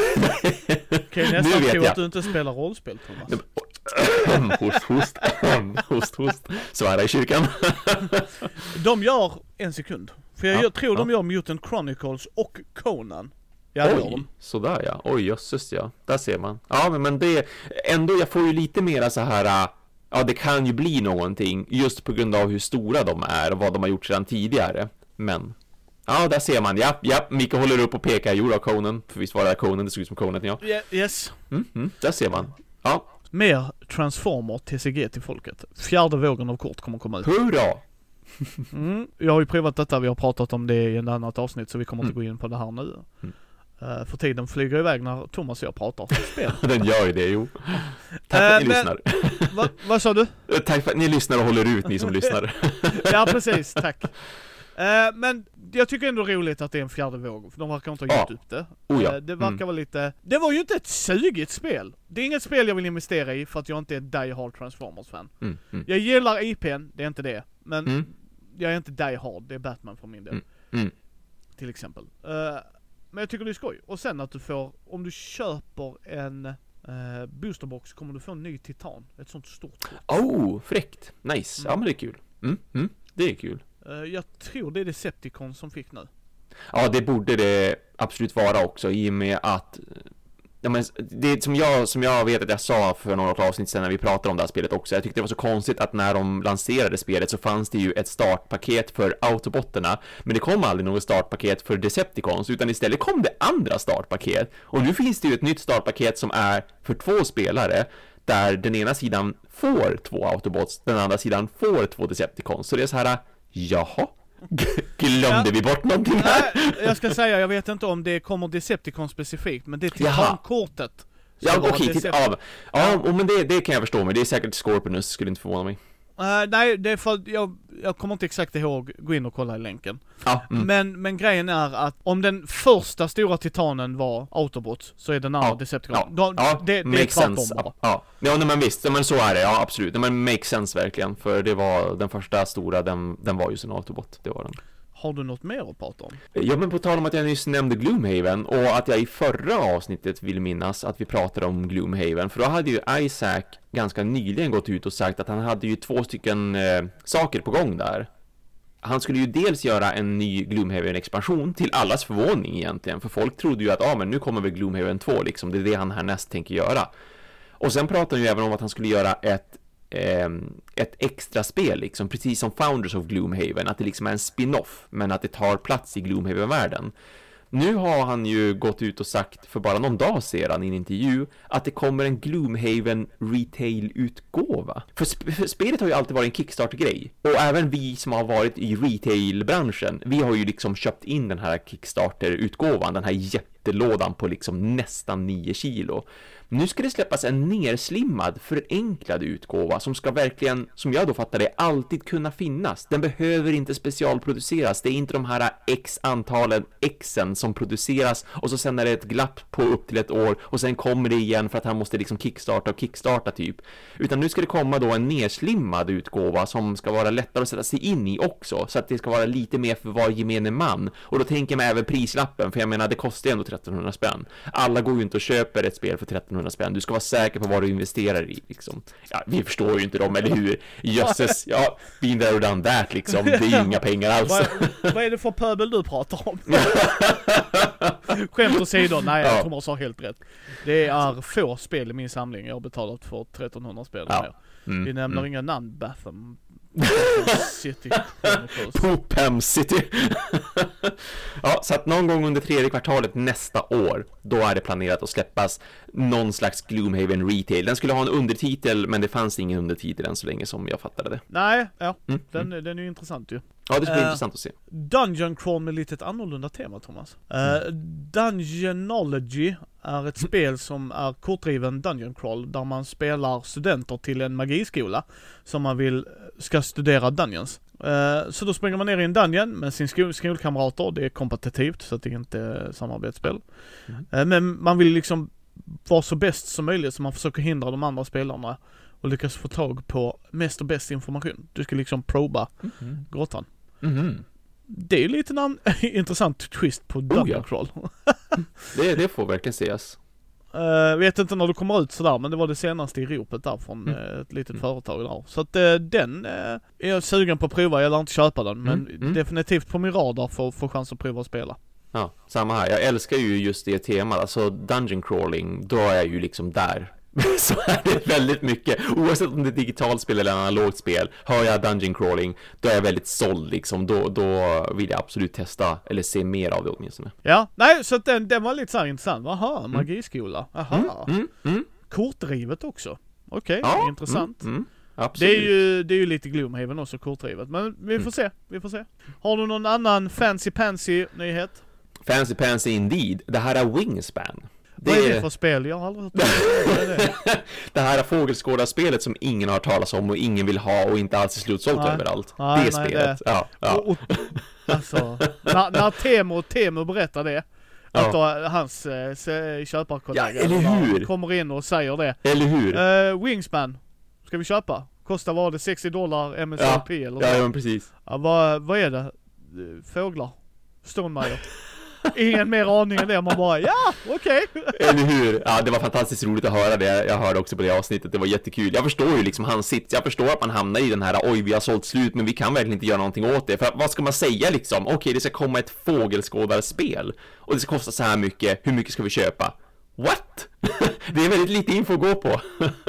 Okej, nästan tror jag att du inte spelar rollspel, Thomas. host, host. host, host. Svära i kyrkan. De gör en sekund. För jag ja, tror ja. de gör Mutant Chronicles och Conan. Ja, oj, sådär ja. Oj, jösses ja. Där ser man. Ja, men, men det ändå, jag får ju lite mera så här, ja, det kan ju bli någonting just på grund av hur stora de är och vad de har gjort sedan tidigare. Men, ja, där ser man. Ja, ja, Mika håller upp och pekar. Jo då, Conan. För visst var det Conan, det såg ut som Conan, ja. Yeah, yes. Mm, mm, där ser man. Ja. Mer Transformer T C G till folket. Fjärde vågen av kort kommer komma ut. Hurra! mm, jag har ju provat detta, vi har pratat om det i en annat avsnitt, så vi kommer mm. inte gå in på det här nu. Mm. Uh, för tiden flyger iväg när Thomas och jag pratar om spel. Den gör ju det, jo. Tack för att ni uh, lyssnar. Va, vad sa du? Tack för att ni lyssnar och håller ut, ni som lyssnar. Ja, precis, tack. Uh, men jag tycker ändå roligt att det är en fjärde våg, för de verkar inte ha gjort ja. upp det. Oh, ja. uh, det verkar mm. vara lite... Det var ju inte ett sugigt spel. Det är inget spel jag vill investera i för att jag inte är die hard Transformers-fan. Mm. Mm. Jag gillar I P:n, det är inte det. Men mm. jag är inte die hard, det är Batman för min del. Mm. Mm. Till exempel. Uh, Men jag tycker det är skoj. Och sen att du får, om du köper en eh, boosterbox kommer du få en ny titan. Ett sånt stort kort. Oh, fräckt. Nice. Mm. Ja, men det är kul. Mm, mm, det är kul. Uh, jag tror det är Decepticon som fick nu. Ja, det borde det absolut vara också, i och med att ja, men det som jag, som jag vet att jag sa för några avsnitt sedan när vi pratade om det här spelet också. Jag tyckte det var så konstigt att när de lanserade spelet så fanns det ju ett startpaket för Autobotterna, men det kom aldrig något startpaket för Decepticons, utan istället kom det andra startpaket. Och nu finns det ju ett nytt startpaket som är för två spelare, där den ena sidan får två Autobots, den andra sidan får två Decepticons. Så det är så här, jaha, Glömde ja. vi bort någonting här? Nej, jag ska säga, jag vet inte om det kommer Decepticon specifikt, men det är Titan-kortet. Ja, okej, okay, titta, ja, ja, ja. Men det, det kan jag förstå, men det är säkert Scorpionus, skulle inte förvåna mig. Uh, nej, det är för jag, jag kommer inte exakt ihåg, gå in och kolla i länken. Ja, mm. men, men grejen är att om den första stora titanen var Autobots, så är den andra ja, Decepticon. Ja, Då, ja det, det makes sense. Ja, ja. ja men visst, men så är det, ja absolut. Men makes sense verkligen, för det var den första stora, den, den var ju en Autobot, det var den. Har du något mer att prata om? Ja, men på tal om att jag nyss nämnde Gloomhaven och att jag i förra avsnittet vill minnas att vi pratade om Gloomhaven, för då hade ju Isaac ganska nyligen gått ut och sagt att han hade ju två stycken eh, saker på gång där. Han skulle ju dels göra en ny Gloomhaven-expansion till allas förvåning egentligen, för folk trodde ju att ah, men nu kommer väl Gloomhaven två liksom, det är det han härnäst tänker göra. Och sen pratade han ju även om att han skulle göra ett ett extra spel liksom, precis som Founders of Gloomhaven, att det liksom är en spin-off men att det tar plats i Gloomhaven-världen. Nu har han ju gått ut och sagt för bara någon dag sedan i en intervju att det kommer en Gloomhaven retail-utgåva. För, sp- för spelet har ju alltid varit en Kickstarter-grej. Och även vi som har varit i retail-branschen, vi har ju liksom köpt in den här Kickstarter-utgåvan, den här jättelådan på liksom nästan nio kilo. Nu ska det släppas en nerslimmad, förenklad utgåva som ska verkligen, som jag då fattar det, alltid kunna finnas. Den behöver inte specialproduceras. Det är inte de här x antalen xen som produceras och så sen är det ett glapp på upp till ett år och sen kommer det igen för att han måste liksom kickstarta och kickstarta typ. Utan nu ska det komma då en nerslimmad utgåva som ska vara lättare att sätta sig in i också, så att det ska vara lite mer för var gemene man. Och då tänker man även prislappen, för jag menar det kostar ändå trettonhundra spänn. Alla går ju inte och köper ett spel för trettonhundra spänn. Du ska vara säker på vad du investerar i liksom. Ja, vi förstår ju inte dem, eller hur? Jösses, ja, been there and done that liksom. Det är ju inga pengar alls. Vad, vad är det för pöbel du pratar om? Skämt åsido, nej, jag Thomas har helt rätt. Det är få spel i min samling jag har betalat för trettonhundra spel. Ja. Mm, vi nämner mm. inga namn, Batham City Popham City. Ja, så att någon gång under tredje kvartalet nästa år, då är det planerat att släppas någon slags Gloomhaven Retail. Den skulle ha en undertitel, men det fanns ingen undertitel än så länge som jag fattade det. Nej, ja, mm, den, mm. den är ju intressant ju. Ja, det ska bli uh, intressant att se. Dungeon Crawl med lite ett annorlunda tema, Thomas. Uh, Dungeonology är ett spel som är kortdriven Dungeon Crawl där man spelar studenter till en magiskola som man vill ska studera Dungeons. Uh, så då springer man ner i en dungeon med sin skol- skolkamrater. Det är kompetitivt så att det inte är samarbetsspel. Mm. Uh, men man vill liksom vara så bäst som möjligt, så man försöker hindra de andra spelarna och lyckas få tag på mest och bäst information. Du ska liksom proba mm. grottan. Mm. Det är lite en intressant twist på Dungeon Crawl. Oh, ja. det, det får verkligen ses. Uh, vet inte när det kommer ut sådär, men det var det senaste i ropet där från mm. uh, ett litet mm. företag där. Så att uh, den uh, är jag sugen på att prova. Jag lär inte köpa den, men mm. Mm. definitivt på min radar för att få chans att prova att spela. Ja, samma här. Jag älskar ju just det temat. Alltså dungeon crawling, då är jag ju liksom där. Så är det väldigt mycket. Oavsett om det är digitalt spel eller analogt spel, hör jag dungeon crawling, då är jag väldigt såld liksom. Då, då vill jag absolut testa eller se mer av det åtminstone. Ja, nej, så att den, den var lite så här intressant. Aha, magiskola. Aha. Mm, mm, mm. Kortdrivet också. Okej, okay, ja, intressant. Mm, mm. Absolut. Det är ju det är ju lite Gloomhaven också, kortdrivet. Men vi får mm. se, vi får se. Har du någon annan fancy pansy nyhet? Fancy pansy indeed. Det här är Wingspan. Det Vad är det för spel? Jag har aldrig hört det. Det här är fågelskådarspelet som ingen har talat om och ingen vill ha och inte alls är slutsålt nej. överallt. Nej, det är nej, spelet. Det... Ja, ja. Och, och, alltså, när, när Temo, Temo berättar det, att ja. då, hans äh, köparkollega ja, eller hur? kommer in och säger det. Eller hur? Uh, Wingspan, ska vi köpa? Kostar var det sextio dollar M S R P ja. eller så? Ja, ja, precis. Ja, vad, vad är det? Fåglar. Stonemeyer. Ingen mer aning än det, man bara, ja, okej. Okay. Eller hur? Ja, det var fantastiskt roligt att höra det. Jag hörde också på det avsnittet, det var jättekul. Jag förstår ju liksom hans sits, jag förstår att man hamnar i den här, oj vi har sålt slut men vi kan verkligen inte göra någonting åt det. För vad ska man säga liksom? Okej, okay, det ska komma ett fågelskådarspel och det ska kosta så här mycket, hur mycket ska vi köpa? What? Det är väldigt lite info att gå på.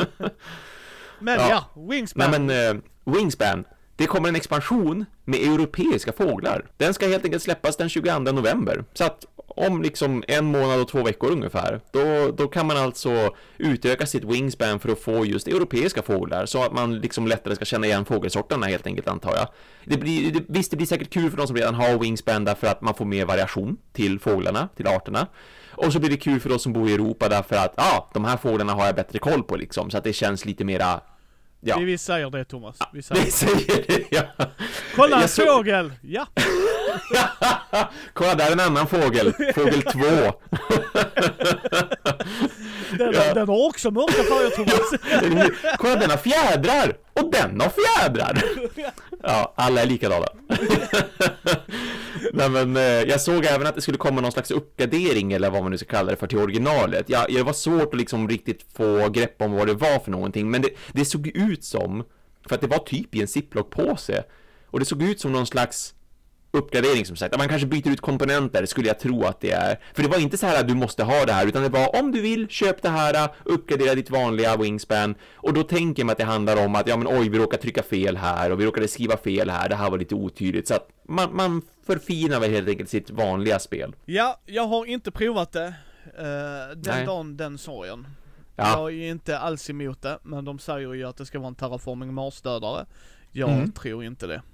Men ja, ja Wingspan. Nej men, uh, Wingspan. Det kommer en expansion med europeiska fåglar. Den ska helt enkelt släppas den tjugoandra november. Så att om liksom en månad och två veckor ungefär. Då, då kan man alltså utöka sitt wingspan för att få just europeiska fåglar, så att man liksom lättare ska känna igen fågelsorterna helt enkelt, antar jag. Det blir, det, visst, det blir säkert kul för de som redan har wingspan därför att man får mer variation till fåglarna, till arterna. Och så blir det kul för de som bor i Europa därför att ja, ah, de här fåglarna har jag bättre koll på liksom, så att det känns lite mera. Ja. Vi säger det, Thomas. Vi säger, vi säger det, ja. Kolla en så... fågel! Ja! Kolla, där är en annan fågel. Fågel två. den, ja. den har också mörka färger, Thomas. Kolla, den har fjädrar. Och den har fjädrar. Ja, alla är likadana. Nej, men eh, jag såg även att det skulle komma någon slags uppgradering, eller vad man nu ska kalla det för, till originalet. Ja, det var svårt att liksom riktigt få grepp om vad det var för någonting, men det, det såg ut som, för att det var typ i en ziplock-påse, och det såg ut som någon slags uppgradering, som sagt. Man kanske byter ut komponenter, skulle jag tro att det är. För det var inte så här att du måste ha det här, utan det var om du vill, köp det här, uppgradera ditt vanliga wingspan. Och då tänker man att det handlar om att, ja men oj, vi råkade trycka fel här, och vi råkade skriva fel här, det här var lite otydligt. Så att man, man förfinar väl helt enkelt sitt vanliga spel. Ja, jag har inte provat det. Uh, den dagen, den sorgen. Ja. Jag är inte alls emot det, men de säger ju att det ska vara en terraforming Mars-dödare. Jag mm. tror inte det.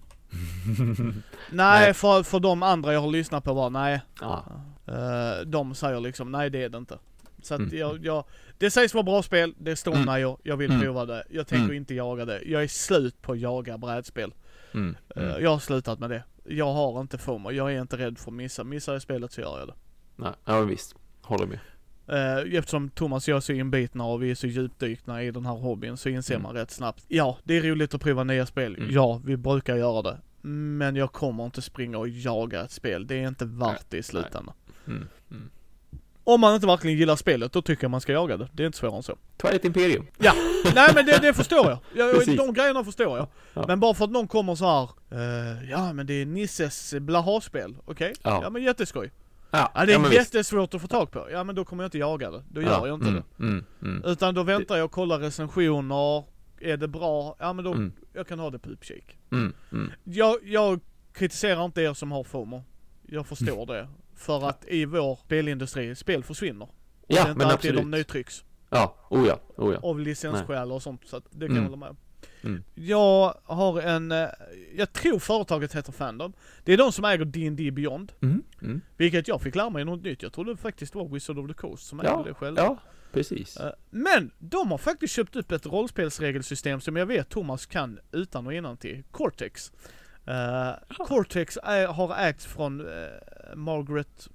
nej, nej. För, för de andra jag har lyssnat på var nej. Ja. Uh, de säger liksom, nej det är det inte. Så att mm. jag, jag, det sägs vara bra spel, det står mm. jag, jag vill mm. prova det. Jag tänker mm. inte jaga det. Jag är slut på att jaga brädspel. Mm. Mm. Uh, jag har slutat med det. Jag har inte för mig, jag är inte rädd för att missa. Missar jag spelet så gör jag det. Nej, ja visst, håller med. Uh, eftersom Thomas och jag är så inbitna och vi är så djupdykna i den här hobbyn, så inser mm. man rätt snabbt. Ja, det är roligt att prova nya spel. Mm. Ja, vi brukar göra det. Men jag kommer inte springa och jaga ett spel. Det är inte värt det i slutändan. Mm. Mm. Om man inte verkligen gillar spelet, då tycker jag man ska jaga det. Det är inte svårare än så. Twilight Imperium. Ja, nej men det, det förstår jag. jag de grejerna förstår jag. Ja. Men bara för att någon kommer så här, uh, ja men det är Nisses blaha-spel. Okej? Okay? Ja. ja men jätteskoj. Ja, ja, det är ja, jättesvårt visst. Att få tag på. Ja, men då kommer jag inte jaga det. Då ja, gör jag inte mm, det. Mm, mm. Utan då väntar jag och kollar recensioner. Är det bra? Ja, men då mm. jag kan ha det på uppkik. Mm, mm. Jag, jag kritiserar inte er som har FOMO. Jag förstår det. För att i vår spelindustri, spel försvinner. Och ja, det är inte men alltid absolut. De nytrycks. Ja, oh ja, oh ja. Av licensskäl och sånt. Så att det kan mm. jag hålla med. Mm. Jag har en, jag tror företaget heter Fandom. Det är de som äger D and D Beyond. Mm. Mm. Vilket jag fick lära mig något nytt. Jag trodde det faktiskt var Wizard of the Coast som ja, ägde det själva. Ja, precis. Men de har faktiskt köpt upp ett rollspelsregelsystem som jag vet Thomas kan utan och innan till. Cortex. Uh, ja. Cortex är, har ägts från uh, Margaret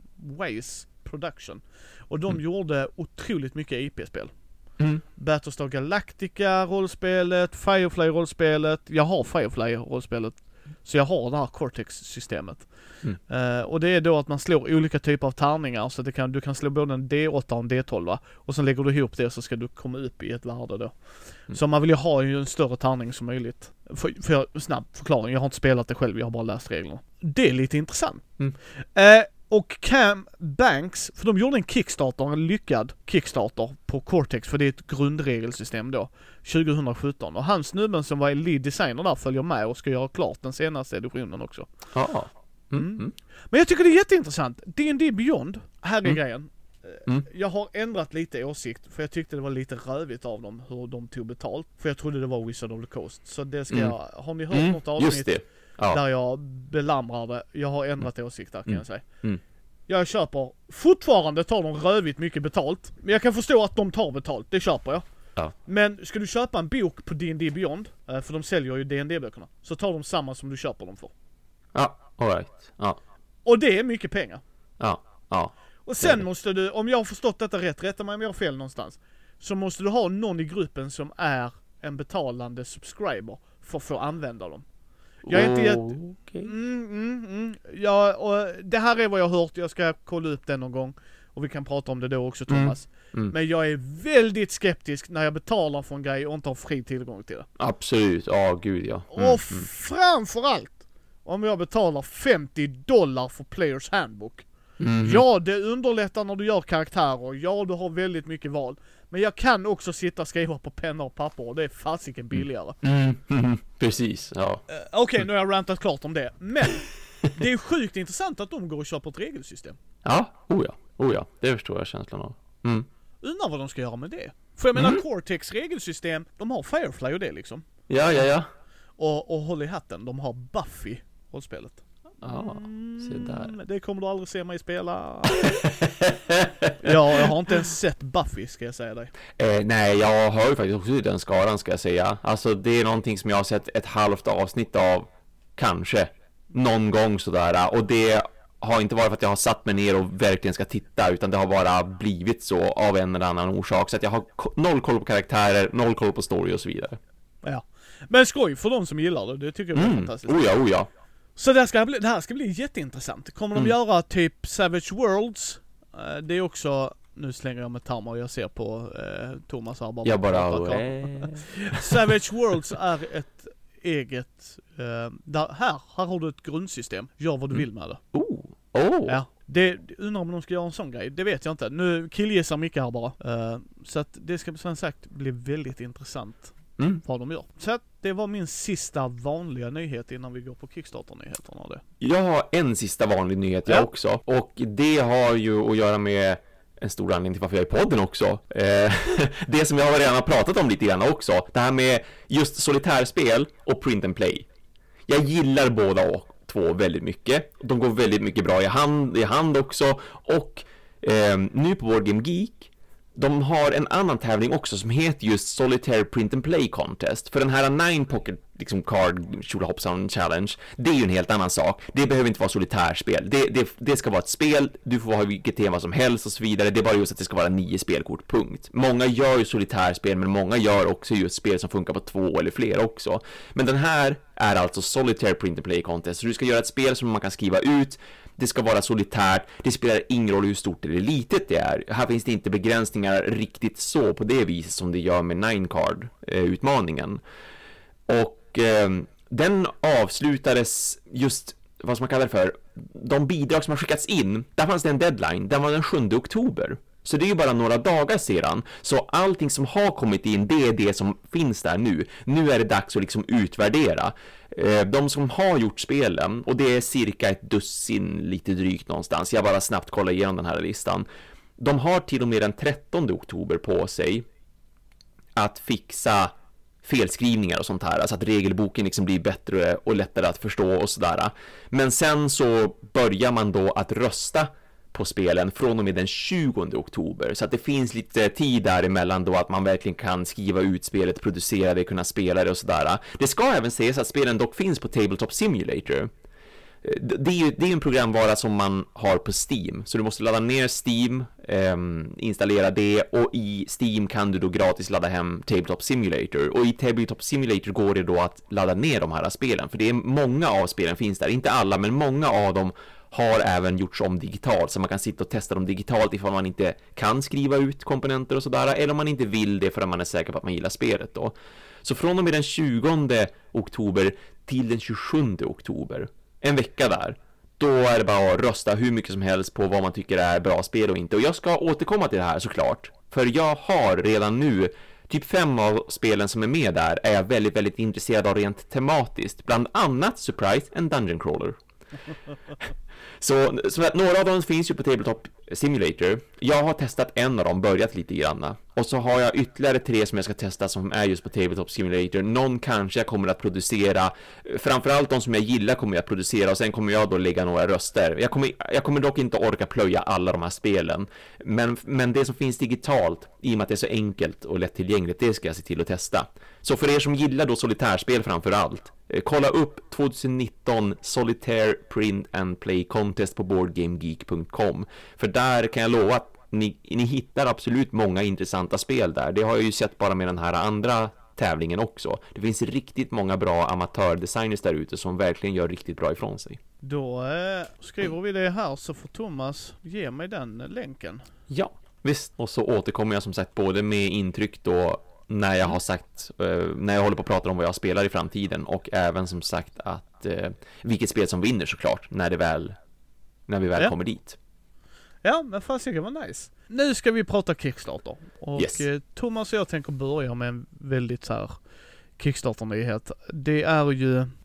Weiss Production. Och de mm. gjorde otroligt mycket I P-spel. Mm. Battlestar Galactica rollspelet, Firefly rollspelet. Jag har Firefly rollspelet, så jag har det här Cortex-systemet. Mm. Uh, och det är då att man slår olika typer av tärningar, så det kan, du kan slå både en D åtta och en D tolv, och sen lägger du ihop det så ska du komma upp i ett värde då. Mm. Så man vill ju ha ju en större tärning som möjligt. För, för snabb förklaring, jag har inte spelat det själv, jag har bara läst reglerna. Det är lite intressant. Mm. Uh, Och Cam Banks, för de gjorde en Kickstarter, en lyckad Kickstarter på Cortex, för det är ett grundregelsystem då, tjugo sjutton. Och hans snubben som var lead designer där följer med och ska göra klart den senaste editionen också. Ja. Mm. Mm. Men jag tycker det är jätteintressant. D and D Beyond, här är mm. grejen. Mm. Jag har ändrat lite åsikt, för jag tyckte det var lite rövigt av dem hur de tog betalt. För jag trodde det var Wizard of the Coast. Så det ska mm. jag, har ni hört mm. något avsnitt? Just det. Ja. Där jag belamrar det. Jag har ändrat mm. åsikter kan mm. jag säga. Mm. Jag köper, fortfarande tar de rövigt mycket betalt. Men jag kan förstå att de tar betalt, det köper jag. Ja. Men ska du köpa en bok på D and D Beyond, för de säljer ju D and D-böckerna, så tar de samma som du köper dem för. Ja, all right. Ja. Och det är mycket pengar. Ja, ja. Och sen måste du, om jag har förstått detta rätt, rätta mig om jag har fel någonstans, så måste du ha någon i gruppen som är en betalande subscriber för att få använda dem. Jag är inte jätte... Okay. Mm, mm, mm. Ja, och det här är vad jag har hört. Jag ska kolla upp det någon gång. Och vi kan prata om det då också, Thomas. Mm. Mm. Men jag är väldigt skeptisk när jag betalar för en grej och inte har fri tillgång till det. Absolut, ja oh, gud ja. Mm. Och framförallt om jag betalar femtio dollar för Players Handbook. Mm. Ja, det underlättar när du gör karaktärer. Ja, du har väldigt mycket val. Men jag kan också sitta och skriva på penna och papper, och det är fasiken billigare. Mm. Mm. Precis, ja. Uh, Okej, okay, nu har jag rantat klart om det. Men det är sjukt intressant att de går och köper ett regelsystem. Ja, oh ja, oh ja, det förstår jag känslan av. Mm. Undrar vad de ska göra med det. För jag menar, mm. Cortex regelsystem, de har Firefly och det liksom. Ja, ja, ja. Och, och håll i hatten, de har Buffy rollspelet. Ja, se där. Mm, det kommer du aldrig se mig spela. Ja, jag har inte ens sett Buffy, ska jag säga dig. Eh, nej, jag hör ju faktiskt också i den skaran, ska jag säga. Alltså, det är någonting som jag har sett ett halvt avsnitt av, kanske, någon gång sådär. Och det har inte varit för att jag har satt mig ner och verkligen ska titta, utan det har bara blivit så av en eller annan orsak. Så att jag har noll koll på karaktärer, noll koll på story och så vidare. Ja, men skoj för de som gillar det, det tycker jag är mm. fantastiskt. Oh ja, oh ja. Så det här, ska bli, det här ska bli jätteintressant. Kommer mm. de göra typ Savage Worlds? Det är också, nu slänger jag med tarmar och jag ser på eh, Thomas här bara. Jag bara, äh. Savage Worlds är ett eget, eh, där, här, här har du ett grundsystem. Gör vad du vill med det. Oh, oh. Ja, det, undrar om de ska göra en sån grej, det vet jag inte. Nu killgissar mycket här bara. Eh, så att det ska som sagt bli väldigt intressant. Mm. Vad de gör. Så att det var min sista vanliga nyhet innan vi går på Kickstarter-nyheterna. Det. Jag har en sista vanlig nyhet jag ja. också. Och det har ju att göra med en stor anledning till varför jag är i podden också. Eh, det som jag redan har pratat om lite grann också. Det här med just solitärspel och print and play. Jag gillar båda och två väldigt mycket. De går väldigt mycket bra i hand, i hand också. Och eh, nu på Board Game Geek, de har en annan tävling också som heter just Solitaire Print and Play Contest. För den här Nine Pocket liksom Card Tjolahoppsan Challenge, det är ju en helt annan sak. Det behöver inte vara solitärspel. Det, det, det ska vara ett spel, du får ha vilket tema som helst och så vidare. Det är bara just att det ska vara nio spelkort, punkt. Många gör ju solitärspel, men många gör också just spel som funkar på två eller fler också. Men den här är alltså Solitaire Print and Play Contest. Så du ska göra ett spel som man kan skriva ut. Det ska vara solitärt, det spelar ingen roll hur stort eller litet det är. Här finns det inte begränsningar riktigt så på det viset som det gör med Nine Card-utmaningen. Och eh, den avslutades just, vad som man kallar det för, de bidrag som har skickats in, där fanns det en deadline, den var den sjunde oktober. Så det är ju bara några dagar sedan. Så allting som har kommit in, det är det som finns där nu. Nu är det dags att liksom utvärdera. De som har gjort spelen, och det är cirka ett dussin lite drygt någonstans. Jag bara snabbt kollar igenom den här listan. De har till och med den trettonde oktober på sig att fixa felskrivningar och sånt här. Alltså att regelboken liksom blir bättre och lättare att förstå och sådär. Men sen så börjar man då att rösta på spelen från och med den tjugonde oktober. Så att det finns lite tid däremellan då att man verkligen kan skriva ut spelet, producera det, kunna spela det och sådär. Det ska även sägas att spelen dock finns på Tabletop Simulator. Det är ju det är en programvara som man har på Steam. Så du måste ladda ner Steam, eh, installera det, och i Steam kan du då gratis ladda hem Tabletop Simulator. Och i Tabletop Simulator går det då att ladda ner de här spelen. För det är många av spelen finns där, inte alla, men många av dem har även gjorts om digitalt, så man kan sitta och testa dem digitalt ifall man inte kan skriva ut komponenter och sådär, eller om man inte vill det för att man är säker på att man gillar spelet då. Så från och med den tjugonde oktober till den tjugosjunde oktober, en vecka där, då är det bara att rösta hur mycket som helst på vad man tycker är bra spel och inte. Och jag ska återkomma till det här såklart, för jag har redan nu typ fem av spelen som är med där är jag väldigt, väldigt intresserad av rent tematiskt. Bland annat, surprise, en Dungeon Crawler. Så, så att några av dem finns ju på Tabletop Simulator. Jag har testat en av dem, börjat lite grann. Och så har jag ytterligare tre som jag ska testa som är just på Tabletop Simulator. Någon kanske jag kommer att producera. Framförallt de som jag gillar kommer jag att producera. Och sen kommer jag då lägga några röster. Jag kommer, jag kommer dock inte orka plöja alla de här spelen. Men, men det som finns digitalt, i och med att det är så enkelt och lättillgängligt, det ska jag se till att testa. Så för er som gillar då solitärspel framförallt, kolla upp tjugonitton Solitaire Print and Play Contest på board game geek punkt com. För där kan jag lova att ni, ni hittar absolut många intressanta spel där. Det har jag ju sett bara med den här andra tävlingen också. Det finns riktigt många bra amatördesigners där ute som verkligen gör riktigt bra ifrån sig. Då eh, skriver vi det här, så får Thomas ge mig den länken. Ja, visst. Och så återkommer jag som sagt både med intryck då när jag har sagt, eh, när jag håller på att prata om vad jag spelar i framtiden, och även som sagt att eh, vilket spel som vinner såklart när det väl när vi väl ja. kommer dit. Ja, men fan, det var nice. Nu ska vi prata Kickstarter. Och yes. eh, Thomas och jag tänker börja med en väldigt så här Kickstarter-nyhet. Det är ju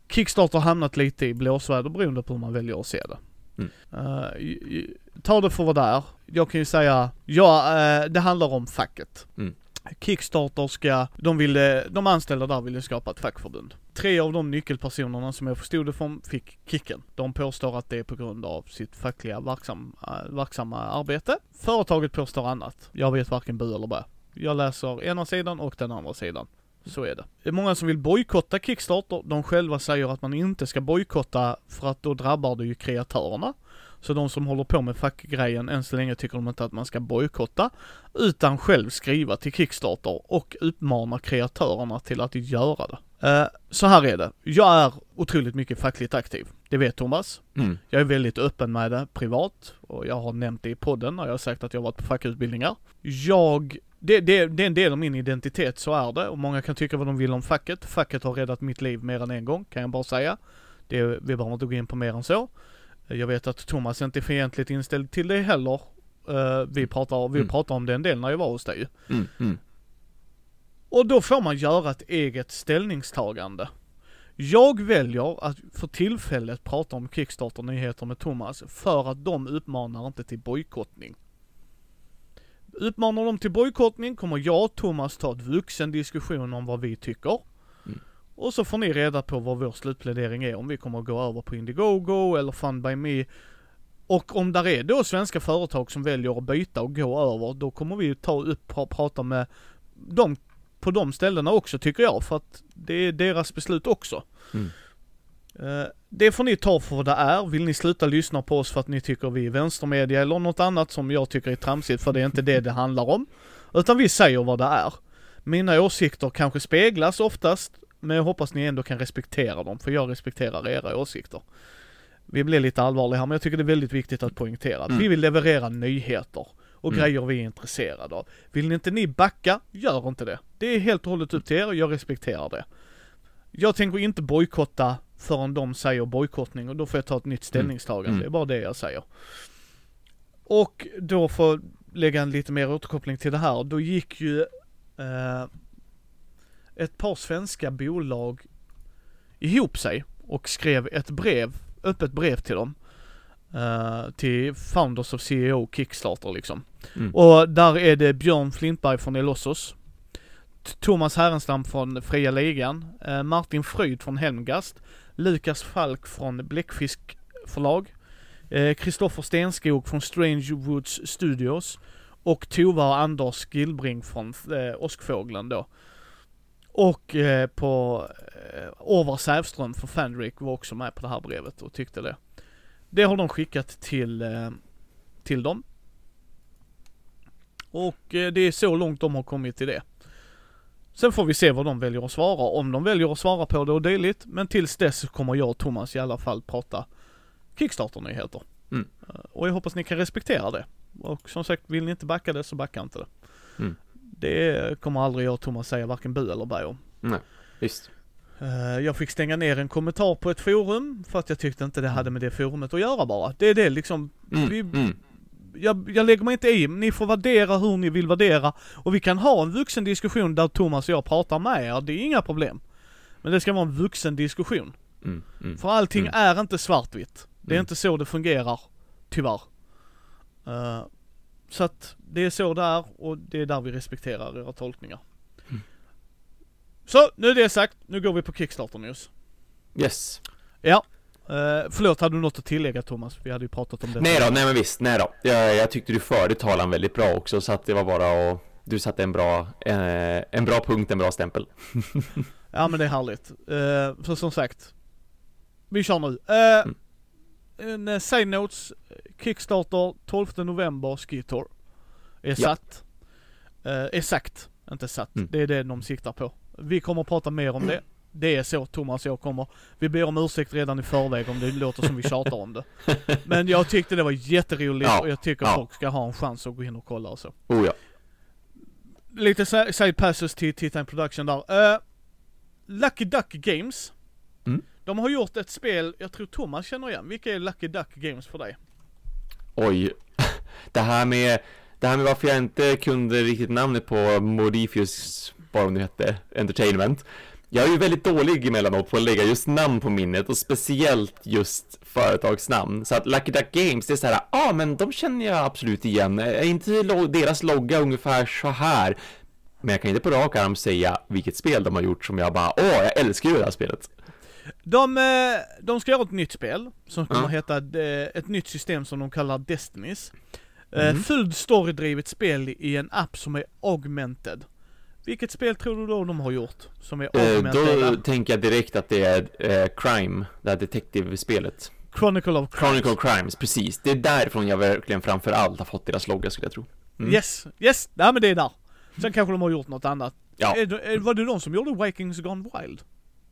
Kickstarter har hamnat lite i blåsväder beroende på hur man väljer att se det. Mm. Uh, ta det för vad det är. Jag kan ju säga, ja, uh, det handlar om facket. Mm. Kickstarter ska, de ville, de anställda där ville skapa ett fackförbund. Tre av de nyckelpersonerna som jag förstod det från fick kicken. De påstår att det är på grund av sitt fackliga verksam, uh, verksamma arbete. Företaget påstår annat. Jag vet varken bu eller bä. Jag läser ena sidan och den andra sidan. Så är det. Det är många som vill bojkotta Kickstarter. De själva säger att man inte ska bojkotta för att då drabbar det ju kreatörerna. Så de som håller på med fackgrejen, än så länge tycker de inte att man ska bojkotta, utan själv skriva till Kickstarter och uppmana kreatörerna till att göra det. Uh, så här är det. Jag är otroligt mycket fackligt aktiv. Det vet Thomas. Mm. Jag är väldigt öppen med det privat. Och jag har nämnt det i podden när jag har sagt att jag har varit på fackutbildningar. Jag... Det, det, det är en del av min identitet, så är det. Och många kan tycka vad de vill om facket. Facket har räddat mitt liv mer än en gång, kan jag bara säga. Det, vi behöver inte gå in på mer än så. Jag vet att Thomas inte är fientligt inställd till det heller. Uh, vi pratar, vi mm. pratar om det en del när jag var hos dig. Mm. Mm. Och då får man göra ett eget ställningstagande. Jag väljer att för tillfället prata om Kickstarter-nyheter med Thomas för att de uppmanar inte till bojkottning. Uppmanar de till bojkottning kommer jag och Thomas ta ett vuxen diskussion om vad vi tycker. Mm. Och så får ni reda på vad vår slutplädering är, om vi kommer att gå över på Indiegogo eller Fund by Me. Och om där är då svenska företag som väljer att byta och gå över, då kommer vi ta upp och prata med dem på de ställena också, tycker jag, för att det är deras beslut också. Mm. Uh, det får ni ta för vad det är. Vill ni sluta lyssna på oss för att ni tycker vi är vänstermedia eller något annat som jag tycker är tramsigt, för det är inte det det handlar om. Utan vi säger vad det är. Mina åsikter kanske speglas oftast, men jag hoppas ni ändå kan respektera dem, för jag respekterar era åsikter. Vi blir lite allvarliga här, men jag tycker det är väldigt viktigt att poängtera. Mm. Vi vill leverera nyheter och mm. grejer vi är intresserade av. Vill ni inte ni backa, gör inte det. Det är helt och hållet upp till er och jag respekterar det. Jag tänker inte bojkotta förrän de säger bojkottning, och då får jag ta ett nytt ställningstagande. Mm. Det är bara det jag säger. Och då får lägga en lite mer återkoppling till det här. Då gick ju eh, ett par svenska bolag ihop sig och skrev ett brev, öppet brev till dem. Uh, till Founders of C E O Kickstarter liksom. Mm. Och där är det Björn Flintberg från Elossos, Thomas Härenstam från Fria Ligan, uh, Martin Fryd från Helmgast, Lukas Falk från Bläckfisk förlag, Kristoffer uh, Stenskog från Strange Woods Studios och Tova och Anders Gillbring från uh, Åskfågeln då. Och uh, på uh, Orvar Sävström för Fandrik var också med på det här brevet och tyckte det. Det har de skickat till, eh, till dem. Och eh, det är så långt de har kommit till det. Sen får vi se vad de väljer att svara. Om de väljer att svara på det och dylikt. Men tills dess kommer jag och Thomas i alla fall prata Kickstarter-nyheter. Mm. Och jag hoppas ni kan respektera det. Och som sagt, vill ni inte backa det så backa inte det. Mm. Det kommer aldrig jag och Thomas säga varken bu eller bä om. Nej, visst. Jag fick stänga ner en kommentar på ett forum för att jag tyckte inte det hade med det forumet att göra bara. Det är det liksom, mm, vi, mm. Jag, jag lägger mig inte i, ni får värdera hur ni vill värdera och vi kan ha en vuxen diskussion där Thomas och jag pratar med er, det är inga problem. Men det ska vara en vuxen diskussion. Mm, mm, för allting mm. är inte svartvitt. Det är mm. inte så det fungerar, tyvärr. Uh, så att det är så det är och det är där vi respekterar era tolkningar. Så, nu är det sagt. Nu går vi på Kickstarter News. Yes. Ja. Uh, förlåt, hade du något att tillägga Thomas? Vi hade ju pratat om det. Nej då, nej men visst, nej då. Jag, jag tyckte du förde talan väldigt bra också, så att det var bara att du satte en bra, eh, en bra punkt, en bra stämpel. Ja men det är härligt. Uh, för som sagt, vi kör nu. Uh, mm. En side notes, Kickstarter tolfte november, Skitor. Är satt. Ja. Uh, är sagt, inte satt. Mm. Det är det de siktar på. Vi kommer att prata mer om det. Det är så Thomas och jag kommer. Vi ber om ursäkt redan i förväg om det låter som vi tjatar om det. Men jag tyckte det var jätteroligt ja, och jag tycker ja. folk ska ha en chans att gå in och kolla och så. Oh ja. Lite side passes till T-Time Production där. Uh, Lucky Duck Games. Mm. De har gjort ett spel, jag tror Thomas känner igen. Vilka är Lucky Duck Games för dig? Oj. Det här med, det här med varför jag inte kunde riktigt namnet på Modifius, vad det nu hette, Entertainment. Jag är ju väldigt dålig emellanåt på att lägga just namn på minnet och speciellt just företagsnamn. Så att Lucky Duck Games, det är så här, ja ah, men de känner jag absolut igen. Är inte deras logga ungefär så här? Men jag kan inte på rak arm säga vilket spel de har gjort som jag bara, åh, jag älskar ju det här spelet. De, de ska göra ett nytt spel som kommer ja. heta ett nytt system som de kallar Destinies. Mm. Fullt storydrivet spel i en app som är augmented. Vilket spel tror du då de har gjort som är augmented? Eh, då tänker jag direkt att det är eh, Crime, det här detective-spelet. Chronicle of Crimes. Chronicle of Crimes, precis. Det är därifrån jag verkligen framför allt har fått deras logga, skulle jag tro. Mm. Yes, yes, nej men det är där. Sen kanske de har gjort något annat. Ja. Är, är, var det de som gjorde Vikings Gone Wild?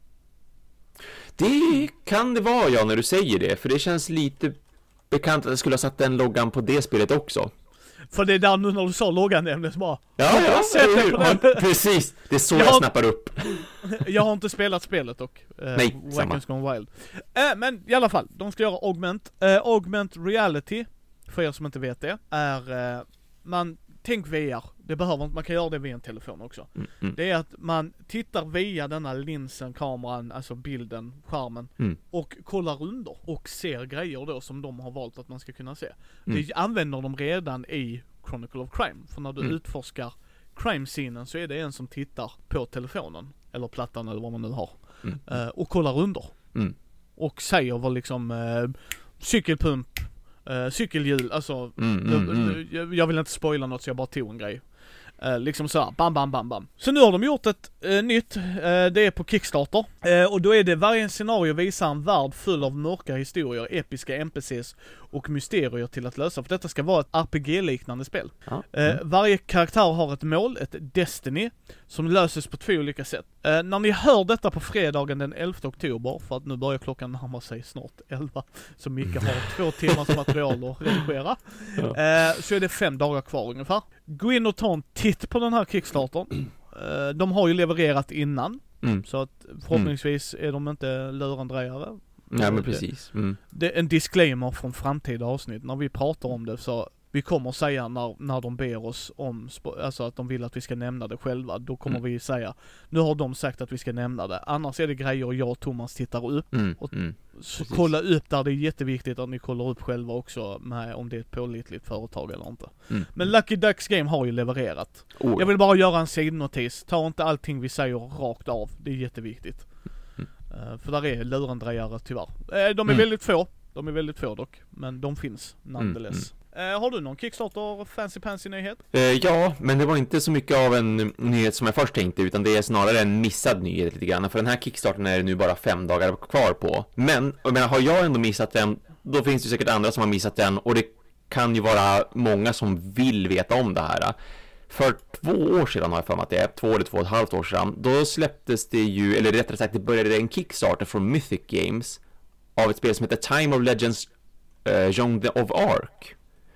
Det kan det vara, ja, när du säger det. För det känns lite bekant att jag skulle ha satt den loggan på det spelet också. För det är där nu när du sa loggan nämligen så bara... Ja, jag har sett det på den. Precis, det är så jag, jag har, snappar upp. Jag har inte spelat spelet dock. Uh, Nej, Vikings samma. Gone Wild. Uh, men i alla fall, de ska göra augment. Uh, augment reality, för er som inte vet det, är... Uh, man... Tänk V R, det behöver inte, man kan göra det via en telefon också. Mm, mm. Det är att man tittar via denna linsen, kameran, alltså bilden, skärmen mm. och kollar under och ser grejer då som de har valt att man ska kunna se. Mm. Det använder de redan i Chronicle of Crime, för när du mm. utforskar crime-scenen så är det en som tittar på telefonen, eller plattan eller vad man nu har, mm. uh, och kollar under. Mm. Och säger vad liksom uh, cykelpump, Uh, cykelhjul, alltså mm, mm, mm. Jag, jag vill inte spoila något så jag bara tog en grej. Uh, liksom så här, bam bam bam bam. Så nu har de gjort ett uh, nytt, uh, det är på Kickstarter. Uh, och då är det varje scenario visar en värld full av mörka historier, episka N P Cs och mysterier till att lösa. För detta ska vara ett R P G-liknande spel. Ja. Uh, varje karaktär har ett mål, ett Destiny, som löses på två olika sätt. Uh, när ni hör detta på fredagen den elfte oktober, för att nu börjar klockan närma sig snart elva, så Micke har två timmars material att redigera, ja. uh, så är det fem dagar kvar ungefär. Gå in och ta en titt på den här Kickstartern. Uh, de har ju levererat innan, mm. så att förhoppningsvis är de inte lurendrejare. Ja, men precis. Mm. Det är en disclaimer från framtida avsnitt. När vi pratar om det så vi kommer säga när, när de ber oss om, alltså att de vill att vi ska nämna det själva, då kommer mm. vi säga, nu har de sagt att vi ska nämna det. Annars är det grejer jag och Thomas tittar upp mm. och mm. så kolla upp där. Det är jätteviktigt att ni kollar upp själva också med om det är ett pålitligt företag eller inte. Mm. Men Lucky Ducks Game har ju levererat. Oh. Jag vill bara göra en sidnotis. Ta inte allting vi säger rakt av. Det är jätteviktigt. Mm. Uh, för där är lurendrejare tyvärr. Uh, de är mm. väldigt få. De är väldigt få dock. Men de finns nonetheless. Mm. Uh, har du någon Kickstarter Fancy Pansy nyhet? Uh, ja, men det var inte så mycket av en nyhet som jag först tänkte, utan det är snarare en missad nyhet lite grann. För den här Kickstarten är det nu bara fem dagar kvar på. Men, jag menar, har jag ändå missat den, då finns det säkert andra som har missat den. Och det kan ju vara många som vill veta om det här. För två år sedan har jag för mig att det är, två eller två och ett halvt år sedan, då släpptes det ju, eller rättare sagt det började en Kickstarter från Mythic Games av ett spel som heter Time of Legends uh, Joan of Arc.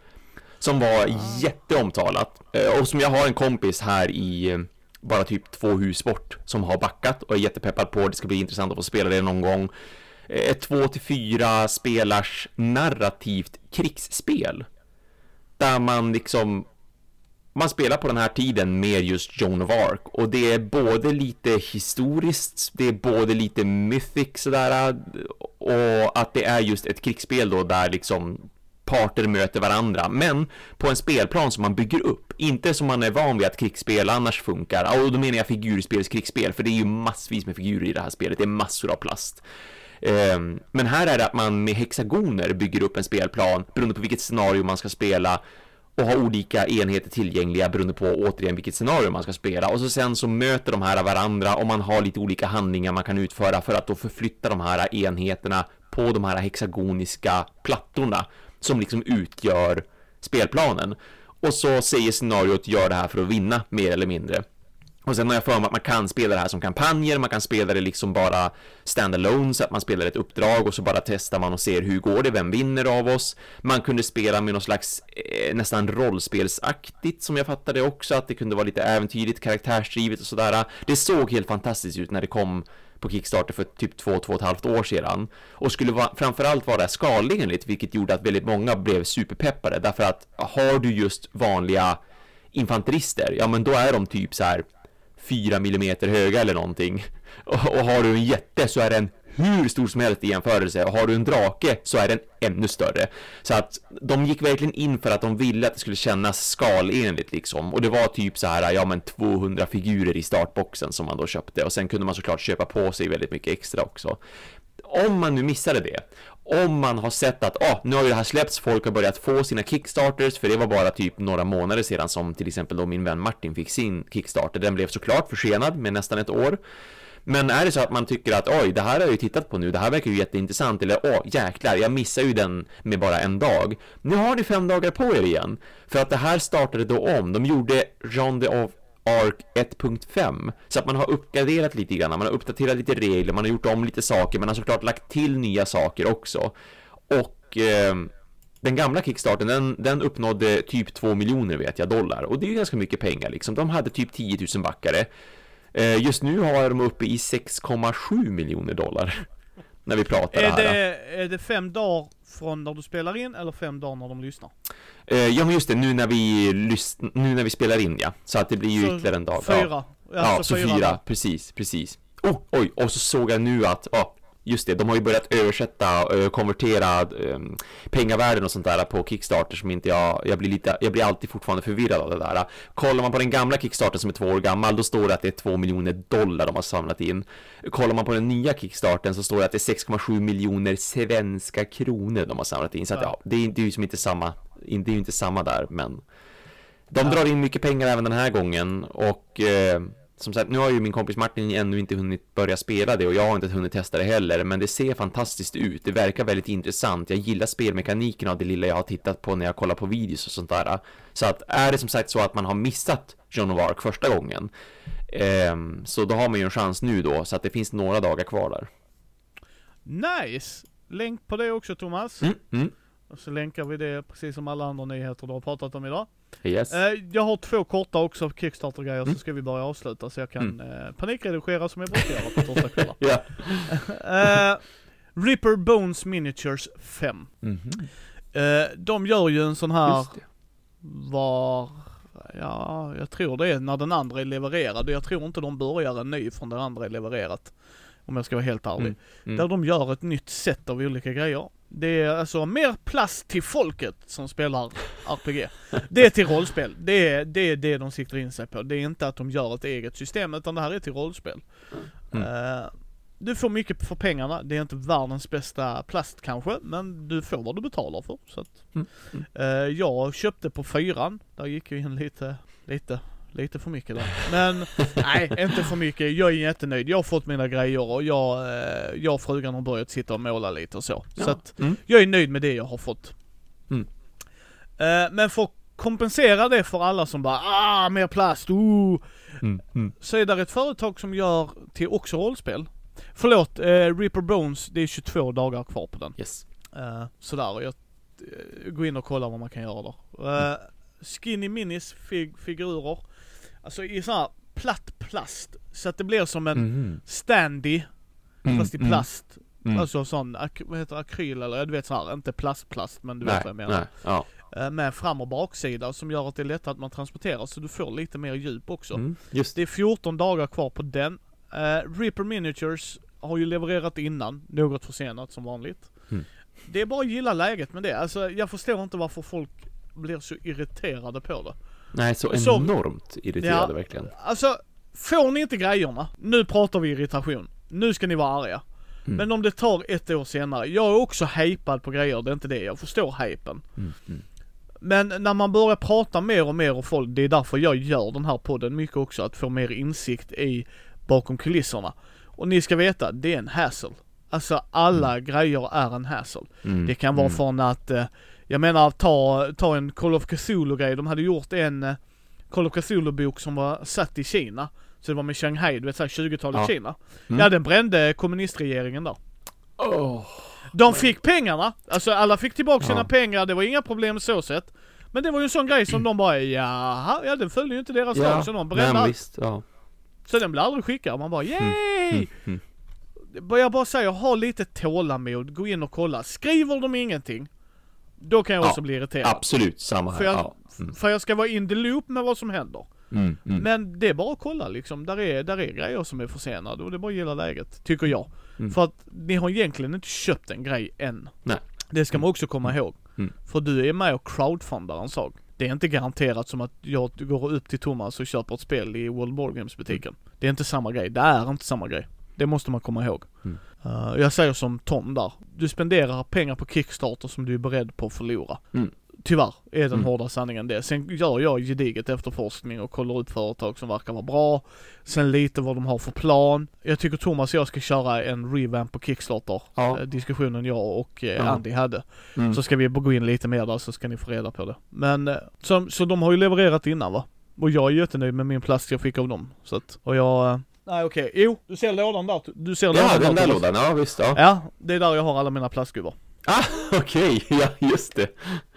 Som var jätteomtalat. Och som jag har en kompis här i bara typ två hus bort som har backat och är jättepeppad på. Det ska bli intressant att få spela det någon gång. Ett två till fyra spelars narrativt krigsspel. Där man liksom... Man spelar på den här tiden med just Joan of Arc. Och det är både lite historiskt, det är både lite mythic sådär. Och att det är just ett krigsspel då där liksom... parter möter varandra, men på en spelplan som man bygger upp, inte som man är van vid att krigsspel annars funkar. Och då menar jag figurspels krigsspel, för det är ju massvis med figurer i det här spelet, det är massor av plast. Um, men här är det att man med hexagoner bygger upp en spelplan beroende på vilket scenario man ska spela och har olika enheter tillgängliga beroende på återigen vilket scenario man ska spela. Och så sen så möter de här varandra och man har lite olika handlingar man kan utföra för att då förflytta de här enheterna på de här hexagoniska plattorna som liksom utgör spelplanen. Och så säger scenariot gör det här för att vinna, mer eller mindre. Och sen har jag för mig att man kan spela det här som kampanjer, man kan spela det liksom bara standalone, så att man spelar ett uppdrag och så bara testar man och ser hur går det, vem vinner av oss. Man kunde spela med någon slags eh, nästan rollspelsaktigt, som jag fattade också, att det kunde vara lite äventyrligt, karaktärsdrivet och sådär. Det såg helt fantastiskt ut när det kom på Kickstarter för typ två, två och ett halvt år sedan. Och skulle va- framförallt vara skalenligt, vilket gjorde att väldigt många blev superpeppade. Därför att har du just vanliga infanterister, ja men då är de typ så här fyra millimeter höga eller någonting. Och, och har du en jätte så är den hur stor som helst i jämförelse. Och har du en drake så är den ännu större. Så att de gick verkligen in för att de ville att det skulle kännas skalenligt liksom. Och det var typ så här, ja men tvåhundra figurer i startboxen som man då köpte. Och sen kunde man såklart köpa på sig väldigt mycket extra också. Om man nu missade det, om man har sett att ah, nu har ju det här släppts, folk har börjat få sina Kickstarters, för det var bara typ några månader sedan som till exempel då min vän Martin fick sin Kickstarter. Den blev såklart försenad med nästan ett år. Men är det så att man tycker att oj, det här har jag ju tittat på nu, det här verkar ju jätteintressant, eller åh, jäklar, jag missar ju den med bara en dag. Nu har ni fem dagar på er igen, för att det här startade då om. De gjorde Genre of Arc ett punkt fem, så att man har uppgraderat lite grann, man har uppdaterat lite regler, man har gjort om lite saker, man har såklart lagt till nya saker också. Och eh, den gamla Kickstarten, den, den uppnådde typ två miljoner vet jag, dollar, och det är ju ganska mycket pengar liksom. De hade typ tio tusen backare. eh, Just nu har de uppe i sex komma sju miljoner dollar när vi pratar är det det här. Är det fem dagar från när du spelar in eller fem dagar när de lyssnar? Eh, ja men just det, nu när vi lys- nu när vi spelar in, ja. Så att det blir ju så ytterligare en dag. Fyra. Ja, ja så, så fyra, fyra precis, precis. Oh, oj, och så såg jag nu att, ja, just det, de har ju börjat översätta och konvertera um, pengavärden och sånt där på Kickstarter som inte jag, jag blir lite, jag blir alltid fortfarande förvirrad av det där. Kollar man på den gamla Kickstarter som är två år gammal, då står det att det är två miljoner dollar de har samlat in. Kollar man på den nya Kickstarten så står det att det är sex komma sju miljoner svenska kronor de har samlat in. Så att, ja, det är, det är ju som inte samma, det är ju inte samma där, men de drar in mycket pengar även den här gången. Och eh, som sagt, nu har ju min kompis Martin ännu inte hunnit börja spela det, och jag har inte hunnit testa det heller, men det ser fantastiskt ut. Det verkar väldigt intressant. Jag gillar spelmekaniken av det lilla jag har tittat på när jag kollar på videos och sånt där. Så att är det som sagt så att man har missat Joan of Arc första gången, eh, så då har man ju en chans nu då, så att det finns några dagar kvar där. Nice! Länk på det också, Thomas. Mm, mm. Och så länkar vi det precis som alla andra nyheter du har pratat om idag. Yes. Eh, jag har två korta också Kickstarter-grejer, Mm. så ska vi börja avsluta så jag kan Mm. eh, panikredigera som jag brukar göra på torsdagskvällar. Ja. eh, Ripper Bones Miniatures fem. Mm-hmm. Eh, de gör ju en sån här Just det. var, ja, jag tror det är när den andra är levererad. Jag tror inte de börjar en ny från den andra är levererat, om jag ska vara helt ärlig. Mm. Mm. Där de gör ett nytt sätt av olika grejer. Det är alltså mer plats till folket som spelar R P G. Det är till rollspel. Det är, det är det de siktar in sig på. Det är inte att de gör ett eget system, utan det här är till rollspel. Mm. Uh, du får mycket för pengarna. Det är inte världens bästa plast kanske, men du får vad du betalar för. Så att, Mm. Mm. uh, jag köpte på fyran. Där gick jag in lite, lite, lite för mycket där. Men nej, inte för mycket. Jag är jättenöjd. Jag har fått mina grejer och jag, uh, jag och frugan har börjat sitta och måla lite och så. Ja. Så att Mm. jag är nöjd med det jag har fått. Mm. Uh, men för att kompensera det för alla som bara ah, mer plast, oh, Mm. Mm. så är det ett företag som gör till också rollspel. Förlåt, eh, Ripper Bones, det är tjugotvå dagar kvar på den. Yes. Eh, sådär, och jag eh, går in och kollar vad man kan göra där. Eh, skinny minis, fig- figurer. Alltså i sån här platt plast. Så att det blir som en Mm. standy, Mm. fast i Mm. plast. Mm. Alltså sån, ak- vad heter det, akryl eller du vet så här, inte plastplast, men du vet Nej, vad jag menar. nej, ja. Eh, med fram- och baksida som gör att det är lättare att man transporterar, så du får lite mer djup också. Mm. Just Det är fjorton dagar kvar på den. Uh, Ripper Miniatures har ju levererat innan, något försenat som vanligt. Mm. Det är bara att gilla läget med det. Alltså jag förstår inte varför folk blir så irriterade på det. Nej, så Så- enormt irriterade Ja. verkligen. Alltså, får ni inte grejerna, nu pratar vi irritation. Nu ska ni vara arga. Mm. Men om det tar ett år senare, jag är också hypad på grejer, det är inte det, jag förstår hypen. Mm. Mm. Men när man börjar prata mer och mer och folk, det är därför jag gör den här podden mycket också, att få mer insikt i bakom kulisserna. Och ni ska veta, det är en hassle. Alltså alla mm. grejer är en hassle. Mm. Det kan vara Mm. från att, eh, jag menar ta, ta en Call of Cthulhu-grej, de hade gjort en eh, Call of Cthulhu-bok som var satt i Kina. Så det var med Shanghai, du vet såhär tjugotalet Ja. Kina. Mm. Ja, den brände kommunistregeringen där. Oh. De fick pengarna, alltså alla fick tillbaka sina Ja. pengar, det var inga problem så sett. Men det var ju en sån grej som de bara, jaha, ja den följde ju inte deras lag, så de brände men allt. visst, ja. Så den blev aldrig skickad, man bara, yay! Mm. Mm. Vad jag bara säger, ha lite tålamod, gå in och kolla. Skriver de ingenting, då kan jag Ja, också bli irriterad. Absolut, samma här. För jag, Ja. Mm. för jag ska vara in the loop med vad som händer. Mm, mm. Men det är bara att kolla liksom. Där är, där är grejer som är försenade och det är bara att gilla läget, tycker jag. Mm. För att ni har egentligen inte köpt en grej än. Nej. Det ska man också komma ihåg. Mm. För du är med och crowdfundar en sak. Det är inte garanterat som att jag går upp till Thomas och köper ett spel i World Board Games butiken. Mm. Det är inte samma grej. Det är inte samma grej. Det måste man komma ihåg. Mm. Uh, jag säger som Tom där. Du spenderar pengar på Kickstarter som du är beredd på att förlora. Mm. Tyvärr är den Mm. hårda sanningen det. Sen gör jag gediget efterforskning och kollar upp företag som verkar vara bra. Sen lite vad de har för plan. Jag tycker Thomas och jag ska köra en revamp på Kickstarter. Ja. Eh, diskussionen jag och eh, Ja. Andy hade. Mm. Så ska vi gå in lite mer där så ska ni få reda på det. Men eh, så, så de har ju levererat innan va? Och jag är jättenöjd med min plast jag fick av dem. Så att, och jag... Eh, nej okej, okay. Jo, du ser lådan där. Du ser Ja, lådan den där Thomas. lådan, ja visst. Ja, Ja, det är där jag har alla mina plastgubbar. ah, okej, okay. Ja just det.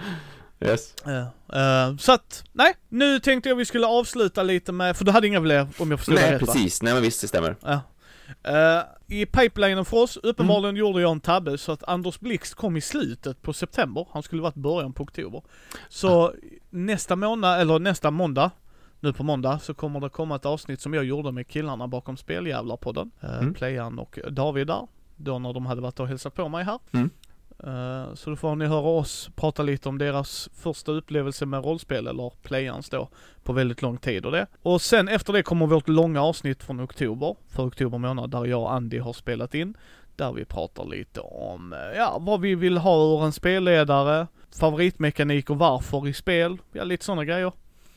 Yes. Uh, uh, så att, nej, nu tänkte jag vi skulle avsluta lite med, för du hade inga fler om jag förstod det Nej, rätt, precis. Va? Nej, men visst, det stämmer. Ja. Uh, I pipelinen för oss, uppenbarligen mm. gjorde jag en tabbe så att Anders Blixt kom i slutet på september. Han skulle varit början på oktober. Så ah. nästa månad, eller nästa måndag, nu på måndag, så kommer det komma ett avsnitt som jag gjorde med killarna bakom Speljävlar-podden. Uh, mm. Playan och David där. Då när de hade varit och hälsat på mig här. Mm. Uh, så då får ni höra oss prata lite om deras första upplevelse med rollspel eller playans då på väldigt lång tid och det. Och sen efter det kommer vårt långa avsnitt från oktober, för oktober månad, där jag och Andy har spelat in. Där vi pratar lite om, ja, vad vi vill ha ur en spelledare, favoritmekanik och varför i spel, ja lite sådana grejer.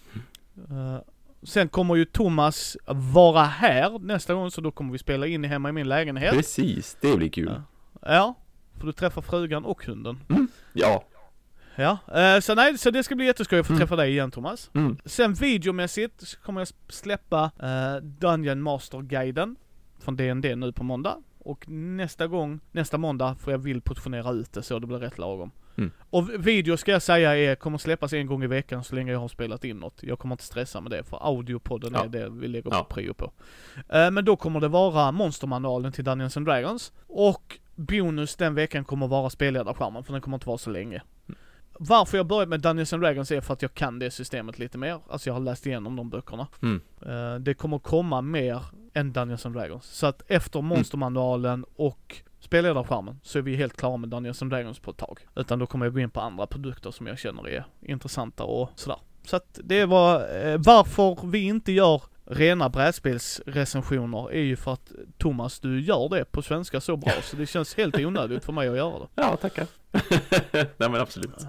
Uh, sen kommer ju Thomas vara här nästa gång, så då kommer vi spela in hemma i min lägenhet. Precis, det blir kul. Uh, ja. För du träffar frugan och hunden. Mm. Ja. Ja, eh, så nej, så det ska bli jätteskoj att få mm. träffa dig igen Thomas. Mm. Sen videomässigt så kommer jag släppa eh, Dungeon Master-guiden från D and D nu på måndag. Och nästa gång, nästa måndag får jag vill portionera ut det så det blir rätt lagom. Mm. Och video ska jag säga är, kommer släppas en gång i veckan så länge jag har spelat in något. Jag kommer inte stressa med det för audiopodden ja. är det vi lägger ja. prio på. Eh, men då kommer det vara monstermanualen till Dungeons and Dragons. Och bonus den veckan kommer vara spelledarskärmen, för den kommer inte vara så länge. Mm. Varför jag börjat med Dungeons and Dragons är för att jag kan det systemet lite mer. Alltså jag har läst igenom de böckerna. Mm. Uh, det kommer komma mer än Dungeons and Dragons. Så att efter monstermanualen och spelledarskärmen så är vi helt klara med Dungeons and Dragons på ett tag. Utan då kommer jag gå in på andra produkter som jag känner är intressanta och sådär. Så att det var uh, varför vi inte gör rena brädspelsrecensioner är ju för att Thomas, du gör det på svenska så bra så det känns helt onödigt för mig att göra det. Ja, tackar. Nej men absolut.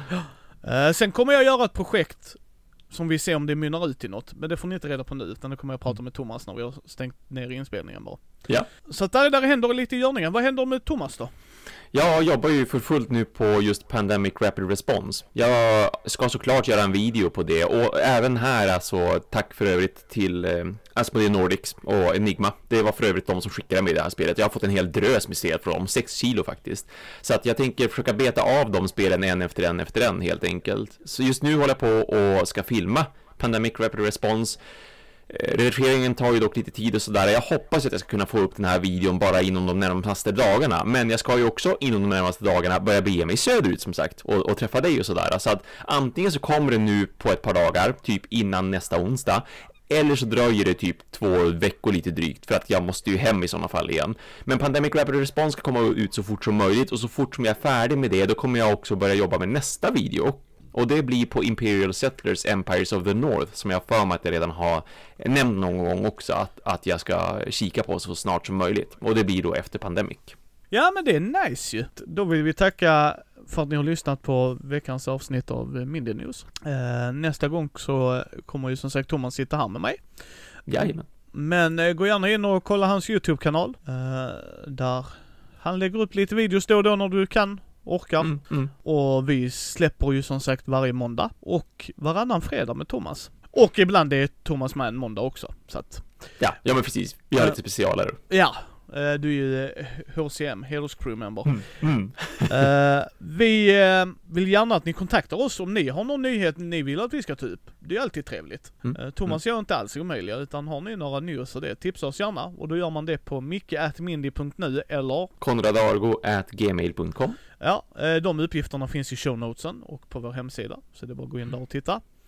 Uh, sen kommer jag göra ett projekt som vi ser om det mynnar ut i något, men det får ni inte reda på nu utan det kommer jag prata med Thomas när vi har stängt ner inspelningen bara. Ja. Så att där, där händer lite i görningen. Vad händer med Thomas då? Jag jobbar ju för fullt nu på just Pandemic Rapid Response. Jag ska såklart göra en video på det och även här alltså tack för övrigt till eh, Asmodee Nordics och Enigma. Det var för övrigt de som skickade mig det här spelet. Jag har fått en hel drös med spel från dem, sex kilo faktiskt. Så att jag tänker försöka beta av de spelen en efter en efter en helt enkelt. Så just nu håller jag på och ska filma Pandemic Rapid Response. Redigeringen tar ju dock lite tid och sådär. Jag hoppas att jag ska kunna få upp den här videon bara inom de närmaste dagarna. Men jag ska ju också inom de närmaste dagarna börja bege mig söderut som sagt och, och träffa dig och sådär. Så att antingen så kommer det nu på ett par dagar, typ innan nästa onsdag. Eller så dröjer det typ två veckor lite drygt för att jag måste ju hem i sådana fall igen. Men Pandemic Rapid Response ska komma ut så fort som möjligt och så fort som jag är färdig med det då kommer jag också börja jobba med nästa video. Och det blir på Imperial Settlers Empires of the North som jag för mig att jag redan har nämnt någon gång också att, att jag ska kika på så snart som möjligt. Och det blir då efter Pandemic. Ja men det är nice ju. Då vill vi tacka för att ni har lyssnat på veckans avsnitt av Mindie News. Eh, nästa gång så kommer ju som sagt Thomas sitta här med mig. Jajamän. Men eh, gå gärna in och kolla hans YouTube-kanal. Eh, där han lägger upp lite videos då och då när du kan. Orkar. Mm, mm. Och vi släpper ju som sagt varje måndag och varannan fredag med Thomas. Och ibland är Thomas med en måndag också. Så att, ja, ja men precis. Vi har uh, lite specialare. Ja, uh, du är ju H C M, Heroes Crew Member. Mm, mm. uh, vi uh, vill gärna att ni kontaktar oss om ni har någon nyhet ni vill att vi ska ta upp. Det är alltid trevligt. Mm, uh, Thomas mm. gör inte alls omöjliga utan har ni några news och det, tipsa oss gärna. Och då gör man det på micke at mindy punkt nu eller konradargo at gmail punkt com. Ja, de uppgifterna finns i shownotesen och på vår hemsida. Så det är bara att gå in där och titta.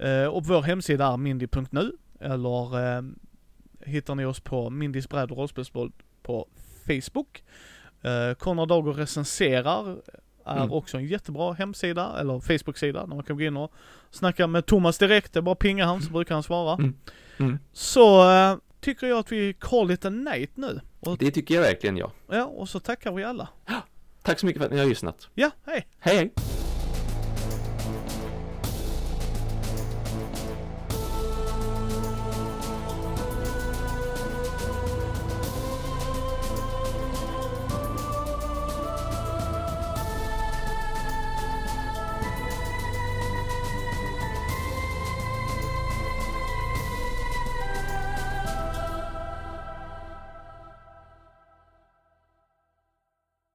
Eh, och vår hemsida är mindy punkt nu, eller eh, hittar ni oss på Mindys bräd och rollspelsboll på Facebook. Eh, Conrad Dager recenserar är mm. också en jättebra hemsida, eller Facebook-sida, där man kan gå in och snacka med Thomas direkt. Det är bara pinga han, så brukar han svara. Mm. Mm. Så eh, tycker jag att vi call it a night nu. Och, det tycker jag verkligen, ja. Ja, och så tackar vi alla. Tack så mycket för att ni har lyssnat. Ja, hej. Hej, hej.